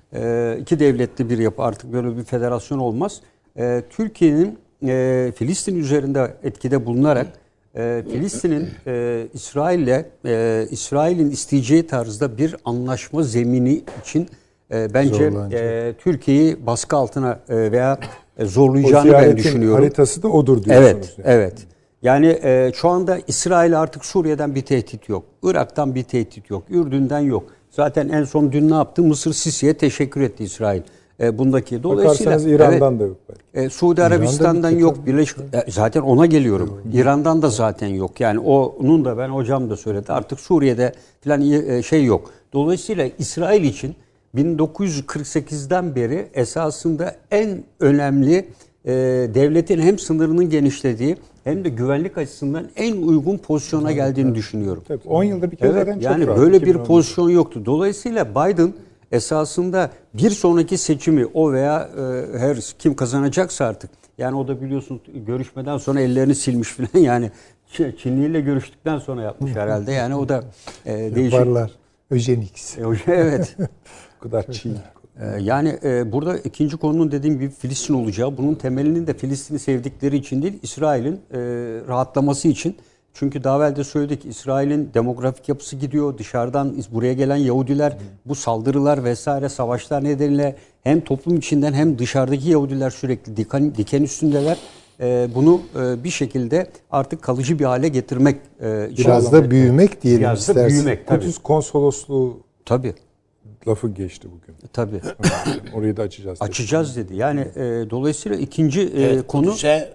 E, iki devletli bir yapı, artık böyle bir federasyon olmaz. E, Türkiye'nin e, Filistin üzerinde etkide bulunarak e, Filistin'in e, İsrail'le e, İsrail'in isteyeceği tarzda bir anlaşma zemini için e, bence e, Türkiye'yi baskı altına e, veya e, zorlayacağını ben düşünüyorum. Haritası da odur diyorsunuz. Evet, yani. evet. Yani e, şu anda İsrail artık Suriye'den bir tehdit yok. Irak'tan bir tehdit yok. Ürdün'den yok. Zaten en son dün ne yaptı? Mısır Sisi'ye teşekkür etti İsrail. E, bundaki dolayısıyla Bakarsanız İran'dan evet, da yok. E, Suudi Arabistan'dan yok. Birleşik e, zaten ona geliyorum. Evet. İran'dan da zaten yok. Yani onun da ben hocam da söyledi. Artık Suriye'de falan e, şey yok. Dolayısıyla İsrail için bin dokuz yüz kırk sekizden beri esasında en önemli e, devletin hem sınırının genişlediği hem de güvenlik açısından en uygun pozisyona geldiğini düşünüyorum. Tabii, on yılda bir kez evet, çok yani rahat. böyle bir pozisyon yoktu. Dolayısıyla Biden esasında bir sonraki seçimi o veya e, her kim kazanacaksa artık, yani o da biliyorsun görüşmeden sonra ellerini silmiş falan, yani Çinli ile görüştükten sonra yapmış herhalde. Yani o da e, değişik. Yaparlar. Öjenix. E, evet. Bu kadar Çin. Yani e, burada ikinci konunun dediğim gibi Filistin olacağı, bunun temelinin de Filistin'i sevdikleri için değil, İsrail'in e, rahatlaması için. Çünkü daha evvel de söyledik, İsrail'in demografik yapısı gidiyor. Dışarıdan buraya gelen Yahudiler, bu saldırılar vesaire, savaşlar nedeniyle hem toplum içinden hem dışarıdaki Yahudiler sürekli diken, diken üstündeler. E, bunu e, bir şekilde artık kalıcı bir hale getirmek. E, Biraz da büyümek diyelim Biraz istersen. da büyümek tabii. Kudüs konsolosluğu tabii. lafı geçti bugün. Tabii. Orayı da açacağız. Açacağız dedi. Yani e, dolayısıyla ikinci e, evet, konu Kudüs'e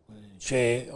şey e,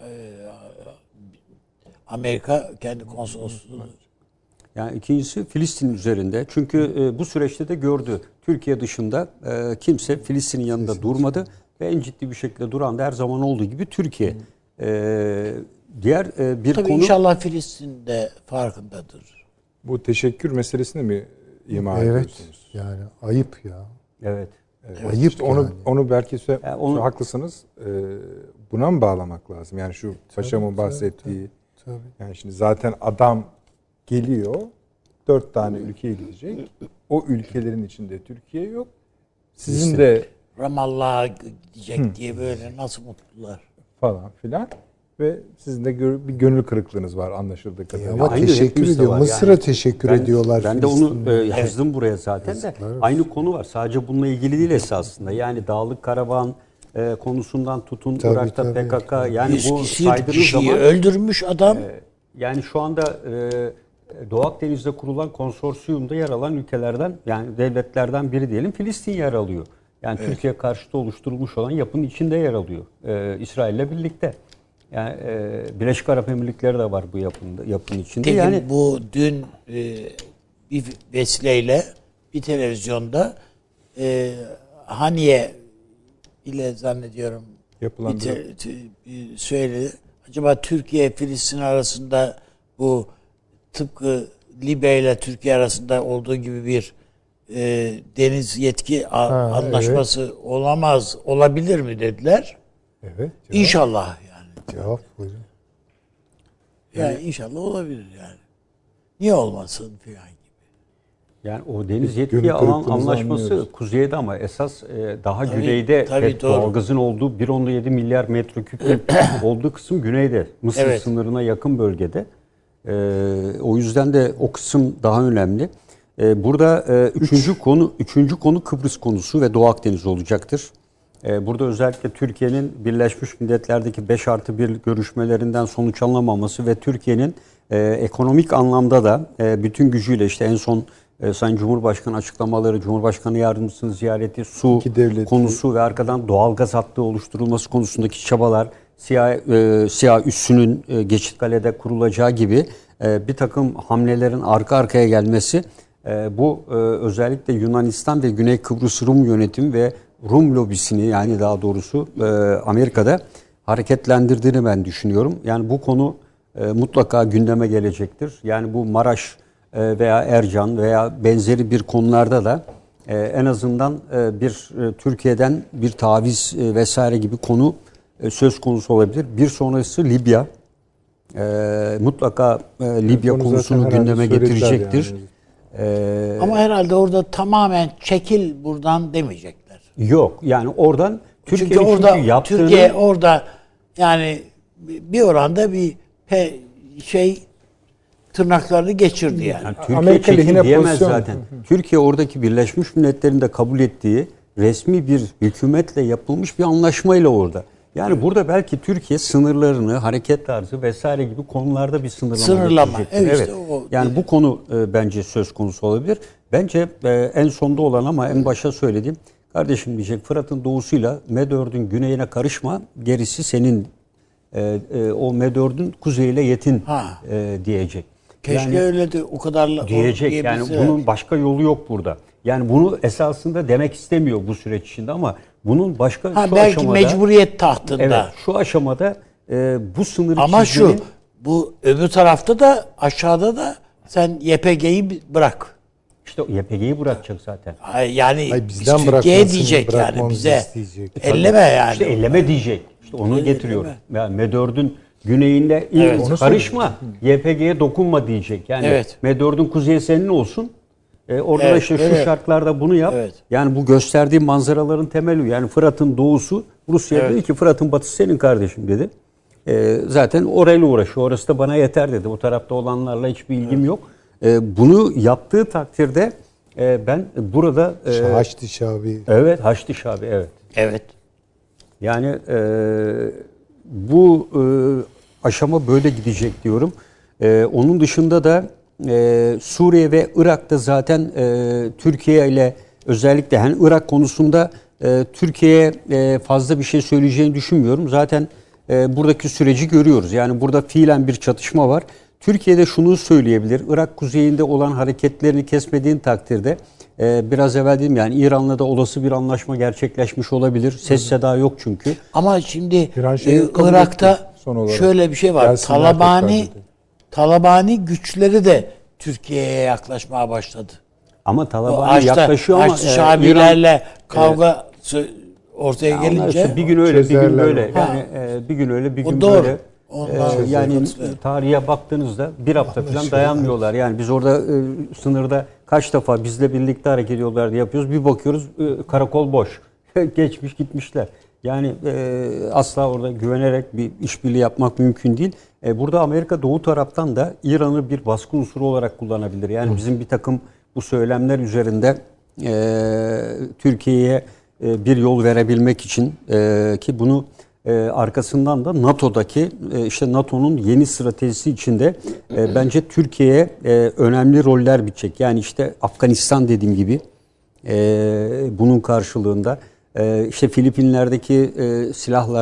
Amerika kendi konsolosluğu. Yani ikincisi Filistin üzerinde. Çünkü e, bu süreçte de gördü. Türkiye dışında e, kimse Filistin'in yanında Filistin durmadı ve en ciddi bir şekilde duran da her zaman olduğu gibi Türkiye. E, diğer e, bir Tabii konu. İnşallah Filistin de farkındadır. Bu teşekkür meselesini mi ima evet, ediyorsunuz? Yani ayıp ya. Evet. evet. Ayıp işte onu yani. onu belki sö- yani onu, haklısınız. Ee, buna mı bağlamak lazım? Yani şu paşamın bahsettiği. Tabii, tabii. Yani şimdi zaten adam geliyor. Dört tane ülkeye gidecek. O ülkelerin içinde Türkiye yok. Sizin işte, de Ramallah'a gidecek hı. diye böyle nasıl mutlular falan filan. Ve sizin de bir gönül kırıklığınız var anlaşıldığı kadarıyla. Ama aynı teşekkür ediyor. Mısır'a yani. teşekkür ben, ediyorlar. Ben de onu e, yazdım evet. buraya zaten de. Evet. Aynı konu var. Sadece bununla ilgili değil esasında. Yani Dağlık Karabağ e, konusundan tutun, tabii, Irak'ta tabii. P K K. Yani yüz bu saydığınız zaman öldürmüş adam. E, yani şu anda e, Doğu Akdeniz'de kurulan konsorsiyumda yer alan ülkelerden, yani devletlerden biri diyelim, Filistin yer alıyor. Yani evet. Türkiye karşıtı oluşturulmuş olan yapının içinde yer alıyor. E, İsrail'le birlikte. Yani e, Birleşik Arap Emirlikleri de var bu yapında, yapının içinde. Peki Yani bu dün e, bir vesileyle bir televizyonda e, Haniye ile zannediyorum bir te, te, bir söyledi. Acaba Türkiye Filistin arasında bu tıpkı Libya ile Türkiye arasında olduğu gibi bir e, deniz yetki a, Ha, anlaşması evet. olamaz, olabilir mi dediler. Evet. Cevap, İnşallah yani. cevap buyurun. Yani inşallah olabilir yani. Niye olmasın filan gibi. Yani o deniz Biz yetki gönül alan kırıklığımızı anlaşması anlıyoruz. kuzeyde ama esas e, daha Tabii, güneyde tabii, hep doğru. doğalgazın olduğu bir nokta yedi milyar metreküp olduğu kısım güneyde. Mısır Evet. sınırına yakın bölgede. E, o yüzden de o kısım daha önemli. E, burada e, üçüncü konu üçüncü konu Kıbrıs konusu ve Doğu Akdeniz olacaktır. E, burada özellikle Türkiye'nin Birleşmiş Milletler'deki beş artı bir görüşmelerinden sonuç alamaması ve Türkiye'nin e, ekonomik anlamda da e, bütün gücüyle işte en son e, Sayın Cumhurbaşkanı açıklamaları, Cumhurbaşkanı yardımcısının ziyareti, su konusu ve arkadan doğalgaz hattı oluşturulması konusundaki çabalar, Siyah, e, Siyah Üssü'nün e, Geçitkale'de kurulacağı gibi e, bir takım hamlelerin arka arkaya gelmesi e, bu e, özellikle Yunanistan ve Güney Kıbrıs Rum yönetimi ve Rum lobisini yani daha doğrusu e, Amerika'da hareketlendirdiğini ben düşünüyorum. Yani bu konu e, mutlaka gündeme gelecektir. Yani bu Maraş e, veya Ercan veya benzeri bir konularda da e, en azından e, bir e, Türkiye'den bir taviz e, vesaire gibi konu e, söz konusu olabilir. Bir sonrası Libya. E, mutlaka e, Libya Onu konusunu zaten herhalde gündeme söylediler getirecektir. yani. E, Ama herhalde orada tamamen çekil buradan demeyecekler. Yok yani oradan Çünkü Türkiye'nin orada çünkü yaptığını, Türkiye orada yani bir oranda bir pe, şey tırnaklarını geçirdi yani. yani Türkiye Amerika çekil lehine diyemez pozisyon. zaten. Türkiye oradaki Birleşmiş Milletler'in de kabul ettiği resmi bir hükümetle yapılmış bir anlaşmayla orada. Yani burada belki Türkiye sınırlarını, hareket tarzı vesaire gibi konularda bir sınırlama Sınırlama. getirecektir. Evet, Evet. işte o- Yani bu konu e, bence söz konusu olabilir. Bence e, en sonda olan ama en başa söylediğim, kardeşim diyecek, Fırat'ın doğusuyla M dördün güneyine karışma, gerisi senin, e, e, o M dördün kuzeyiyle yetin Ha. e, diyecek. Keşke Yani öyle de o kadarla diyecek yani diyebilseler. bunun başka yolu yok burada. Yani bunu esasında demek istemiyor bu süreç içinde ama bunun başka Ha, şu belki aşamada mecburiyet tahtında. evet şu aşamada e, bu sınırı Ama çizmenin, şu bu öbür tarafta da aşağıda da sen Y P G'yi bırak. işte Y P G'yi bırakacak zaten. Ay, Yani Ay, biz bizden Türkiye bırakmasını diyecek yani bırakmamızı bize. isteyecek. Elleme yani. İşte elleme diyecek. İşte onu getiriyor. Yani M dördün güneyinde iyi Evet. Onu karışma. Y P G'ye dokunma diyecek. Yani Evet. M dördün kuzeyi senin olsun. E, orada da Evet, işte şu evet. şartlarda bunu yap. Evet. Yani bu gösterdiği manzaraların temeli. Yani Fırat'ın doğusu, Rusya Evet. dedi ki Fırat'ın batısı senin kardeşim dedi. E, zaten orayla uğraşıyor. Orası da bana yeter dedi. O tarafta olanlarla hiçbir ilgim yok. E, bunu yaptığı takdirde e, ben burada e, Haçlı Şabi. evet Haçlı Şabi evet. Evet. Yani e, bu e, aşama böyle gidecek diyorum. E, onun dışında da e, Suriye ve Irak'ta zaten e, Türkiye ile özellikle hani Irak konusunda e, Türkiye'ye e, fazla bir şey söyleyeceğini düşünmüyorum. Zaten e, buradaki süreci görüyoruz. Yani burada fiilen bir çatışma var. Türkiye'de şunu söyleyebilir. Irak kuzeyinde olan hareketlerini kesmediğin takdirde e, biraz evvel dedim yani İran'la da olası bir anlaşma gerçekleşmiş olabilir. Ses seda yok çünkü. Ama şimdi İran şeyi e, kabul Irak'ta etti son olarak. şöyle bir şey var. Gelsinler Talabani tekrar dedi. Talabani güçleri de Türkiye'ye yaklaşmaya başladı. Ama Bu Taliban Haçlı, yaklaşıyor ama Haçlı e, Şabilerle kavga sö- ortaya İran, onlar gelince işte bir gün öyle bir gün çözerler böyle onu. yani e, bir gün öyle bir O gün doğru. böyle. Onlar E, yani katılıyorum. tarihe baktığınızda bir hafta falan dayanmıyorlar. Yani biz orada e, sınırda kaç defa bizle birlikte hareket ediyorlar diye yapıyoruz. Bir bakıyoruz e, karakol boş. Geçmiş gitmişler. Yani e, asla orada güvenerek bir işbirliği yapmak mümkün değil. E, burada Amerika doğu taraftan da İran'ı bir baskı unsuru olarak kullanabilir. Yani bizim bir takım bu söylemler üzerinde e, Türkiye'ye e, bir yol verebilmek için e, ki bunu e, arkasından da NATO'daki e, işte NATO'nun yeni stratejisi içinde e, bence Türkiye'ye e, önemli roller bitecek. Yani işte Afganistan dediğim gibi e, bunun karşılığında e, işte Filipinler'deki e, silahlara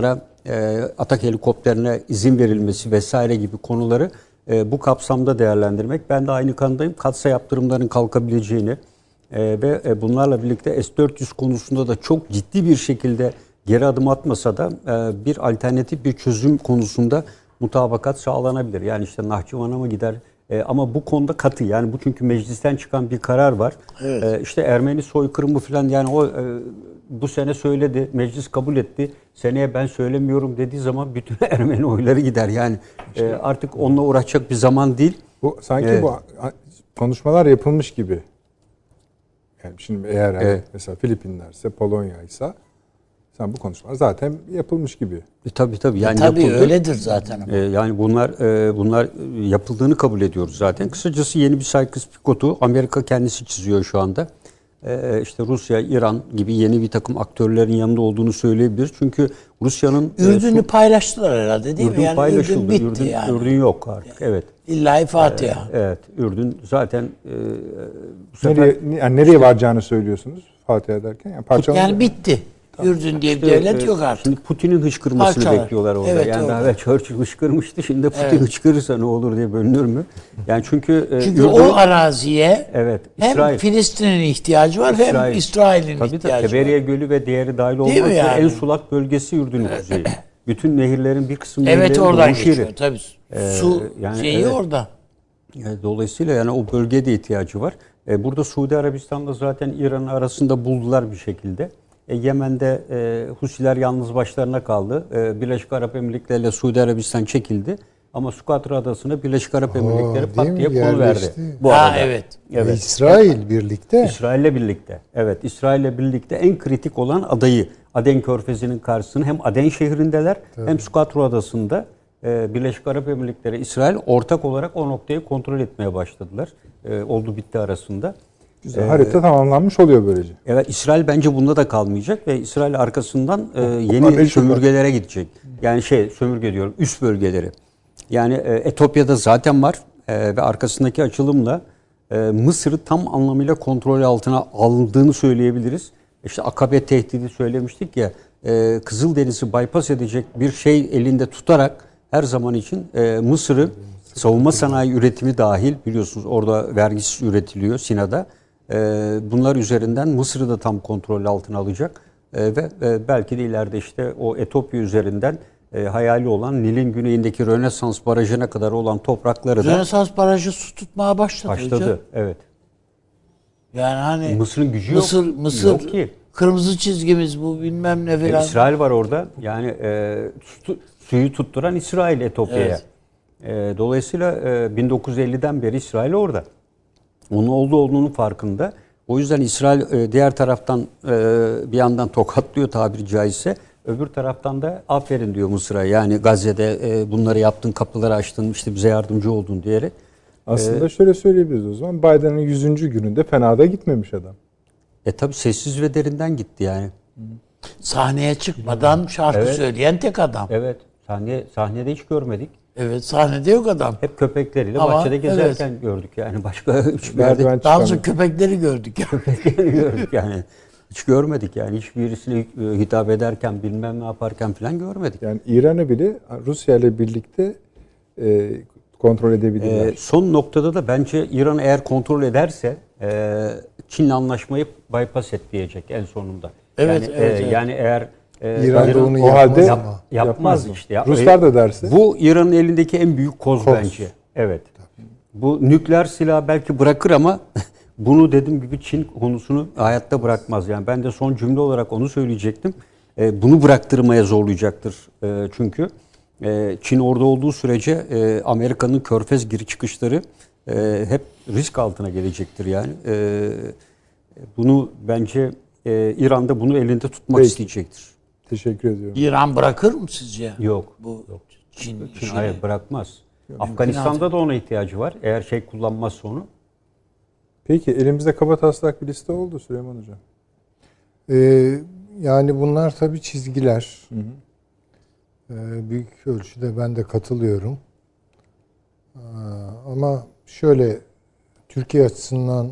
e, atak helikopterine izin verilmesi vesaire gibi konuları e, bu kapsamda değerlendirmek. Ben de aynı kanıdayım. Katsa yaptırımların kalkabileceğini e, ve e, bunlarla birlikte S dört yüz konusunda da çok ciddi bir şekilde geri adım atmasa da e, bir alternatif bir çözüm konusunda mutabakat sağlanabilir. Yani işte Nahçıvan'a mı gider? E, ama bu konuda katı. Yani bu çünkü meclisten çıkan bir karar var. Evet. E, işte Ermeni soykırımı falan yani o e, bu sene söyledi, meclis kabul etti. Seneye ben söylemiyorum dediği zaman bütün Ermeni oyları gider. Yani e, artık onunla uğraşacak bir zaman değil. Bu sanki Evet. bu konuşmalar yapılmış gibi. Yani şimdi eğer hani Evet. mesela Filipinlerse, Polonya'ysa sen bu konuşmalar zaten yapılmış gibi. E, tabii tabii. Yani Tabii yapıldı. öyledir zaten. E, yani bunlar e, bunlar yapıldığını kabul ediyoruz zaten. Kısacası yeni bir Sykes-Picot'u Amerika kendisi çiziyor şu anda. E, işte Rusya, İran gibi yeni bir takım aktörlerin yanında olduğunu söyleyebiliriz. Çünkü Rusya'nın Ürdün'ü e, paylaştılar herhalde değil Ürdün mi? Yani paylaşıldı. Ürdün bitti Ürdün, yani. Ürdün yok artık. Evet. İllahi Fatiha. Evet. Ürdün zaten e, bu sefer Nereye, yani nereye varacağını söylüyorsunuz Fatih derken? Yani parçalanacak. Yani bitti. Ürdün diye bir İşte, devlet e, yok artık. Şimdi Putin'in hıçkırmasını Parçalar. bekliyorlar orada. Evet, yani orada. daha evvel Churchill hıçkırmıştı. Şimdi Putin Evet. hıçkırırsa ne olur diye bölünür mü? Yani çünkü e, Çünkü Ürdün- o araziye evet, hem İsrail. Filistin'in ihtiyacı var hem İsrail. İsrail'in Tabii de ihtiyacı Teberiye var. Gölü ve diğeri dahil olmak Değil mi üzere yani? en sulak bölgesi Ürdün'ün kuzeyi. Bütün nehirlerin bir kısmı Evet nehirlerin oradan doğuş geçiyor yeri. tabii. Ee, Su yani şeyi evet. orada. Yani dolayısıyla yani o bölgede ihtiyacı var. E, burada Suudi Arabistan'da zaten İran'ın arasında buldular bir şekilde. E, Yemen'de e, Husiler yalnız başlarına kaldı. E, Birleşik Arap Emirlikleri ile Suudi Arabistan çekildi. Ama Sukatra Adası'na Birleşik Arap Emirlikleri değil pat mi? diye konu verdi. Yerleşti. Bu Ha arada. evet. Evet. İsrail birlikte. İsrail'le birlikte. Evet, İsrail'le birlikte en kritik olan adayı Aden Körfezi'nin karşısında hem Aden şehrindeler hem Sukatra Adası'nda e, Birleşik Arap Emirlikleri, İsrail ortak olarak o noktayı kontrol etmeye başladılar. E, oldu bitti arasında. Güzel. Harita tamamlanmış oluyor böylece. Evet, İsrail bence bunda da kalmayacak ve İsrail arkasından e, yeni Amerika- sömürgelere gidecek. Yani şey sömürge diyorum, üst bölgeleri. Yani e, Etiyopya'da zaten var e, ve arkasındaki açılımla e, Mısır'ı tam anlamıyla kontrol altına aldığını söyleyebiliriz. İşte Akabe tehdidi söylemiştik ya, e, Kızıldeniz'i bypass edecek bir şey elinde tutarak her zaman için e, Mısır'ı savunma sanayi üretimi dahil biliyorsunuz orada vergisiz üretiliyor Sina'da. E, bunlar üzerinden Mısır'ı da tam kontrol altına alacak e, ve e, belki de ileride işte o Etiyopya üzerinden e, hayali olan Nil'in güneyindeki Rönesans Barajı'na kadar olan toprakları da Rönesans Barajı su tutmaya başladı. başladı. hocam. Evet. Yani hani Mısır'ın gücü Mısır, yok. Mısır Yok ki. kırmızı çizgimiz bu bilmem ne E, filan. İsrail var orada. Yani e, su, suyu tutturan İsrail Etiyopya'ya. Evet. E, dolayısıyla e, bin dokuz yüz elliden beri İsrail orada. Onun olduğu olduğunun farkında. O yüzden İsrail e, diğer taraftan e, bir yandan tokatlıyor tabiri caizse. Öbür taraftan da aferin diyor Mısır'a. Yani Gazze'de e, bunları yaptın, kapıları açtın, işte bize yardımcı oldun diyerek. Aslında şöyle söyleyebiliriz o zaman. Biden'ın yüzüncü gününde fena da gitmemiş adam. E tabi sessiz ve derinden gitti yani. Sahneye çıkmadan şarkı Evet. söyleyen tek adam. Evet. Sahne, sahnede hiç görmedik. Evet sahnede yok adam. Hep köpekleriyle Ama bahçede gezerken evet. gördük yani. Başka hiçbir yerde Merdiven Daha doğrusu çıkamıyor. köpekleri gördük. gördük yani. Hiç görmedik yani. Hiçbirisine hitap ederken bilmem ne yaparken falan görmedik. Yani İran'ı bile Rusya ile birlikte e, kontrol edebilirler. Ee, son noktada da bence İran eğer kontrol ederse e, Çin'le anlaşmayı bypass et diyecek en sonunda. Evet, yani, evet, e, evet. yani eğer e, İran da onu o halde yapmaz yap- ama. yapmaz, yapmaz mı? işte. Ya- Ruslar da derse. Bu İran'ın elindeki en büyük koz, Koz. bence. Evet. Bu nükleer silah belki bırakır ama bunu dediğim gibi Çin konusunu hayatta bırakmaz. Yani ben de son cümle olarak onu söyleyecektim. E, bunu bıraktırmaya zorlayacaktır e, çünkü. E, Çin orada olduğu sürece e, Amerika'nın körfez giri çıkışları e, hep risk altına gelecektir yani. E, bunu bence e, İran'da bunu elinde tutmak Peki. isteyecektir. Teşekkür ediyorum. İran bırakır mı sizce? Yok. Bu Çin, Çin işini? hayır bırakmaz. Afganistan'da da ona ihtiyacı var. Eğer şey kullanmazsa onu. Peki elimizde kabataslak bir liste oldu Süleyman Hocam. Ee, yani bunlar tabii çizgiler. Ee, büyük ölçüde ben de katılıyorum. Ee, ama şöyle Türkiye açısından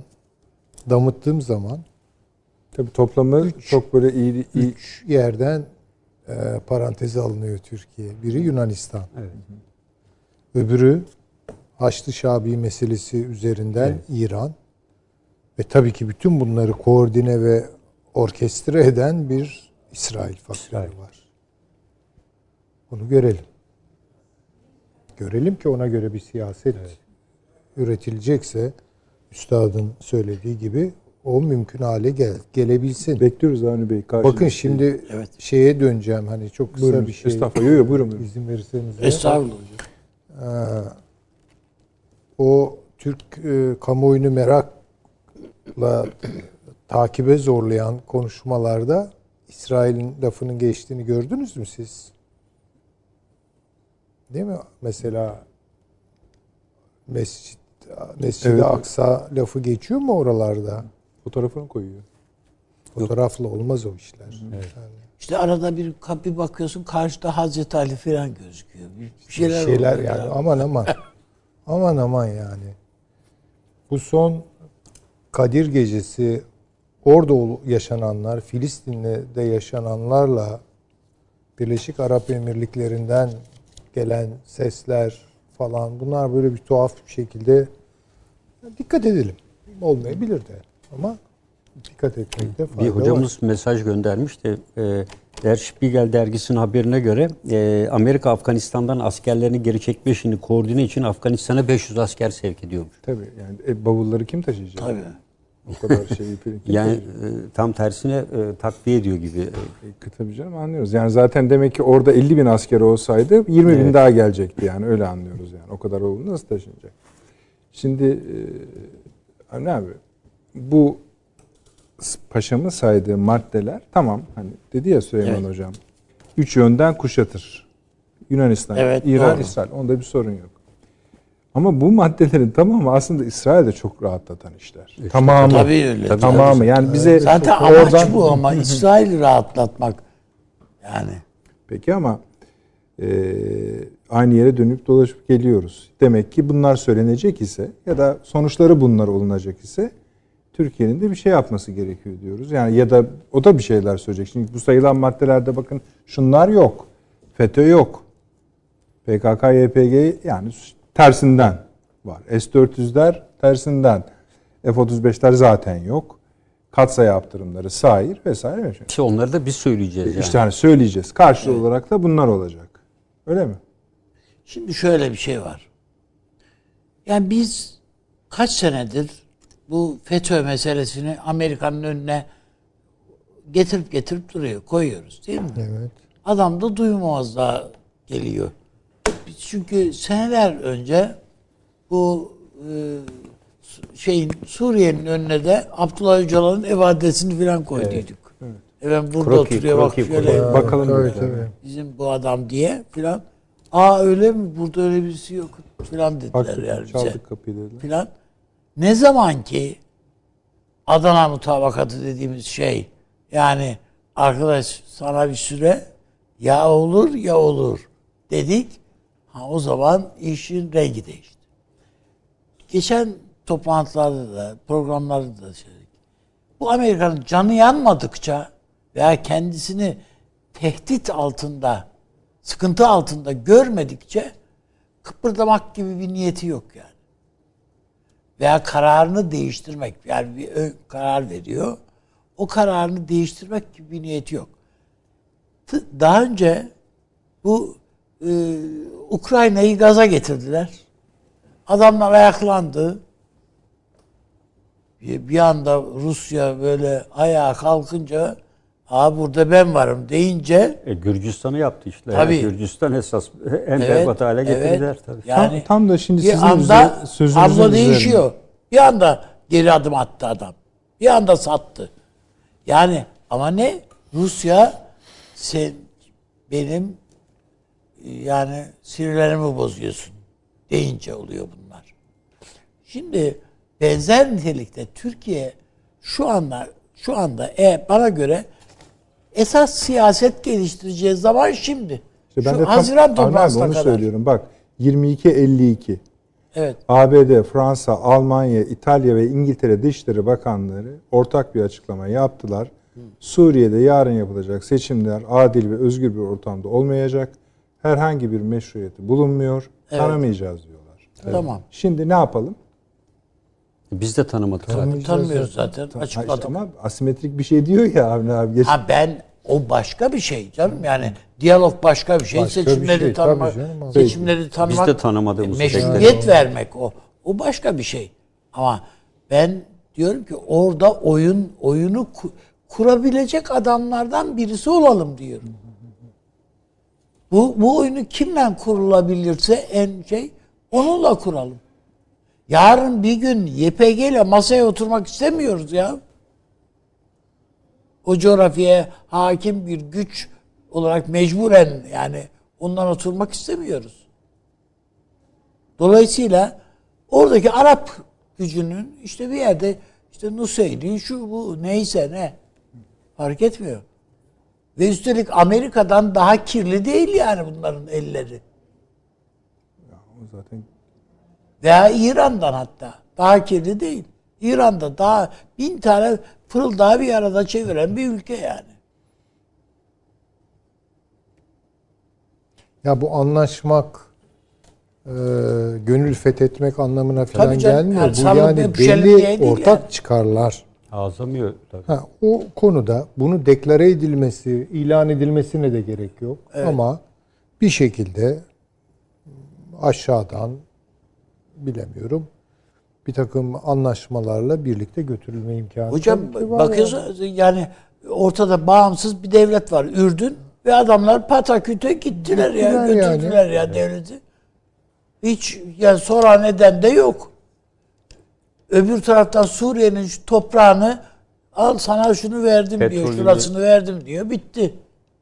damıttığım zaman Tabii toplamı Üç- çok böyle iyi, iyi üç yerden e, paranteze alınıyor Türkiye. Biri Yunanistan. Evet. Öbürü Haçlı Şabi meselesi üzerinden Evet. İran. Ve tabii ki bütün bunları koordine ve orkestre eden bir İsrail faktörü İsrail. var. Bunu görelim. Görelim ki ona göre bir siyaset Evet. üretilecekse üstadın söylediği gibi o mümkün hale gel, gelebilsin. Bekliyoruz Avni Bey. Bakın şimdi Evet. şeye döneceğim, hani çok kısa Buyurun, bir şey. estağfurullah. Yok, yok, buyurun, buyurun. İzin verirseniz. de. Estağfurullah hocam. Ee, o Türk e, kamuoyunu merakla takibe zorlayan konuşmalarda İsrail'in lafının geçtiğini gördünüz mü siz? Değil mi? Mesela Mescid, Mescid-i Evet. Aksa lafı geçiyor mu oralarda? Fotoğrafını koyuyor. Fotoğrafla olmaz o işler. Evet. Yani İşte arada bir kapı bakıyorsun, karşıda Hazreti Ali falan gözüküyor. Bir bir şeyler, şeyler oluyor yani ya. aman aman. Aman aman yani. Bu son Kadir Gecesi orada ol- yaşananlar, Filistin'de yaşananlarla Birleşik Arap Emirlikleri'nden gelen sesler falan, bunlar böyle bir tuhaf bir şekilde dikkat edelim. Olmayabilir de ama dikkat etmekte fayda Bir var. hocamız mesaj göndermişti. E, Der Spiegel dergisinin haberine göre e, Amerika Afganistan'dan askerlerini geri çekme işini koordine için Afganistan'a beş yüz asker sevk ediyormuş. Tabii yani e, bavulları kim taşıyacak? Tabii. O kadar şeyi kim Yani taşıyacak? e, tam tersine e, takviye ediyor gibi. E, tabii canım, anlıyoruz. Yani zaten demek ki orada elli bin asker olsaydı yirmi bin Evet. daha gelecekti yani, öyle anlıyoruz yani. O kadar bavul nasıl taşınacak? Şimdi e, Avni abi, bu paşamın saydığı maddeler tamam, hani dedi ya Süleyman Evet. Hocam, üç yönden kuşatır. Yunanistan, Evet, İran, doğru. İsrail. Onda bir sorun yok. Ama bu maddelerin tamamı aslında İsrail'de çok rahatlatan işler. tamamı. Tabii öyle. Tabii. Tamamı. Yani bize Zaten oradan... amaç bu ama İsrail'i rahatlatmak. Yani Peki ama e, aynı yere dönüp dolaşıp geliyoruz. Demek ki bunlar söylenecek ise ya da sonuçları bunlar olunacak ise Türkiye'nin de bir şey yapması gerekiyor diyoruz. Yani ya da o da bir şeyler söyleyecek. Şimdi bu sayılan maddelerde bakın şunlar yok. FETÖ yok. P K K Y P G yani tersinden var. S dört yüzler tersinden. F otuz beşler zaten yok. Katsayı yaptırımları, sair vesaire. İşte onları da biz söyleyeceğiz yani. İşte hani söyleyeceğiz. Karşılığı olarak da bunlar olacak. Öyle mi? şimdi şöyle bir şey var. Yani biz kaç senedir bu FETÖ meselesini Amerika'nın önüne getirip getirip duruyor, koyuyoruz değil mi? Evet. Adam da duymamazlığa geliyor. Biz çünkü seneler önce bu e, şeyin Suriye'nin önüne de Abdullah Öcalan'ın ev adresini falan koyduyduk. Evet. Evet, burada Kroki, oturuyor bak kroki, şöyle kroki. Bakalım Tabii, dediler. tabii. bizim bu adam diye filan. Aa öyle mi? Burada öyle birisi yok filan dediler Hakikaten yani bize. çaldık kapıyı dediler. Filan. Ne zaman ki Adana mutabakatı dediğimiz şey, yani arkadaş sana bir süre ya olur ya olur dedik. Ha, o zaman işin rengi değişti. Geçen toplantılarda da, programlarda da söyledik. Bu Amerika'nın canı yanmadıkça veya kendisini tehdit altında, sıkıntı altında görmedikçe kıpırdamak gibi bir niyeti yok yani. Veya kararını değiştirmek, yani bir ön karar veriyor. O kararını değiştirmek gibi bir niyeti yok. Daha önce bu e, Ukrayna'yı gaza getirdiler. Adamlar ayaklandı. Bir, bir anda Rusya böyle ayağa kalkınca "Aa, burada ben varım" deyince E, Gürcistan'ı yaptı işte. Tabii. Yani Gürcistan esas en evet, berbat hale getirdiler evet. tabii. Yani Tam, tam da şimdi bir sizin anda üzeri- sözünüzün abla üzerine. değişiyor. Bir anda geri adım attı adam. Bir anda sattı. Yani ama ne? Rusya sen benim yani sinirlerimi bozuyorsun deyince oluyor bunlar. Şimdi benzer nitelikte Türkiye şu anda şu anda e, bana göre esas siyaset geliştireceği zaman şimdi. İşte ben şu de tam Haziran Avni abi toplantısına onu kadar. söylüyorum. Bak yirmi iki elli iki. Evet. A B D, Fransa, Almanya, İtalya ve İngiltere Dışişleri Bakanları ortak bir açıklama yaptılar. Suriye'de yarın yapılacak seçimler adil ve özgür bir ortamda olmayacak. Herhangi bir meşruiyeti bulunmuyor. Evet. Tanımayacağız diyorlar. Tamam. Şimdi ne yapalım? Biz de tanımadık zaten. Tanımayacağız Tanımıyoruz zaten. Ha Açıkladık. işte ama asimetrik bir şey diyor ya Avni abi. Geç. Ha ben o başka bir şey canım. Yani diyalog başka bir şey. Başka bir seçimleri şey, tanımak, tabii canım. seçimleri tanımak, Biz de tanımadığımız meşruiyet şeyler. vermek o. O başka bir şey. Ama ben diyorum ki orada oyun oyunu ku- kurabilecek adamlardan birisi olalım diyorum. Bu bu oyunu kimle kurulabilirse en şey onunla kuralım. Yarın bir gün Y P G ile masaya oturmak istemiyoruz ya. O coğrafyaya hakim bir güç olarak mecburen yani ondan oturmak istemiyoruz. Dolayısıyla oradaki Arap gücünün işte bir yerde işte Nusayri şu bu neyse ne fark etmiyor. Ve üstelik Amerika'dan daha kirli değil yani bunların elleri. O zaten Veya İran'dan hatta daha kirli değil. İran'da daha bin tane fırıldağı bir arada çeviren bir ülke yani. Ya bu anlaşmak, e, gönül fethetmek anlamına falan Tabii canım, gelmiyor. yani Bu sarılıp yani öpüşelim diye belli değil ortak yani. çıkarlar. Azamıyor tabii. Ha, o konuda bunu deklare edilmesi, ilan edilmesine de gerek yok. Evet. Ama bir şekilde aşağıdan bilemiyorum bir takım anlaşmalarla birlikte götürülme imkanı. Hocam tabii ki var bakıyorsunuz yani ortada bağımsız bir devlet var Ürdün ve adamlar pataküte gittiler ya Gittiler yani. götürdüler ya devleti. Hiç yani soran eden de yok. Öbür taraftan Suriye'nin şu toprağını al sana şunu verdim diyor, Petrolünü- şurasını verdim diyor, bitti.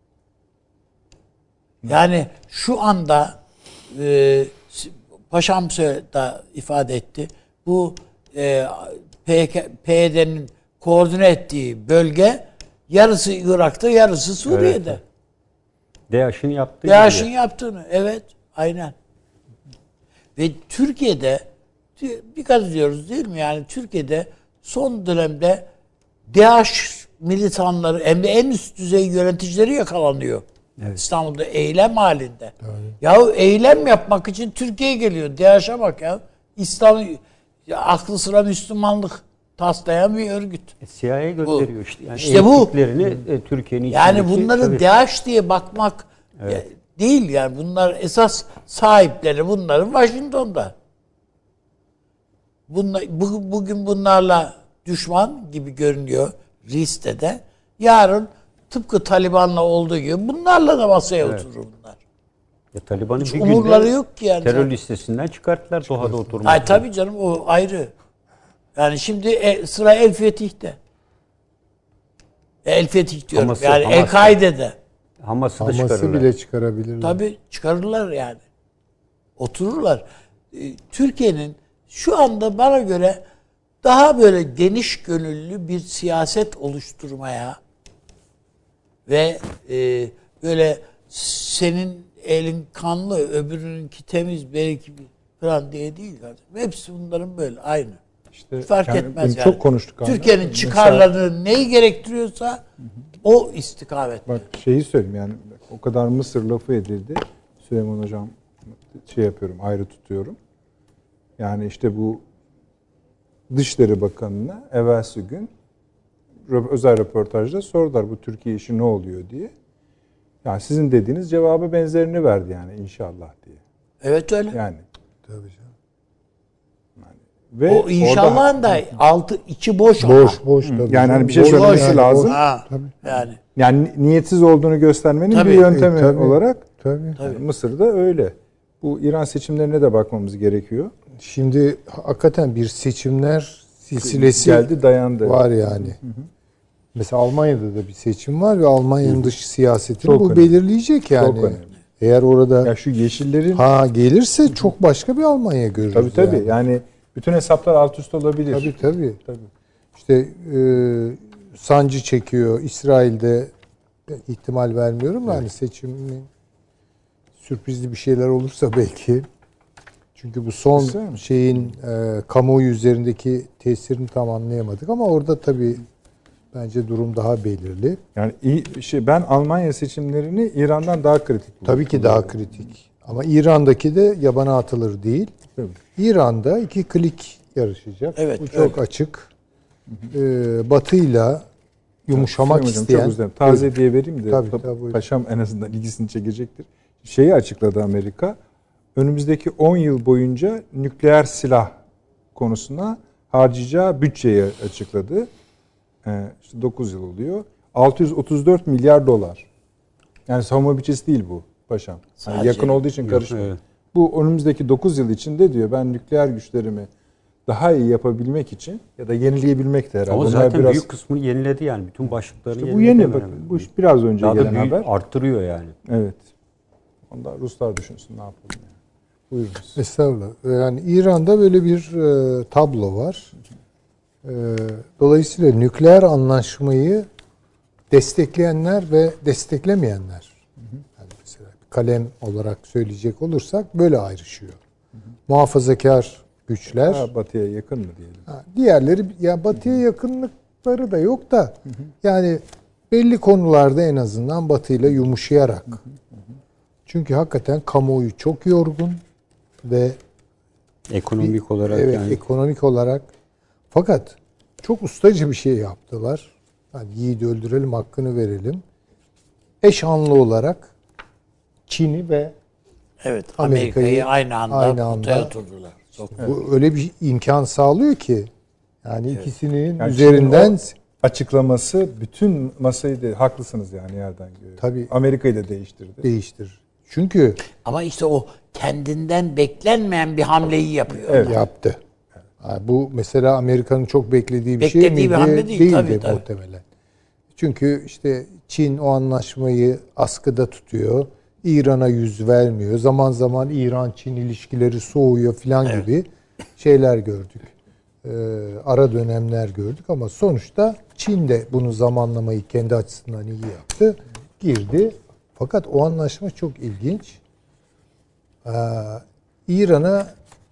Yani şu anda e, Paşam da ifade etti. Bu e, P K D'nin koordine ettiği bölge yarısı Irak'ta, yarısı Suriye'de. Evet. DAEŞ'in yaptığı DAEŞ'in gibi. yaptığını. Evet, aynen. Ve Türkiye'de dikkat ediyoruz değil mi? Yani Türkiye'de son dönemde DAEŞ militanları hem de en üst düzey yöneticileri yakalanıyor. Evet. İstanbul'da eylem halinde. Evet. Ya eylem yapmak için Türkiye'ye geliyor. DAEŞ'e bak ya. İslam ya, aklı sıra Müslümanlık taslayan bir örgüt. E, C I A gönderiyor işte. Yani işte bu. E, Türkiye'nin yani bunları tabii. DAEŞ diye bakmak evet. ya, değil yani. Bunlar esas sahipleri bunların Washington'da. Bunlar, bu, bugün bunlarla düşman gibi görünüyor listede. Yarın tıpkı Taliban'la olduğu gibi bunlarla da masaya evet. oturur bunlar. Ya Taliban'ın hiç bir umurları günde yok ki yani. Terör listesinden çıkarttılar Doha'da oturmak. Ay tabii canım o ayrı. Yani şimdi e, sıra El Fetih'te. El Fetih diyorum. Hamas'ı, yani Hamas'ı. El-Kaide'de. Hamas'ı da Hamas'ı çıkarırlar. bile çıkarabilirler. Tabii çıkarırlar yani. Otururlar. Ee, Türkiye'nin şu anda bana göre daha böyle geniş gönüllü bir siyaset oluşturmaya ve e, böyle senin elin kanlı öbürününki temiz belki falan diye değil kardeşim. Hepsi bunların böyle aynı. İşte fark yani etmez yani. Çok konuştuk. Türkiye'nin Mesela, çıkarlarını neyi gerektiriyorsa hı hı. o istikamet. Bak şeyi söyleyeyim yani o kadar Mısır lafı edildi. Süleyman Hocam şey yapıyorum ayrı tutuyorum. Yani işte bu Dışişleri Bakanı'na evvelsi gün özel röportajda sordular bu Türkiye işi ne oluyor diye. Yani sizin dediğiniz cevabı benzerini verdi yani inşallah diye. Evet öyle. Yani. Tabii canım. Yani, ve o inşallahın da altı içi boş ama. Boş boş tabii. Yani hani bir şey boş, söylemesi yani, lazım. boş. Ha, Tabii. yani. Yani niyetsiz olduğunu göstermenin Tabii. bir yöntemi E, tabii. olarak Tabii. yani Mısır'da öyle. Bu İran seçimlerine de bakmamız gerekiyor. Şimdi hakikaten bir seçimler silsilesi geldi dayandı. Var yani. Hı hı. Mesela Almanya'da da bir seçim var ve Almanya'nın dış siyasetini çok bu önemli. belirleyecek yani. Çok önemli. Eğer orada ya şu yeşillerin ha gelirse hı. çok başka bir Almanya görürüz. Tabii tabii. Yani, yani bütün hesaplar alt üst olabilir. Tabii tabii. tabii. İşte e, sancı çekiyor. İsrail'de ihtimal vermiyorum da evet. hani seçimin sürprizli bir şeyler olursa belki. Çünkü bu son Güzel. şeyin e, kamuoyu üzerindeki tesirini tam anlayamadık ama orada tabii Bence durum daha belirli. Yani iyi, şey, ben Almanya seçimlerini İran'dan daha kritik buluyorum. Tabii ki daha kritik. Ama İran'daki de yabana atılır değil. Tabii. İran'da iki klik yarışacak. Evet, Bu çok öyle. açık. Ee, Batı'yla yumuşamak Süleyman Hocam, isteyen... çok özür dilerim. Taze diye vereyim de Tabii, pa- tabii, buyurun. paşam en azından ilgisini çekecektir. Şeyi açıkladı Amerika. Önümüzdeki on yıl boyunca nükleer silah konusuna harcayacağı bütçeyi açıkladı. Ee, işte dokuz yıl oluyor. altı yüz otuz dört milyar dolar. Yani savunma bütçesi değil bu paşam. Yani Sadece- yakın olduğu için karışmıyor. evet. Bu önümüzdeki dokuz yıl içinde diyor ben nükleer güçlerimi daha iyi yapabilmek için ya da yenileyebilmek de herhalde. Ama Bunlar zaten biraz, büyük kısmını yeniledi yani. Bütün başlıkları işte yeniledi. bu yeni hemen bak. hemen. Bu biraz önce Daha da gelen büyük, haber. arttırıyor yani. Evet. Onda Ruslar düşünsün ne yapalım yani. Buyurunuz. Estağfurullah. Yani İran'da böyle bir e, tablo var. E, dolayısıyla nükleer anlaşmayı destekleyenler ve desteklemeyenler. Yani mesela kalem olarak söyleyecek olursak böyle ayrışıyor. Muhafazakar güçler. Daha batıya yakın mı diyelim? Ha, diğerleri ya batıya yakınlıkları da yok da yani belli konularda en azından batıyla yumuşayarak. Çünkü hakikaten kamuoyu çok yorgun ve Ekonomik olarak evet, yani. ekonomik olarak. Fakat çok ustaca bir şey yaptılar. Hani yiğidi öldürelim, hakkını verelim. Eş anlı olarak Çin'i ve Evet, Amerika'yı Amerika'yı aynı anda aynı anda- potaya oturdular. Çok bu öyle bir imkan sağlıyor ki yani ikisinin Yani üzerinden Çin'in o açıklaması bütün masayı da haklısınız yani yerden göğe. Tabii. Amerika'yı da değiştirdi. değiştirir. Çünkü Ama işte o kendinden beklenmeyen bir hamleyi yapıyor. Evet. yaptı. Ha, bu mesela Amerika'nın çok beklediği bir şey Beklediği bir miydi? hamle değil, Değildi tabii, tabii. muhtemelen. Çünkü işte Çin o anlaşmayı askıda tutuyor. İran'a yüz vermiyor. Zaman zaman İran-Çin ilişkileri soğuyor filan gibi şeyler gördük. Ee, ara dönemler gördük ama sonuçta Çin de bunu zamanlamayı kendi açısından iyi yaptı. Girdi. Fakat o anlaşma çok ilginç. Ee, İran'a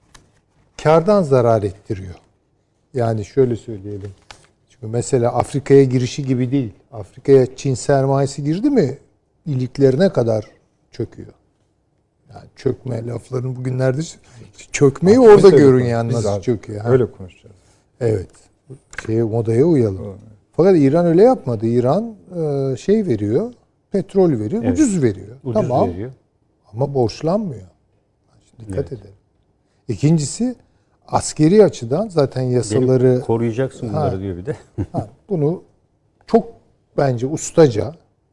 kardan zarar ettiriyor. Yani şöyle söyleyelim. Çünkü mesela Afrika'ya girişi gibi değil. Afrika'ya Çin sermayesi girdi mi iliklerine kadar çöküyor. Yani çökme laflarını bugünlerde çökmeyi orada Mesela görün biz yani nasıl abi çöküyor. Ha? Öyle konuşacağız. Evet. Şeye, modaya uyalım. Evet. Fakat İran öyle yapmadı. İran e, şey veriyor, petrol veriyor, Evet. ucuz veriyor. Ucuz tamam. veriyor. Ama borçlanmıyor. Dikkat Evet. edelim. İkincisi askeri açıdan zaten yasaları Benim koruyacaksın bunları Ha. diyor bir de. ha, bunu çok bence ustaca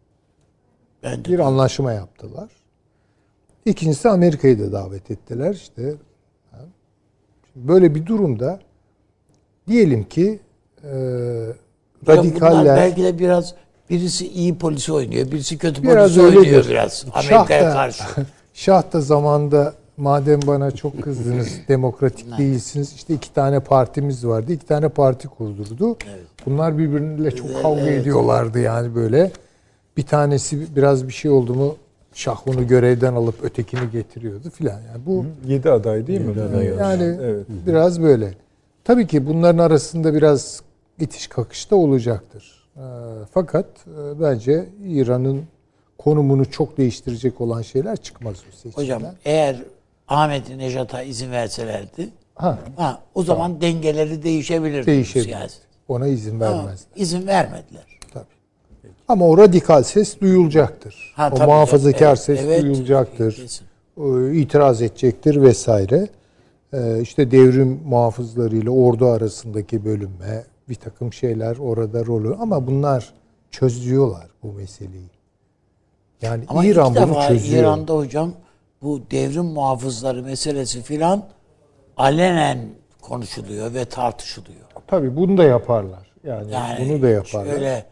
Ben de bir anlaşma yaptılar. İkincisi Amerika'yı da davet ettiler işte. Ha. Böyle bir durumda diyelim ki e, Hocam radikaller bunlar belki de biraz birisi iyi polisi oynuyor, birisi kötü biraz polisi oynuyor öyledir. biraz Şah Amerika'ya da- karşı. Şah da zamanında madem bana çok kızdınız, demokratik değilsiniz. İşte iki tane partimiz vardı. İki tane parti kurdurdu. Bunlar birbirleriyle çok kavga ediyorlardı yani böyle. Bir tanesi biraz bir şey oldu mu Şah onu görevden alıp ötekini getiriyordu filan. Yani bu Yedi aday değil mi? yani Evet. biraz böyle. Tabii ki bunların arasında biraz itiş kakış da olacaktır. Ee, fakat e, bence İran'ın konumunu çok değiştirecek olan şeyler çıkmaz o seçimden. Hocam eğer Ahmet Nejat'a izin verselerdi ha, ha, o zaman dengeleri değişebilir. değişebilir. siyaset. Ona izin Ama vermez. izin vermediler. Tabii. Ama o radikal ses duyulacaktır. Ha, o tabii, muhafazakar evet, ses evet, duyulacaktır. kesin. O, itiraz edecektir vesaire. Ee, işte devrim muhafızlarıyla ordu arasındaki bölünme, bir takım şeyler orada rolü ama bunlar çözüyorlar bu meseleyi. Yani Ama İran ilk bunu defa çözüyor. İran'da hocam bu devrim muhafızları meselesi filan alenen konuşuluyor ve tartışılıyor. Tabii bunu da yaparlar. Yani, Yani bunu da yaparlar. öyle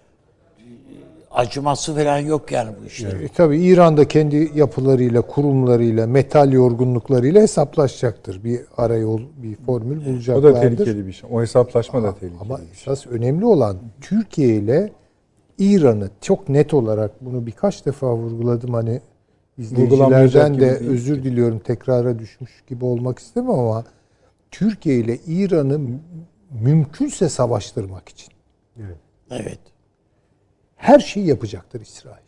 acıması falan yok yani bu işlerin. E, tabii İran'da kendi yapılarıyla, kurumlarıyla, metal yorgunluklarıyla hesaplaşacaktır. Bir arayol, bir formül O bulacaklardır. da tehlikeli bir şey. O hesaplaşma da tehlikeli. Ama esas önemli olan Türkiye ile İran'ı çok net olarak bunu birkaç defa vurguladım hani Vurgulamayacak izleyicilerden gibi de değil. özür diliyorum tekrara düşmüş gibi olmak istemem ama Türkiye ile İran'ı mümkünse savaştırmak için. Evet. Her şeyi yapacaktır İsrail.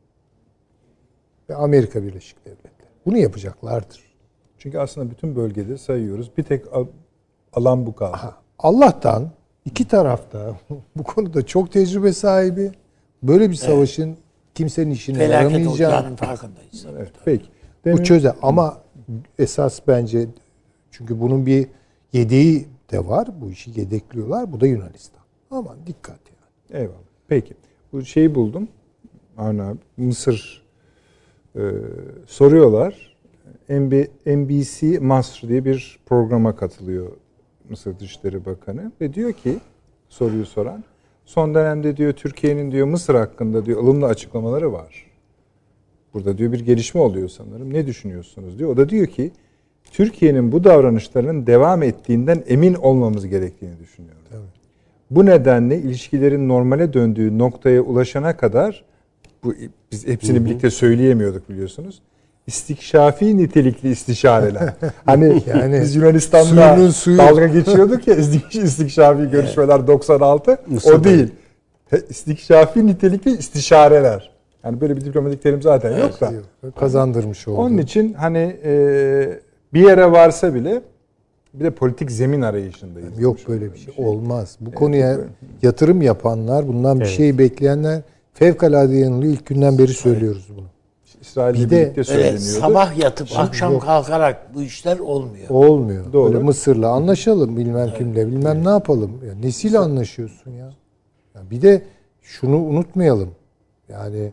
Ve Amerika Birleşik Devletleri. Bunu yapacaklardır. Çünkü aslında bütün bölgede sayıyoruz. Bir tek al- alan bu kaldı. Aha, Allah'tan iki tarafta bu konuda çok tecrübe sahibi. Böyle bir savaşın kimsenin işine Felaket yaramayacağı. olacağının farkındayız. Evet, peki. Bu Demin- çözer. Ama esas bence, çünkü bunun bir yedeği de var. Bu işi yedekliyorlar. Bu da Yunanistan. Aman dikkat yani. Eyvallah. Peki. Bu şeyi buldum. Avni abi. Mısır e, soruyorlar. M B, M B C Masr diye bir programa katılıyor Mısır Dışişleri Bakanı ve diyor ki, soruyu soran, son dönemde diyor Türkiye'nin diyor Mısır hakkında diyor ılımlı açıklamaları var. Burada diyor bir gelişme oluyor sanırım. Ne düşünüyorsunuz diyor. O da diyor ki Türkiye'nin bu davranışlarının devam ettiğinden emin olmamız gerektiğini düşünüyorum. Evet. Bu nedenle ilişkilerin normale döndüğü noktaya ulaşana kadar, bu biz hepsini hı hı. birlikte söyleyemiyorduk biliyorsunuz. İstikşafi nitelikli istişareler. Hani yani biz Yunanistan'da suyu. dalga geçiyorduk ya istikşafi görüşmeler doksan altı. O değil. İstikşafi nitelikli istişareler. Yani böyle bir diplomatik terim zaten evet, yok da. Yok. Kazandırmış oldu. Onun için hani e, bir yere varsa bile bir de politik zemin arayışındayız. Yok böyle bir şey. şey. Olmaz. Bu evet, konuya böyle. yatırım yapanlar, bundan evet. bir şey bekleyenler fevkalade yanılıyor. İlk günden beri söylüyoruz bunu. İsrail'le birlikte söyleniyordu. Sabah yatıp şimdi akşam yok. kalkarak bu işler olmuyor. Olmuyor. Doğru. Böyle Mısır'la anlaşalım, bilmem evet. kimle, bilmem evet. ne yapalım. Ya nesiyle evet. anlaşıyorsun ya? ya? Bir de şunu unutmayalım. Yani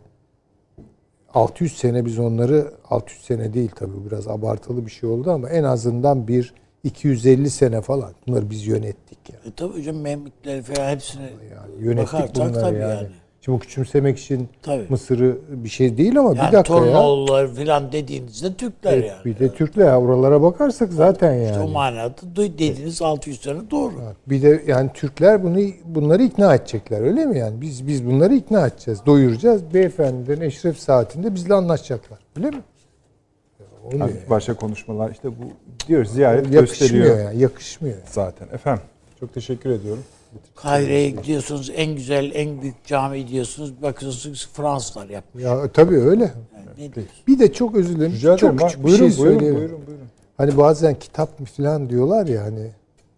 altı yüz sene biz onları, altı yüz sene değil tabii biraz abartılı bir şey oldu ama en azından bir iki yüz elli sene falan bunları biz yönettik yani. E tabii hocam Memlükleri falan hepsini yani yönettik bakarsak bunları tabii yani. yani. Şimdi bu küçümsemek için tabii. Mısır'ı bir şey değil ama yani bir dakika ya. Tornoğulları falan dediğinizde Türkler evet, yani. Bir de Türkler ya, oralara bakarsak zaten yani. İşte o manada dediğiniz altı yüz sene doğru. Bir de yani Türkler bunu bunları ikna edecekler öyle mi yani? Biz biz bunları ikna edeceğiz, doyuracağız. Beyefendilerin eşref saatinde bizle anlaşacaklar. Öyle mi? Yani yani. Başka konuşmalar işte bu diyoruz ziyaret yakışmıyor gösteriyor. Yani, yakışmıyor. Zaten. Efendim çok teşekkür ediyorum. Kahire'ye gidiyorsunuz, en güzel, en büyük cami diyorsunuz. Bakıyorsunuz Fransızlar yapmış. Ya tabii öyle. Yani bir de çok özür dilerim. Rica çok ederim. küçük Buyurun, bir şey buyurun, söyleyeyim. buyurun, buyurun. Hani bazen kitap falan diyorlar ya hani.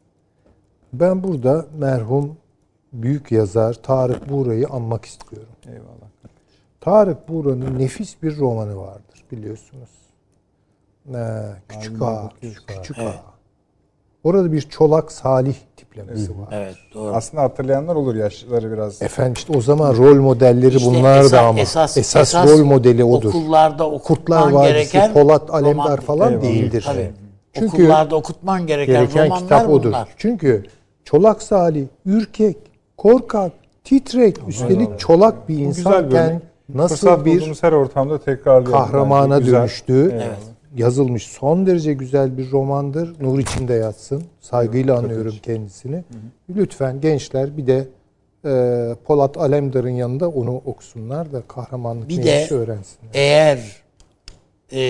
Ben burada merhum büyük yazar Tarık Buğra'yı anmak istiyorum. Eyvallah. Tarık Buğra'nın nefis bir romanı vardır biliyorsunuz. Ee, Küçük Ağa. Küçük evet. Ağa. Orada bir Çolak Salih tiplemesi evet. var. Evet, doğru. Aslında hatırlayanlar olur, yaşlıları biraz. Efendim işte o zaman rol modelleri işte bunlar esas, da ama esas, esas, esas rol modeli odur. Okullarda okutman Kurtlar Vadisi, gereken Polat Alemdar falan Eyvallah. değildir. Tabii. Çünkü okullarda okutman gereken, gereken romanlar kitap odur. bunlar. Çünkü Çolak Salih ürkek, korkak, titrek, üstelik Allah çolak Allah. bir insanken nasıl bir her ortamda kahramana dönüştüğü evet. yazılmış son derece güzel bir romandır. Nur içinde yatsın. Saygıyla evet, anıyorum evet. kendisini. Hı hı. Lütfen gençler bir de e, Polat Alemdar'ın yanında onu okusunlar da kahramanlık bir neymiş de öğrensinler. Eğer e,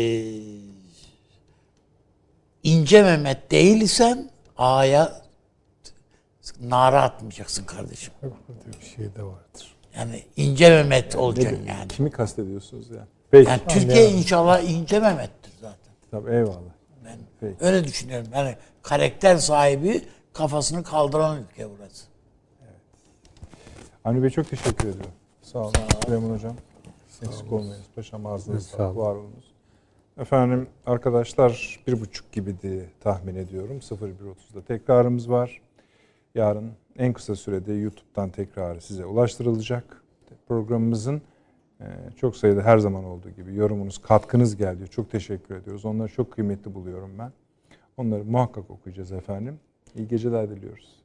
İnce Mehmet değilsen A'ya nara atmayacaksın kardeşim. Bir şey de vardır. Yani İnce Mehmet yani olacaksın ne, yani. Kimi kastediyorsunuz yani? Peki. Yani Türkiye inşallah İnce Mehmet'tir zaten. Tabii eyvallah. Ben Peki. öyle düşünüyorum. Yani karakter sahibi, kafasını kaldıran ülke burası. Evet. Avni Bey çok teşekkür ediyorum. Sağ olun. Süleyman Hocam. Eksik olmayınız. Paşam ağzınıza sağlık. Var olunuz. Efendim arkadaşlar bir buçuk gibi diye tahmin ediyorum. sıfır bir otuzda tekrarımız var. Yarın en kısa sürede YouTube'dan tekrarı size ulaştırılacak. Programımızın çok sayıda her zaman olduğu gibi yorumunuz, katkınız geldi. Çok teşekkür ediyoruz. Onları çok kıymetli buluyorum ben. Onları muhakkak okuyacağız efendim. İyi geceler diliyoruz.